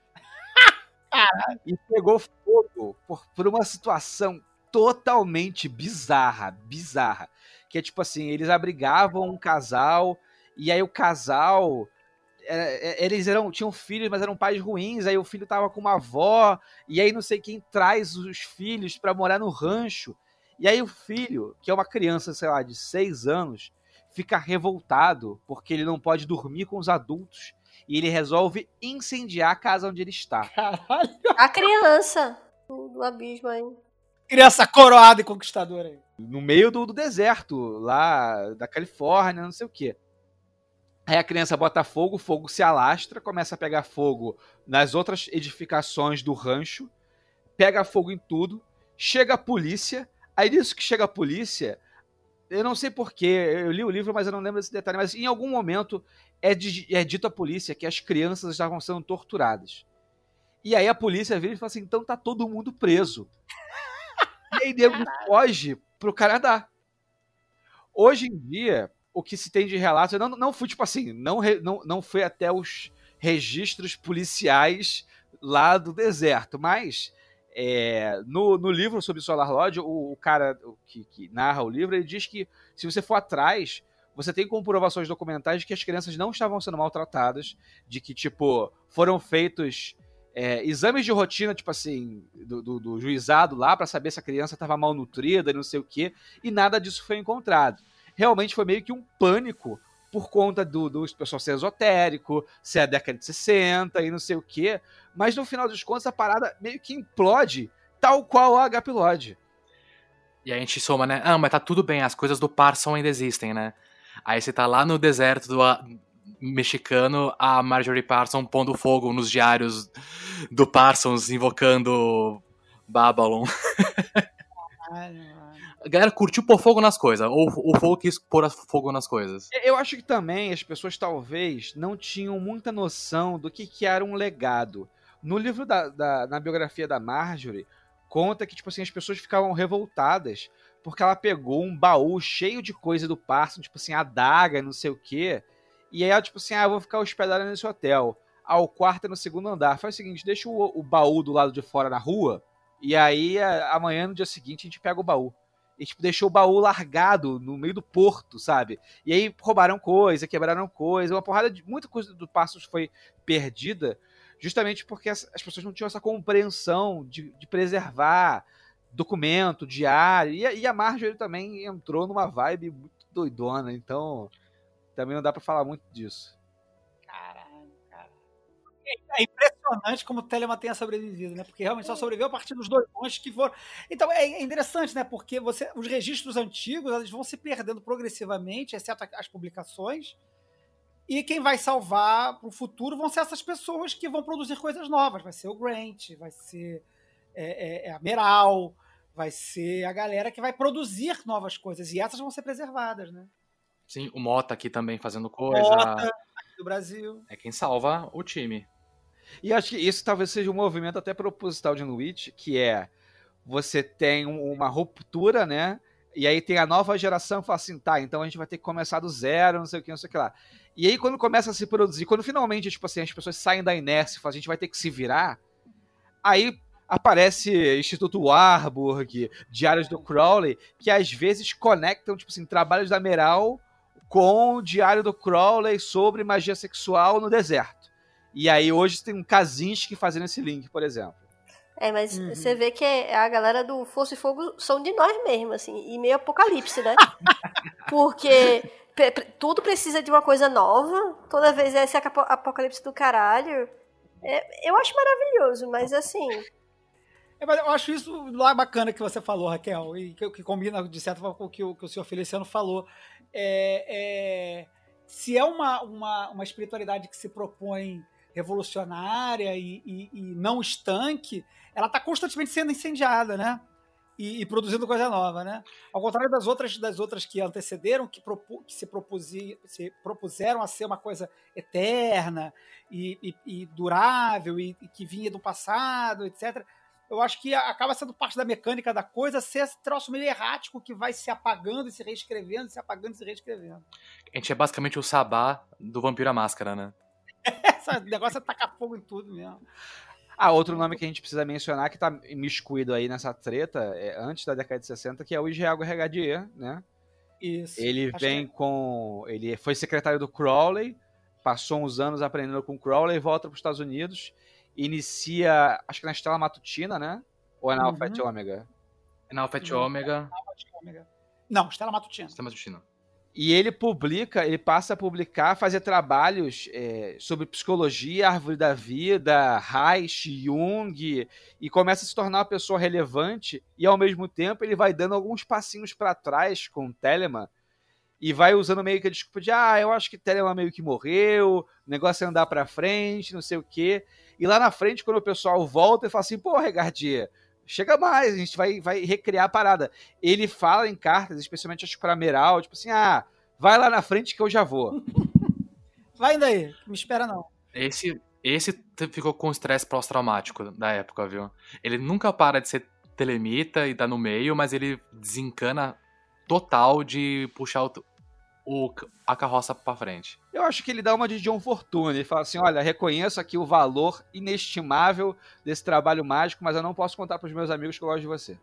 E pegou fogo por uma situação totalmente bizarra. Que é tipo assim, eles abrigavam um casal, e aí o casal... eles tinham filhos, mas eram pais ruins, aí o filho tava com uma avó, e aí não sei quem traz os filhos pra morar no rancho. E aí o filho, que é uma criança, sei lá, de 6 anos, fica revoltado porque ele não pode dormir com os adultos e ele resolve incendiar a casa onde ele está. Caralho! A criança do abismo aí. Criança coroada e conquistadora aí. No meio do deserto, lá da Califórnia, não sei o quê. Aí a criança bota fogo, o fogo se alastra, começa a pegar fogo nas outras edificações do rancho, pega fogo em tudo, chega a polícia, aí nisso que chega a polícia, eu não sei porquê, eu li o livro, mas eu não lembro desse detalhe, mas em algum momento é dito à polícia que as crianças estavam sendo torturadas. E aí a polícia vira e fala assim, então tá todo mundo preso. E aí nego foge pro Canadá. Hoje em dia, o que se tem de relato, eu não fui tipo assim, não fui até os registros policiais lá do deserto, mas no livro sobre Solar Lodge, o cara que narra o livro, ele diz que se você for atrás, você tem comprovações documentais de que as crianças não estavam sendo maltratadas, de que, tipo, foram feitos exames de rotina, tipo assim, do juizado lá, pra saber se a criança estava malnutrida e não sei o quê, e nada disso foi encontrado. Realmente foi meio que um pânico por conta do pessoal ser esotérico, ser a década de 60 e não sei o quê, mas no final dos contos a parada meio que implode, tal qual a HP Lodge. E a gente soma, né? Ah, mas tá tudo bem, as coisas do Parson ainda existem, né? Aí você tá lá no deserto do mexicano, a Marjorie Parson pondo fogo nos diários do Parsons, invocando Babylon. A galera curtiu pôr fogo nas coisas, ou o fogo quis pôr fogo nas coisas. Eu acho que também as pessoas talvez não tinham muita noção do que era um legado. No livro na biografia da Marjorie, conta que tipo assim, as pessoas ficavam revoltadas porque ela pegou um baú cheio de coisa do Parson, tipo assim, adaga, não sei o quê, e aí ela tipo assim, eu vou ficar hospedada nesse hotel. O quarto é no 2º andar. Faz o seguinte, deixa o baú do lado de fora na rua, e aí amanhã, no dia seguinte, a gente pega o baú. E tipo, deixou o baú largado no meio do porto, sabe? E aí roubaram coisa, quebraram coisa, uma porrada de muita coisa do Passos foi perdida, justamente porque as pessoas não tinham essa compreensão de preservar documento, diário, e a Marjorie também entrou numa vibe muito doidona, então também não dá pra falar muito disso. Caralho, cara. É impressionante como o Telemann tenha sobrevivido, né? Porque realmente só sobreviveu a partir dos doidões que foram. Então é interessante, né? Porque os registros antigos eles vão se perdendo progressivamente, exceto as publicações. E quem vai salvar para o futuro vão ser essas pessoas que vão produzir coisas novas. Vai ser o Grant, vai ser a Meral, vai ser a galera que vai produzir novas coisas. E essas vão ser preservadas, né? Sim, o Mota aqui também fazendo coisa. Mota, aqui do Brasil. É quem salva o time. E acho que isso talvez seja um movimento até proposital de Inuit, que é você tem uma ruptura, né? E aí tem a nova geração que fala assim, tá, então a gente vai ter que começar do zero, não sei o que, não sei o que lá. E aí quando começa a se produzir, quando finalmente, tipo assim, as pessoas saem da inércia e falam, a gente vai ter que se virar, aí aparece Instituto Warburg, Diários do Crowley, que às vezes conectam, tipo assim, trabalhos da Meral com o Diário do Crowley sobre magia sexual no deserto. E aí hoje tem um Kaczynski fazendo esse link, por exemplo. Mas você vê que a galera do Força e Fogo são de nós mesmo, assim, e meio apocalipse, né? Porque tudo precisa de uma coisa nova, toda vez é esse apocalipse do caralho. Eu acho maravilhoso, mas assim... Mas eu acho isso lá bacana que você falou, Raquel, e que combina, de certa forma, com o que o senhor Feliciano falou. Se é uma espiritualidade que se propõe revolucionária e não estanque, ela está constantemente sendo incendiada, né? E produzindo coisa nova, né? Ao contrário das outras que antecederam, que se propuseram a ser uma coisa eterna e durável e que vinha do passado, etc. Eu acho que acaba sendo parte da mecânica da coisa ser esse troço meio errático que vai se apagando e se reescrevendo, se apagando e se reescrevendo. A gente é basicamente o Sabá do Vampiro à Máscara, né? Esse negócio é tacar fogo em tudo mesmo. Outro nome que a gente precisa mencionar que tá imiscuído aí nessa treta, antes da década de 60, que é o Thiago Regadier, né? Isso. Ele ele foi secretário do Crowley, passou uns anos aprendendo com o Crowley, volta para os Estados Unidos, inicia, acho que na Estrela Matutina, né? Ou é na Alpha Ômega? É na Alpha Ômega. Não, Estrela Matutina. Estrela Matutina. E ele passa a publicar, fazer trabalhos sobre psicologia, árvore da vida, Reich, Jung, e começa a se tornar uma pessoa relevante, e ao mesmo tempo ele vai dando alguns passinhos para trás com o Telemann, e vai usando meio que a desculpa de, eu acho que Telemann meio que morreu, o negócio é andar pra frente, não sei o quê. E lá na frente, quando o pessoal volta, ele fala assim, pô, Regardier, chega mais, a gente vai recriar a parada. Ele fala em cartas, especialmente acho que pra Meral, tipo assim, vai lá na frente que eu já vou. Vai daí, não me espera não. Esse ficou com estresse pós-traumático da época, viu? Ele nunca para de ser telemita e tá no meio, mas ele desencana total de puxar a carroça pra frente. Eu acho que ele dá uma de John Fortune. Ele fala assim, olha, reconheço aqui o valor inestimável desse trabalho mágico, mas eu não posso contar pros meus amigos que eu gosto de você.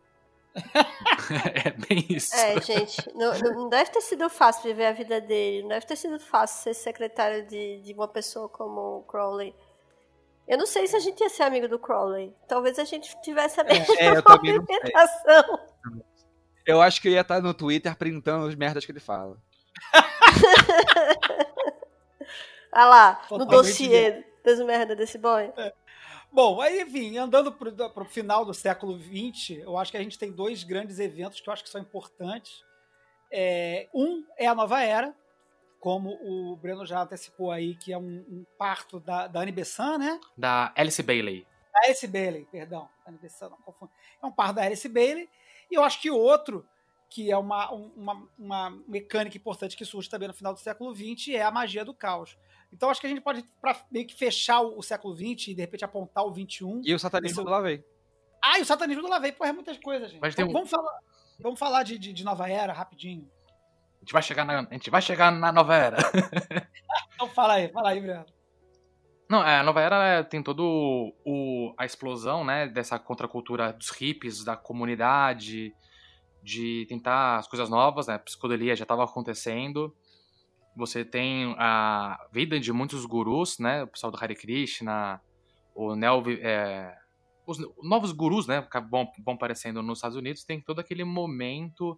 É bem isso. Gente, não deve ter sido fácil viver a vida dele. Não deve ter sido fácil ser secretário de uma pessoa como o Crowley. Eu não sei se a gente ia ser amigo do Crowley. Talvez a gente tivesse a mesma movimentação. Eu acho que eu ia estar no Twitter printando as merdas que ele fala. Olha lá, no dossiê das merdas desse boy. Bom, aí, enfim, andando pro final do século XX, eu acho que a gente tem dois grandes eventos que eu acho que são importantes. Um é a Nova Era, como o Breno já antecipou aí, que é um parto da Annie Besant, né? Da Alice Bailey. Da Alice Bailey, perdão. Annie Besant, não confundo. É um parto da Alice Bailey. E eu acho que outro, que é uma mecânica importante que surge também no final do século XX, é a magia do caos. Então acho que a gente pode meio que fechar o século XX e de repente apontar o XXI. E o satanismo do Lavey. E o satanismo do Lavey. Pô, é muitas coisas, gente. Mas então, vamos falar de Nova Era rapidinho. A gente vai chegar na Nova Era. Então fala aí, Breno. Não, a Nova Era tem todo a explosão, né, dessa contracultura dos hippies, da comunidade, de tentar as coisas novas, né, a psicodelia já estava acontecendo. Você tem a vida de muitos gurus, né, o pessoal do Hare Krishna, os novos gurus, né, que vão aparecendo nos Estados Unidos, tem todo aquele momento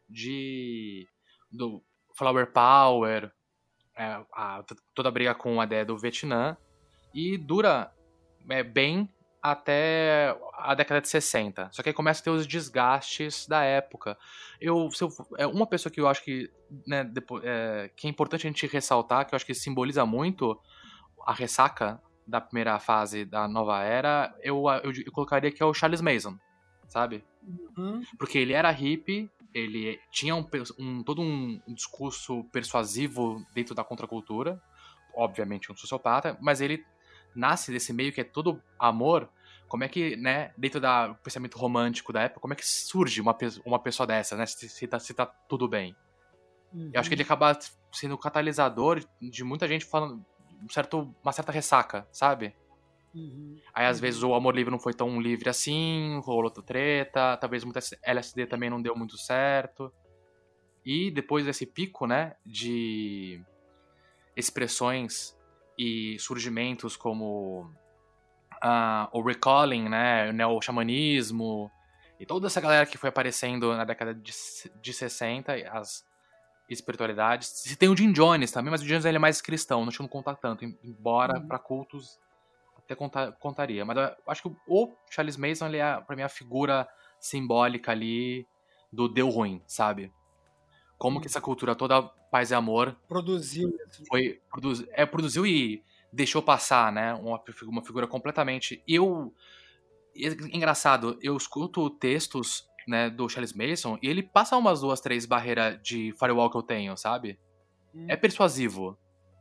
do Flower Power, toda a briga com a ideia do Vietnã, e dura bem até a década de 60. Só que aí começa a ter os desgastes da época. Uma pessoa que eu acho que, né, que é importante a gente ressaltar, que eu acho que simboliza muito a ressaca da primeira fase da Nova Era, eu colocaria que é o Charles Manson, sabe? Porque ele era hippie, ele tinha todo um discurso persuasivo dentro da contracultura, obviamente um sociopata, mas ele nasce desse meio que é todo amor. Como é que, né, dentro do pensamento romântico da época, como é que surge uma pessoa dessa, né, se tá tudo bem? Eu acho que ele acaba sendo o catalisador de muita gente falando uma certa ressaca, sabe? Aí às vezes o amor livre não foi tão livre assim, rolou outra treta, talvez muita LSD também não deu muito certo. E depois desse pico, né, de expressões e surgimentos como o recalling, né, o neo-xamanismo e toda essa galera que foi aparecendo na década de 60, as espiritualidades. Se tem o Jim Jones também, mas o Jim Jones ele é mais cristão, não conta tanto, embora para cultos até contaria. Mas eu acho que o Charles Manson, ele é, pra mim, a figura simbólica ali do deu ruim, sabe? Como que essa cultura toda, paz e amor... Produziu isso. Produziu e deixou passar, né? Uma figura completamente... Engraçado, eu escuto textos, né, do Charles Manson e ele passa umas 2, 3 barreiras de firewall que eu tenho, sabe? É persuasivo.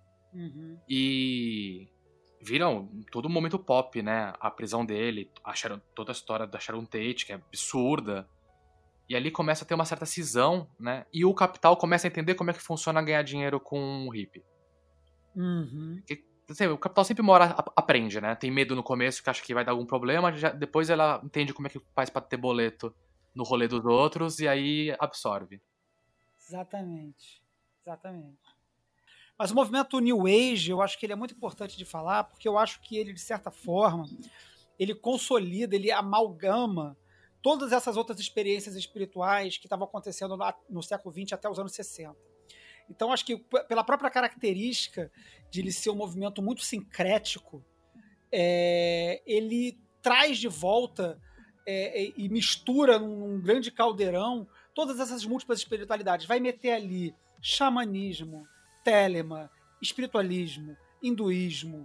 E viram todo o momento pop, né? A prisão dele, toda a história da Sharon Tate, que é absurda. E ali começa a ter uma certa cisão, né? E o capital começa a entender como é que funciona ganhar dinheiro com o hippie. Porque, assim, o capital sempre aprende, né? Tem medo no começo, que acha que vai dar algum problema, depois ela entende como é que faz pra ter boleto no rolê dos outros, e aí absorve. Exatamente. Mas o movimento New Age, eu acho que ele é muito importante de falar, porque eu acho que ele, de certa forma, ele consolida, ele amalgama todas essas outras experiências espirituais que estavam acontecendo no século XX até os anos 60. Então, acho que pela própria característica de ele ser um movimento muito sincrético, ele traz de volta e mistura num grande caldeirão todas essas múltiplas espiritualidades. Vai meter ali xamanismo, telema, espiritualismo, hinduísmo,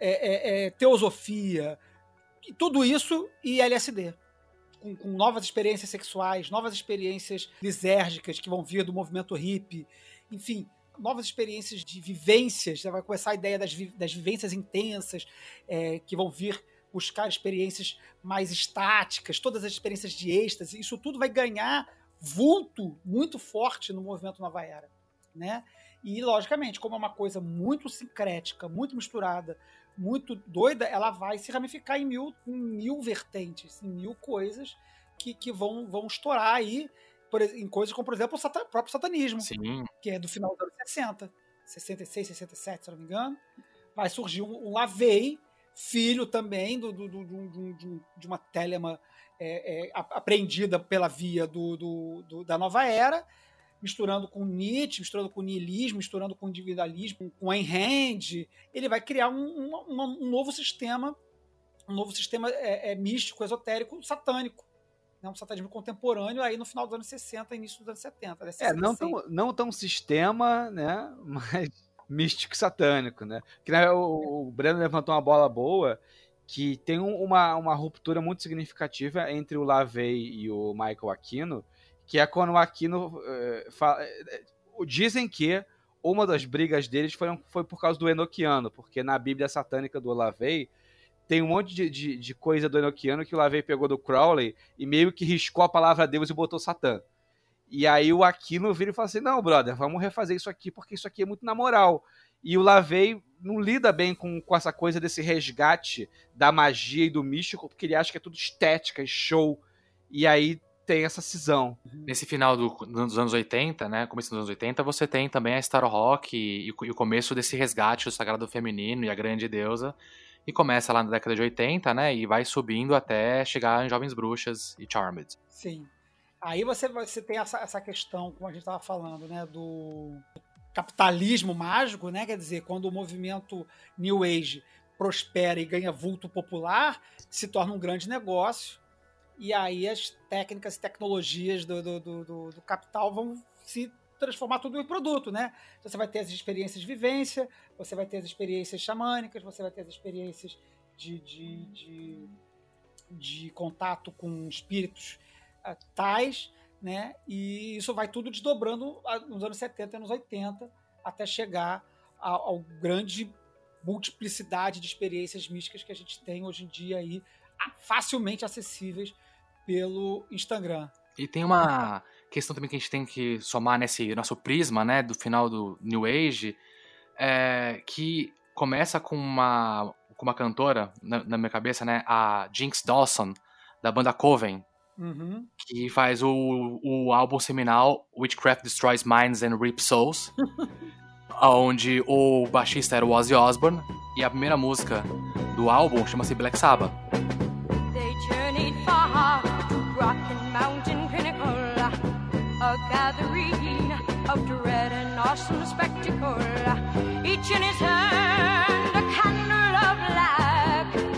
teosofia, tudo isso e LSD. Com novas experiências sexuais, novas experiências lisérgicas que vão vir do movimento hippie, enfim, novas experiências de vivências. Vai começar a ideia das vivências intensas, que vão vir buscar experiências mais estáticas, todas as experiências de êxtase. Isso tudo vai ganhar vulto muito forte no movimento Nova Era, né? E, logicamente, como é uma coisa muito sincrética, muito misturada, muito doida, ela vai se ramificar em mil vertentes, em 1000 coisas que vão estourar aí, em coisas como, por exemplo, o próprio satanismo. Sim. Que é do final dos anos 60, 66, 67, se não me engano. Vai surgir um LaVey, filho também de uma telema apreendida pela via da Nova Era, misturando com Nietzsche, misturando com niilismo, misturando com individualismo, com Ayn Rand. Ele vai criar um novo sistema, místico, esotérico, satânico. Né? Um satanismo contemporâneo aí no final dos anos 60, início dos anos 70. Não tão sistema, né? Mas místico satânico, né? Que, né, o Breno levantou uma bola boa, que tem uma ruptura muito significativa entre o LaVey e o Michael Aquino, que é quando o Aquino dizem que uma das brigas deles foi por causa do Enochiano, porque na Bíblia satânica do LaVey tem um monte de coisa do Enochiano que o LaVey pegou do Crowley e meio que riscou a palavra Deus e botou Satã. E aí o Aquino vira e fala assim, não, brother, vamos refazer isso aqui, porque isso aqui é muito na moral. E o LaVey não lida bem com essa coisa desse resgate da magia e do místico, porque ele acha que é tudo estética e show. E aí tem essa cisão. Nesse final dos anos 80, né, começo dos anos 80, você tem também a Star Rock e o começo desse resgate do sagrado feminino e a grande deusa, e começa lá na década de 80, né, e vai subindo até chegar em Jovens Bruxas e Charmed. Sim. Aí você tem essa questão, como a gente estava falando, né, do capitalismo mágico, né, quer dizer, quando o movimento New Age prospera e ganha vulto popular, se torna um grande negócio. E aí as técnicas e tecnologias do capital vão se transformar tudo em produto, né? Então você vai ter as experiências de vivência, você vai ter as experiências xamânicas, você vai ter as experiências de contato com espíritos tais, né? E isso vai tudo desdobrando nos anos 70 e anos 80 até chegar ao grande multiplicidade de experiências místicas que a gente tem hoje em dia aí, facilmente acessíveis pelo Instagram. E tem uma questão também que a gente tem que somar nesse nosso prisma, né, do final do New Age, que começa com uma cantora, na minha cabeça, né, a Jinx Dawson, da banda Coven, que faz o álbum seminal Witchcraft Destroys Minds and Reaps Souls, onde o baixista era o Ozzy Osbourne, e a primeira música do álbum chama-se Black Sabbath. Rocky Mountain pinnacle, a gathering of dread and awesome spectacle. Each in his hand a candle of black,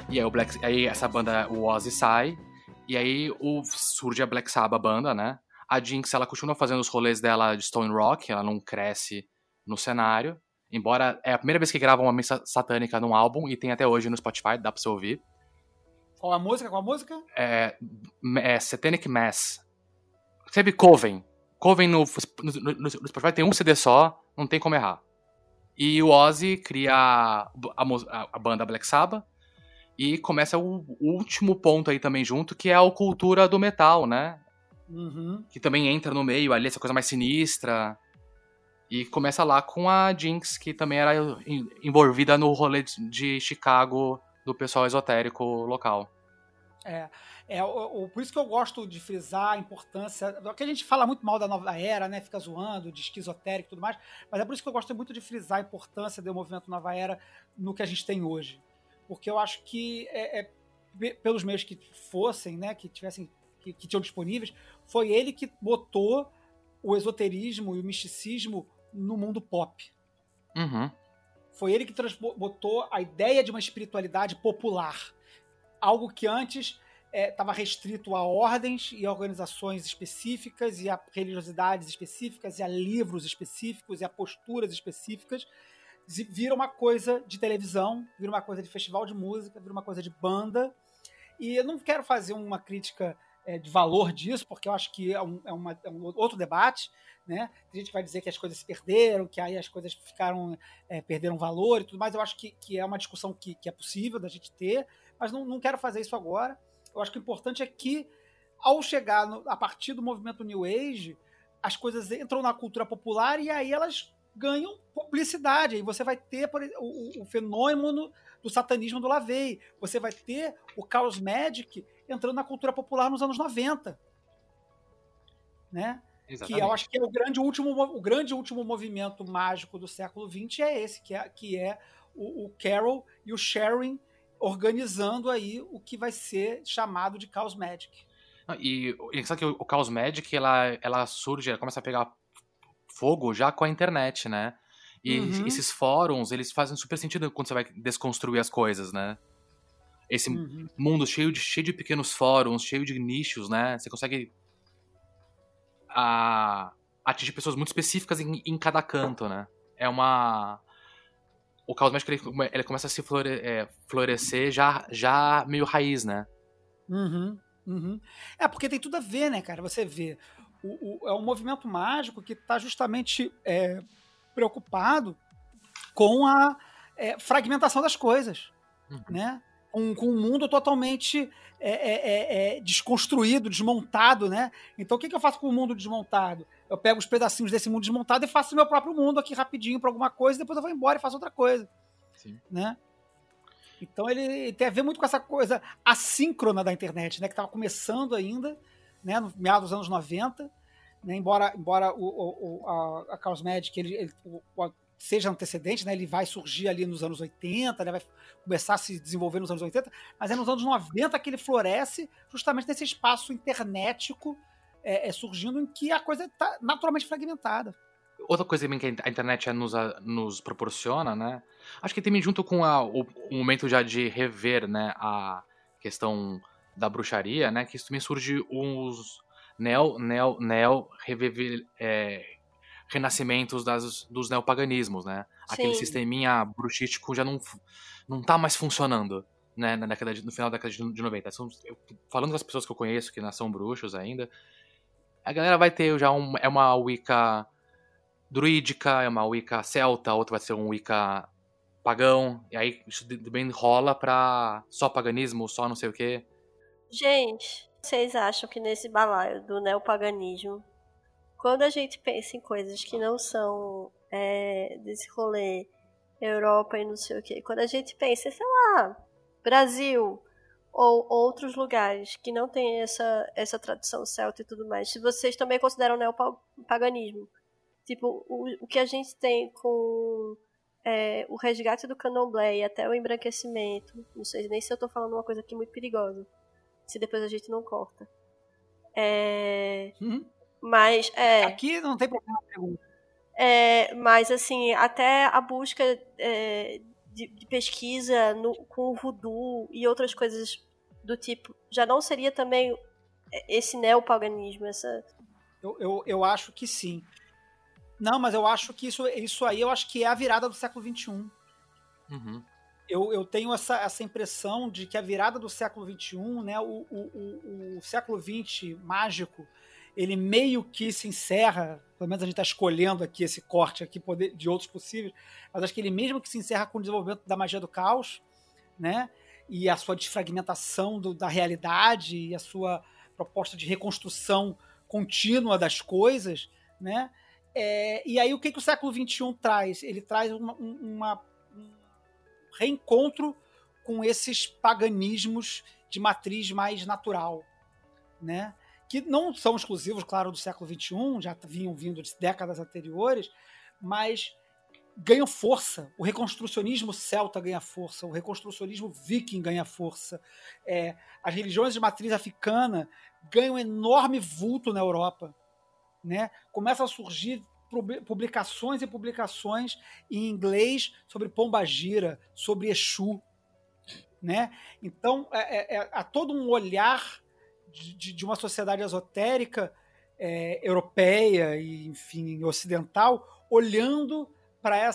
E aí, aí essa banda, o Ozzy sai, e aí surge a Black Sabbath banda, né? A Jinx, ela continua fazendo os rolês dela de Stone Rock, ela não cresce no cenário, embora é a primeira vez que grava uma missa satânica num álbum, e tem até hoje no Spotify, dá pra você ouvir. Qual a música? É Satanic Mass. Sabe Coven? Coven no Spotify tem um CD só, não tem como errar. E o Ozzy cria a banda Black Sabbath, e começa o último ponto aí também junto, que é a cultura do metal, né? Uhum. Que também entra no meio ali, essa coisa mais sinistra. E começa lá com a Jinx, que também era envolvida no rolê de Chicago do pessoal esotérico local. Por isso que eu gosto de frisar a importância, que a gente fala muito mal da nova era, né, fica zoando, de esquizotérico e tudo mais, mas é por isso que eu gosto muito de frisar a importância do movimento nova era no que a gente tem hoje. Porque eu acho que, pelos meios que fossem, né, que tivessem, que tinham disponíveis, foi ele que botou o esoterismo e o misticismo no mundo pop. Uhum. Foi ele que botou a ideia de uma espiritualidade popular. Algo que antes estava restrito a ordens e a organizações específicas e a religiosidades específicas e a livros específicos e a posturas específicas. Vira uma coisa de televisão, vira uma coisa de festival de música, vira uma coisa de banda. E eu não quero fazer uma crítica de valor disso, porque eu acho que é um outro debate, né? A gente vai dizer que as coisas se perderam, que aí as coisas perderam valor e tudo mais. Eu acho que é uma discussão que é possível da gente ter, mas não quero fazer isso agora. Eu acho que o importante é que, ao chegar a partir do movimento New Age, as coisas entram na cultura popular e aí elas ganham publicidade. Aí você vai ter o fenômeno do satanismo do LaVey. Você vai ter o Chaos Magic entrando na cultura popular nos anos 90. Né? Exatamente. Que eu acho que é o grande último movimento mágico do século XX é esse, que é o Carol e o Sharing organizando aí o que vai ser chamado de Chaos Magic. E sabe que o Chaos Magic, ela surge, ela começa a pegar fogo já com a internet, né? E esses fóruns, eles fazem super sentido quando você vai desconstruir as coisas, né? Esse mundo cheio de pequenos fóruns, cheio de nichos, né? Você consegue atingir pessoas muito específicas em cada canto, né? O Chaos Magic, ele começa a se florescer já meio raiz, né? Porque tem tudo a ver, né, cara? Você vê, é um movimento mágico que está justamente preocupado com a fragmentação das coisas, né? Com um mundo totalmente desconstruído, desmontado, né? Então o que eu faço com o mundo desmontado? Eu pego os pedacinhos desse mundo desmontado e faço o meu próprio mundo aqui rapidinho para alguma coisa e depois eu vou embora e faço outra coisa. Sim. Né? Então ele tem a ver muito com essa coisa assíncrona da internet, né? Que estava começando ainda, né? No meados dos anos 90, né? Embora a Chaos Magic ele seja antecedente, né? Ele vai surgir ali nos anos 80, né? Vai começar a se desenvolver nos anos 80, mas é nos anos 90 que ele floresce justamente nesse espaço internetico surgindo em que a coisa está naturalmente fragmentada. Outra coisa também que a internet nos proporciona, né? Acho que também junto com o momento já de rever, né, a questão da bruxaria, né? Que isso também surge uns renascimentos dos neopaganismos, né? Sim. Aquele sisteminha bruxístico já não tá mais funcionando, né? No final da década de 90. Falando com as pessoas que eu conheço que não são bruxos ainda, a galera vai ter já uma Wicca druídica, é uma Wicca celta, outra vai ser um Wicca pagão, e aí isso também rola pra só paganismo, só não sei o quê. Gente, vocês acham que nesse balaio do neopaganismo, quando a gente pensa em coisas que não são desse rolê Europa e não sei o quê, quando a gente pensa, sei lá, Brasil ou outros lugares que não tem essa tradição celta e tudo mais, se vocês também consideram neopaganismo, tipo, o que a gente tem com o resgate do candomblé e até o embranquecimento, não sei nem se eu tô falando uma coisa aqui muito perigosa, se depois a gente não corta. Mas aqui não tem problema. Mas assim, até a busca de pesquisa com o voodoo e outras coisas do tipo, já não seria também esse neopaganismo, essa... Eu acho que sim. Não, mas eu acho que isso aí eu acho que é a virada do século XXI. Uhum. Eu tenho essa impressão de que a virada do século XXI, né, o século XX mágico, ele meio que se encerra, pelo menos a gente está escolhendo aqui esse corte aqui de outros possíveis, mas acho que ele mesmo que se encerra com o desenvolvimento da magia do caos, né, e a sua desfragmentação da realidade e a sua proposta de reconstrução contínua das coisas, né? E aí o que o século XXI traz? Ele traz um reencontro com esses paganismos de matriz mais natural, né? Que não são exclusivos, claro, do século XXI, já vinham vindo de décadas anteriores, mas ganham força. O reconstrucionismo celta ganha força, o reconstrucionismo viking ganha força, as religiões de matriz africana ganham um enorme vulto na Europa, né? Começam a surgir publicações e publicações em inglês sobre Pombagira, sobre Exu, né? Então há todo um olhar de uma sociedade esotérica europeia e, enfim, ocidental, olhando para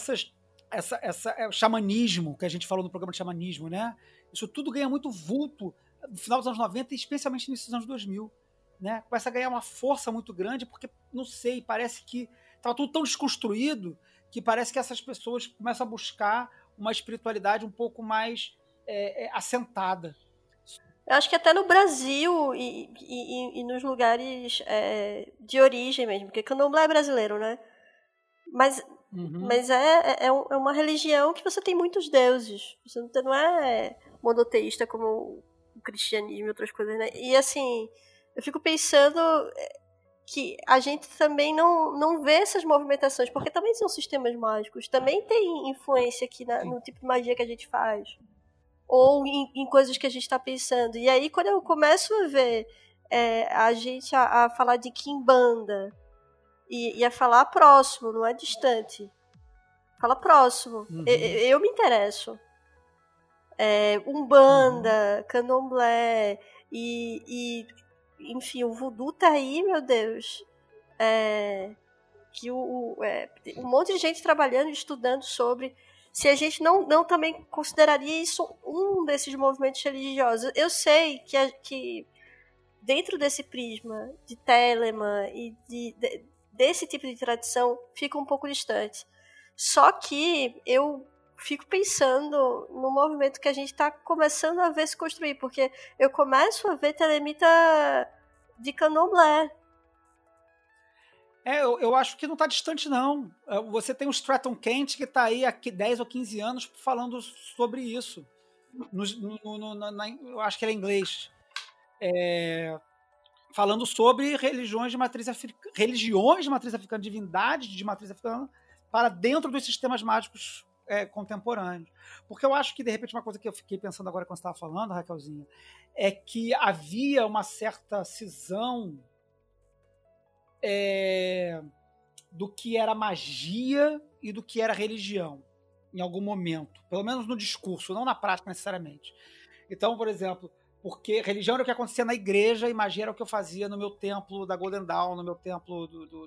xamanismo, que a gente falou no programa de xamanismo, né? Isso tudo ganha muito vulto no final dos anos 90 e especialmente nos anos 2000, né? Começa a ganhar uma força muito grande porque, não sei, parece que estava tudo tão desconstruído que parece que essas pessoas começam a buscar uma espiritualidade um pouco mais assentada. Eu acho que até no Brasil e nos lugares de origem mesmo, porque Candomblé é brasileiro, né? Mas é uma religião que você tem muitos deuses. Você não é monoteísta como o cristianismo e outras coisas, né? E assim, eu fico pensando que a gente também não vê essas movimentações, porque também são sistemas mágicos, também tem influência aqui no tipo de magia que a gente faz. Ou em coisas que a gente está pensando. E aí, quando eu começo a ver a gente a falar de Quimbanda e a falar próximo, não é distante. Fala próximo. Uhum. Eu me interesso. Umbanda, Candomblé e enfim, o voodoo tá aí, meu Deus. Que um monte de gente trabalhando, estudando sobre... Se a gente não também consideraria isso um desses movimentos religiosos. Eu sei que dentro desse prisma de Telemann e desse tipo de tradição fica um pouco distante. Só que eu fico pensando no movimento que a gente está começando a ver se construir, porque eu começo a ver telemita de Candomblé. Eu acho que não está distante, não. Você tem o Stratton Kent, que está aí há 10 ou 15 anos falando sobre isso. Eu acho que ele é inglês. Falando sobre religiões de matriz africana, divindades de matriz africana, para dentro dos sistemas mágicos contemporâneos. Porque eu acho que, de repente, uma coisa que eu fiquei pensando agora quando você estava falando, Raquelzinha, é que havia uma certa cisão do que era magia e do que era religião, em algum momento. Pelo menos no discurso, não na prática necessariamente. Então, por exemplo, porque religião era o que acontecia na igreja e magia era o que eu fazia no meu templo da Golden Dawn, no meu templo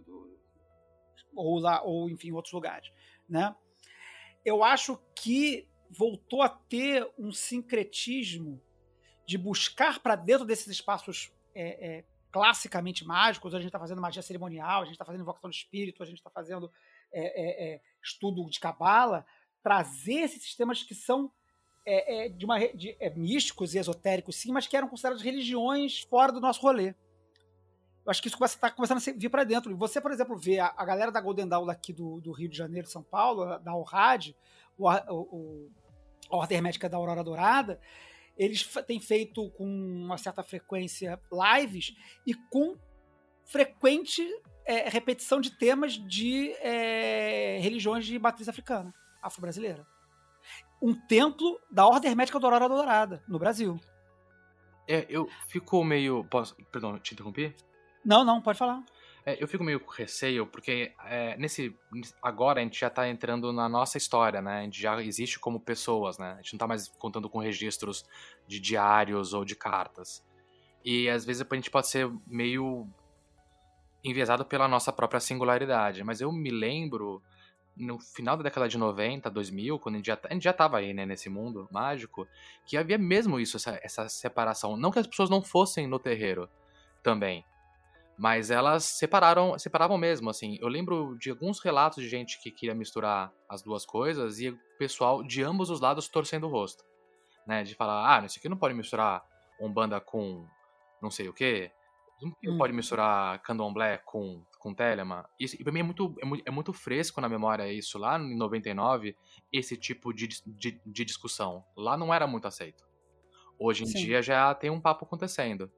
ou enfim, outros lugares, né? Eu acho que voltou a ter um sincretismo de buscar para dentro desses espaços classicamente mágicos. A gente está fazendo magia cerimonial, a gente está fazendo invocação de espírito, a gente está fazendo estudo de cabala, trazer esses sistemas que são místicos e esotéricos, sim, mas que eram considerados religiões fora do nosso rolê. Eu acho que isso está começando a vir para dentro. E você, por exemplo, vê a galera da Golden Dawn aqui do Rio de Janeiro, São Paulo, da Orrad, a Ordem Hermética da Aurora Dourada, eles têm feito com uma certa frequência lives e com frequente repetição de temas de religiões de matriz africana, afro-brasileira. Um templo da Ordem Hermética da Aurora Dourada, no Brasil. Eu fico meio... Perdão, te interrompi? Não, pode falar. Eu fico meio com receio, porque agora a gente já tá entrando na nossa história, né? A gente já existe como pessoas, né? A gente não tá mais contando com registros de diários ou de cartas. E às vezes a gente pode ser meio enviesado pela nossa própria singularidade. Mas eu me lembro, no final da década de 90, 2000, quando a gente já tava aí, né, nesse mundo mágico, que havia mesmo isso, essa separação. Não que as pessoas não fossem no terreiro também, mas elas separavam mesmo, assim. Eu lembro de alguns relatos de gente que queria misturar as duas coisas e o pessoal de ambos os lados torcendo o rosto, né? De falar, isso aqui não pode misturar Umbanda com não sei o quê. Não pode misturar Candomblé com Telema. Isso, e pra mim é muito fresco na memória isso. Lá em 99, esse tipo de discussão. Lá não era muito aceito. Hoje em dia já tem um papo acontecendo.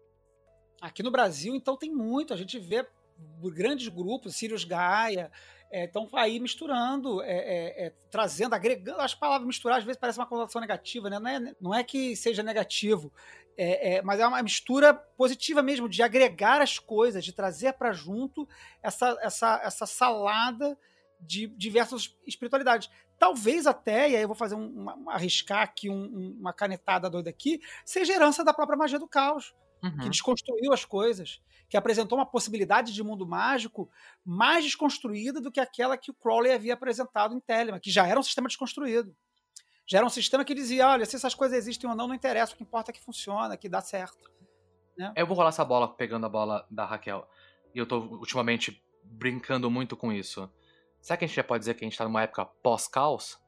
Aqui no Brasil, então, tem muito. A gente vê grandes grupos, Sirius Gaia, estão aí misturando, trazendo, agregando. As palavras misturar às vezes parece uma conotação negativa, né? Não é que seja negativo, mas é uma mistura positiva mesmo, de agregar as coisas, de trazer para junto essa salada de diversas espiritualidades. Talvez até, e aí eu vou fazer arriscar aqui uma canetada doida aqui, seja herança da própria magia do caos. Que desconstruiu as coisas, que apresentou uma possibilidade de mundo mágico mais desconstruída do que aquela que o Crowley havia apresentado em Telema, que já era um sistema desconstruído. Já era um sistema que dizia, olha, se essas coisas existem ou não interessa, o que importa é que funciona, que dá certo. Né? Eu vou rolar essa bola, pegando a bola da Raquel, e eu tô ultimamente brincando muito com isso. Será que a gente já pode dizer que a gente tá numa época pós-caos?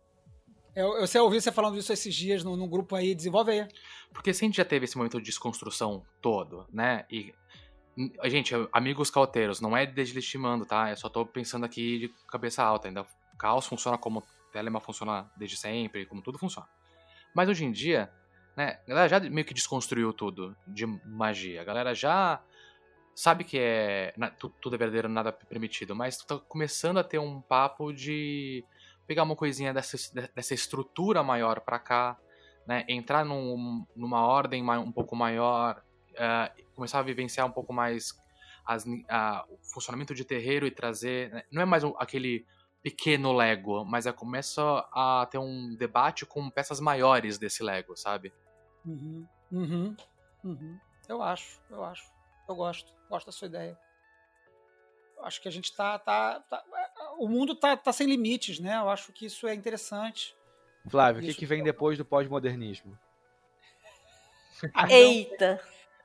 Eu ouvi você falando disso esses dias num grupo aí, desenvolve aí. Porque se a gente já teve esse momento de desconstrução todo, né? E, gente, amigos cauteiros, não é deslegitimando, tá? Eu só tô pensando aqui de cabeça alta. Ainda o caos funciona como o Telema funciona desde sempre, como tudo funciona. Mas hoje em dia, né? A galera já meio que desconstruiu tudo de magia. A galera já sabe que tudo é verdadeiro, nada permitido. Mas tá começando a ter um papo de pegar uma coisinha dessa estrutura maior pra cá, né? Entrar numa ordem um pouco maior, começar a vivenciar um pouco mais o funcionamento de terreiro e trazer, né? Não é mais aquele pequeno Lego, mas começa a ter um debate com peças maiores desse Lego, sabe? Eu acho. Eu gosto da sua ideia. Eu acho que a gente o mundo tá sem limites, né? Eu acho que isso é interessante. Flávio, o que vem depois do pós-modernismo? Eita!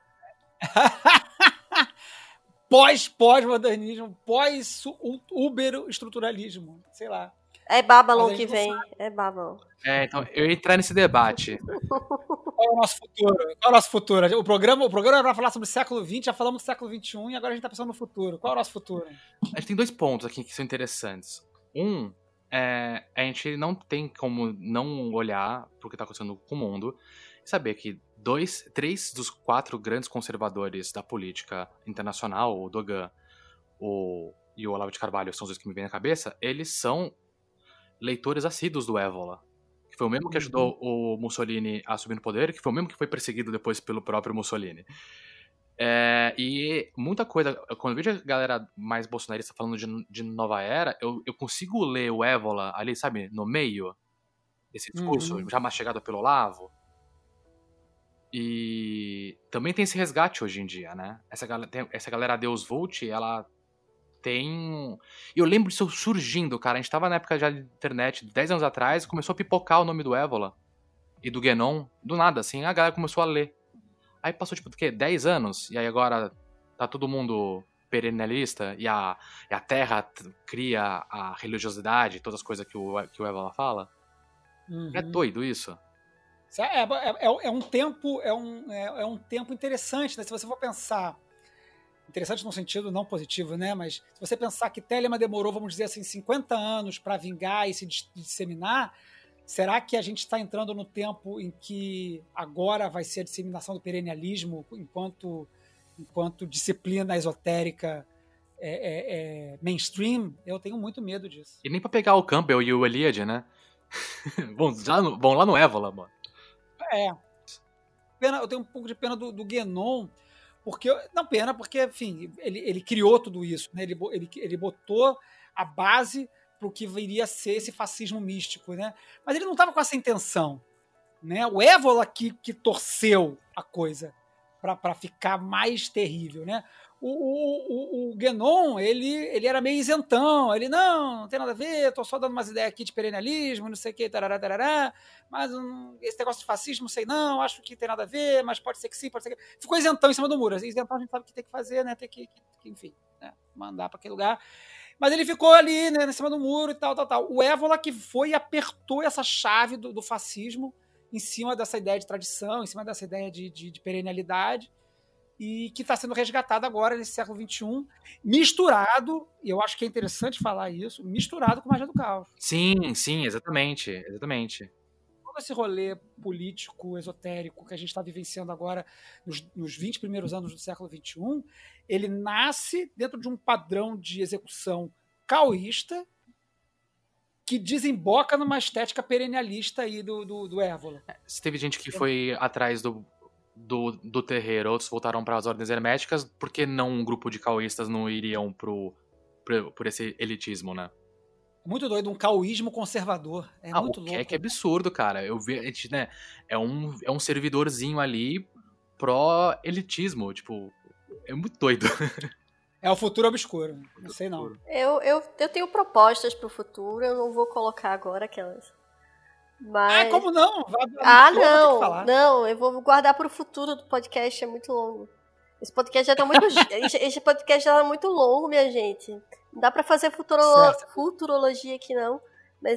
Pós-modernismo, pós-uber-estruturalismo, sei lá. É Babylon que vem, é Babylon. Então, eu ia entrar nesse debate. Qual é o nosso futuro? O programa é para falar sobre o século XX, já falamos do século XXI e agora a gente tá pensando no futuro. Qual é o nosso futuro? A gente tem 2 pontos aqui que são interessantes. A gente não tem como não olhar pro que tá acontecendo com o mundo e saber que 3 dos 4 grandes conservadores da política internacional, o Dogan e o Olavo de Carvalho, são os 2 que me vêm na cabeça, eles são leitores assíduos do Évola, que foi o mesmo que ajudou o Mussolini a subir no poder, que foi o mesmo que foi perseguido depois pelo próprio Mussolini. E muita coisa, quando eu vejo a galera mais bolsonarista falando de nova era, eu consigo ler o Évola ali, sabe, no meio desse discurso, já mastigado pelo Olavo. E também tem esse resgate hoje em dia, né? Essa galera Deus Vult, ela tem... Eu lembro disso surgindo, cara. A gente tava na época já de internet, 10 anos atrás, começou a pipocar o nome do Évola e do Guénon, do nada, assim, a galera começou a ler. Aí passou, tipo, 10 anos, e aí agora tá todo mundo perennialista, e a Terra cria a religiosidade, todas as coisas que o Évola fala. É doido isso. É um tempo interessante, né? Se você for pensar, interessante no sentido não positivo, né? Mas se você pensar que Telema demorou, vamos dizer assim, 50 anos para vingar e se disseminar, será que a gente está entrando no tempo em que agora vai ser a disseminação do perennialismo enquanto disciplina esotérica mainstream? Eu tenho muito medo disso. E nem para pegar o Campbell e o Eliade, né? Vão lá no Évola, mano. Eu tenho um pouco de pena do Guénon, Não, pena, porque, enfim, ele criou tudo isso, né? Ele botou a base para o que viria a ser esse fascismo místico, né? Mas ele não estava com essa intenção, né? O Évola que torceu a coisa para ficar mais terrível, né? O Guénon, ele era meio isentão, ele não tem nada a ver, tô só dando umas ideias aqui de perennialismo, não sei o que, tarará, mas esse negócio de fascismo, não sei não, acho que tem nada a ver, mas pode ser que sim, pode ser que... Ficou isentão em cima do muro, isentão a gente sabe o que tem que fazer, né, tem que enfim, né, mandar para aquele lugar, mas ele ficou ali, né, em cima do muro e tal. O Évola que foi e apertou essa chave do fascismo em cima dessa ideia de tradição, em cima dessa ideia de perennialidade, e que está sendo resgatado agora nesse século XXI, misturado, e eu acho que é interessante falar isso, misturado com magia do caos. Sim, exatamente. Todo esse rolê político, esotérico que a gente está vivenciando agora nos 20 primeiros anos do século XXI, ele nasce dentro de um padrão de execução caoísta que desemboca numa estética perennialista aí do Évola. Se teve gente que foi atrás do terreiro, outros voltaram para as ordens herméticas, por que não um grupo de caoístas não iriam por esse elitismo, né? Muito doido, um caoísmo conservador. É muito louco. Que absurdo, cara. Eu vi, a gente, né, é um servidorzinho ali pró-elitismo, tipo, é muito doido. É o futuro obscuro, não sei não. Eu tenho propostas pro futuro, eu não vou colocar agora aquelas. Mas... como não? Não, eu vou guardar pro futuro do podcast, é muito longo. Esse podcast já tá muito esse podcast já tá muito longo, minha gente. Não dá pra fazer futurologia aqui não, mas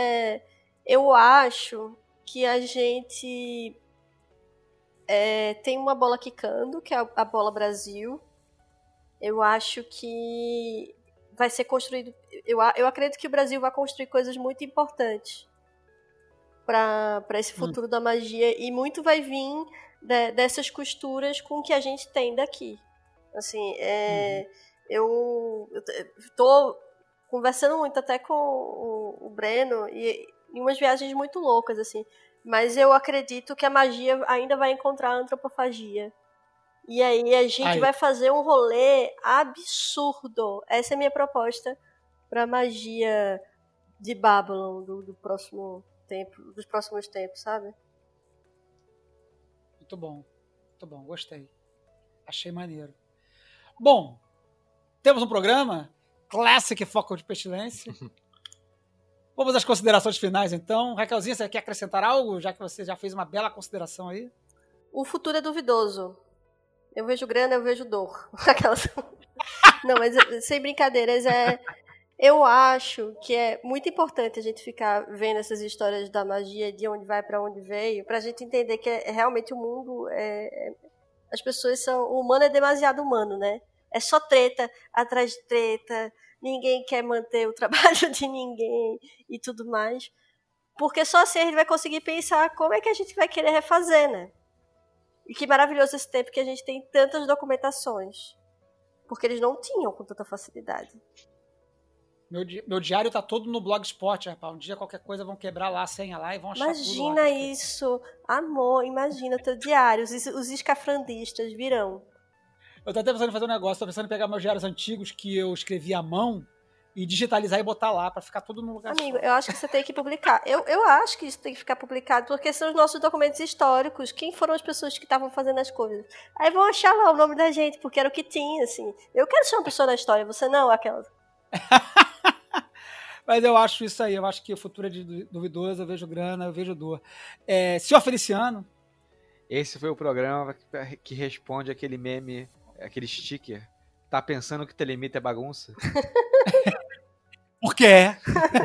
eu acho que a gente tem uma bola quicando, que é a bola Brasil. Eu acho que vai ser construído, eu acredito que o Brasil vai construir coisas muito importantes para esse futuro da magia, e muito vai vir dessas costuras com o que a gente tem daqui. Assim, eu tô conversando muito até com o Breno e em umas viagens muito loucas, assim, mas eu acredito que a magia ainda vai encontrar a antropofagia. E aí a gente vai fazer um rolê absurdo. Essa é a minha proposta pra magia de Babylon do próximo tempo, dos próximos tempos, sabe? Muito bom, gostei. Achei maneiro. Bom, temos um programa Classic Foco de Pestilência. Vamos às considerações finais, então. Raquelzinha, você quer acrescentar algo, já que você já fez uma bela consideração aí? O futuro é duvidoso. Eu vejo grana, eu vejo dor. Aquelas... Não, mas sem brincadeiras, eu acho que é muito importante a gente ficar vendo essas histórias da magia, de onde vai para onde veio, pra gente entender que realmente o mundo as pessoas são... O humano é demasiado humano, né? É só treta atrás de treta, ninguém quer manter o trabalho de ninguém e tudo mais. Porque só assim a gente vai conseguir pensar como é que a gente vai querer refazer, né? E que maravilhoso esse tempo que a gente tem tantas documentações. Porque eles não tinham com tanta facilidade. Meu diário tá todo no Blogspot, rapaz. Um dia qualquer coisa vão quebrar lá a senha lá e vão achar Imagina tudo lá. isso. Amor, imagina o teu diário. Os escafrandistas virão. Eu tô até pensando em fazer um negócio. Tô pensando em pegar meus diários antigos que eu escrevi à mão e digitalizar e botar lá pra ficar tudo no lugar. Amigo, eu acho que você tem que publicar. Eu acho que isso tem que ficar publicado porque são os nossos documentos históricos. Quem foram as pessoas que estavam fazendo as coisas? Aí vão achar lá o nome da gente, porque era o que tinha, assim. Eu quero ser uma pessoa da história, você não, aquela. Mas eu acho isso aí. Eu acho que o futuro é duvidoso. Eu vejo grana, eu vejo dor. Senhor Feliciano. Esse foi o programa que responde aquele meme, aquele sticker. Tá pensando que telemita é bagunça? Porque é.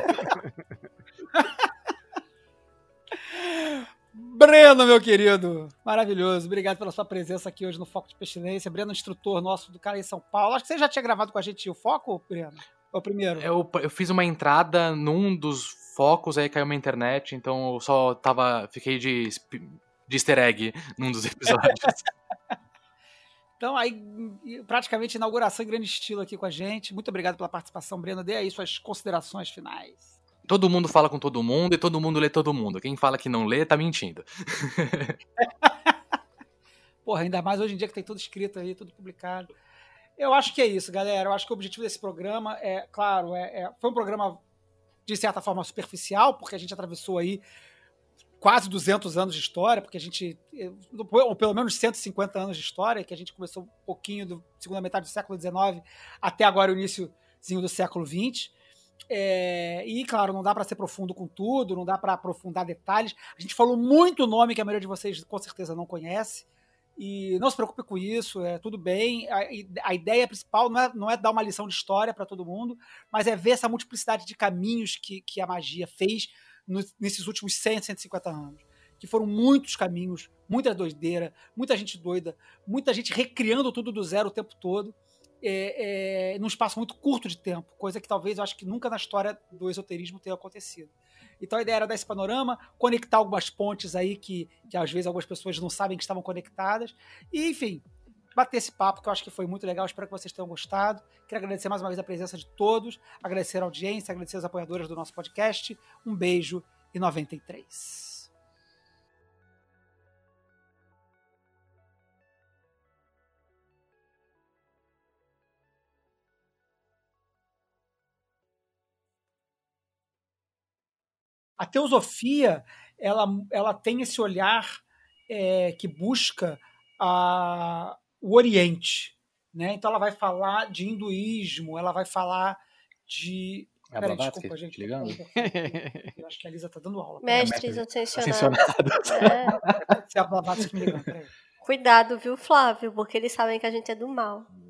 Breno, meu querido, maravilhoso. Obrigado pela sua presença aqui hoje no Foco de Pestilência. Breno, instrutor nosso do cara em São Paulo. Acho que você já tinha gravado com a gente o Foco, Breno? Ou o primeiro? Eu fiz uma entrada num dos focos, aí caiu minha internet, então eu só fiquei de easter egg num dos episódios. Então, aí, praticamente inauguração em grande estilo aqui com a gente. Muito obrigado pela participação, Breno. Dê aí suas considerações finais. Todo mundo fala com todo mundo e todo mundo lê todo mundo. Quem fala que não lê, tá mentindo. Porra, ainda mais hoje em dia que tem tudo escrito aí, tudo publicado. Eu acho que é isso, galera. Eu acho que o objetivo desse programa foi um programa, de certa forma, superficial, porque a gente atravessou aí quase 200 anos de história, porque a gente, ou pelo menos 150 anos de história, que a gente começou um pouquinho da segunda metade do século XIX até agora o iníciozinho do século XX. E, claro, não dá para ser profundo com tudo, não dá para aprofundar detalhes. A gente falou muito nome que a maioria de vocês com certeza não conhece. E não se preocupe com isso, tudo bem. A ideia principal não é dar uma lição de história para todo mundo, mas é ver essa multiplicidade de caminhos que a magia fez nesses últimos 100, 150 anos. Que foram muitos caminhos, muita doideira, muita gente doida, muita gente recriando tudo do zero o tempo todo, num espaço muito curto de tempo, coisa que talvez eu acho que nunca na história do esoterismo tenha acontecido. Então a ideia era dar esse panorama, conectar algumas pontes aí que às vezes algumas pessoas não sabem que estavam conectadas, e enfim, bater esse papo que eu acho que foi muito legal, espero que vocês tenham gostado. Quero agradecer mais uma vez a presença de todos, agradecer a audiência, agradecer as apoiadoras do nosso podcast. Um beijo e 93. A teosofia, ela tem esse olhar que busca o Oriente, né? Então ela vai falar de hinduísmo, ela vai falar de... Peraí, desculpa, gente. Ligando? Eu acho que a Lisa está dando aula. Mestres ascensionados. Se a Blavatsky me ligando, peraí. Cuidado, viu, Flávio? Porque eles sabem que a gente é do mal.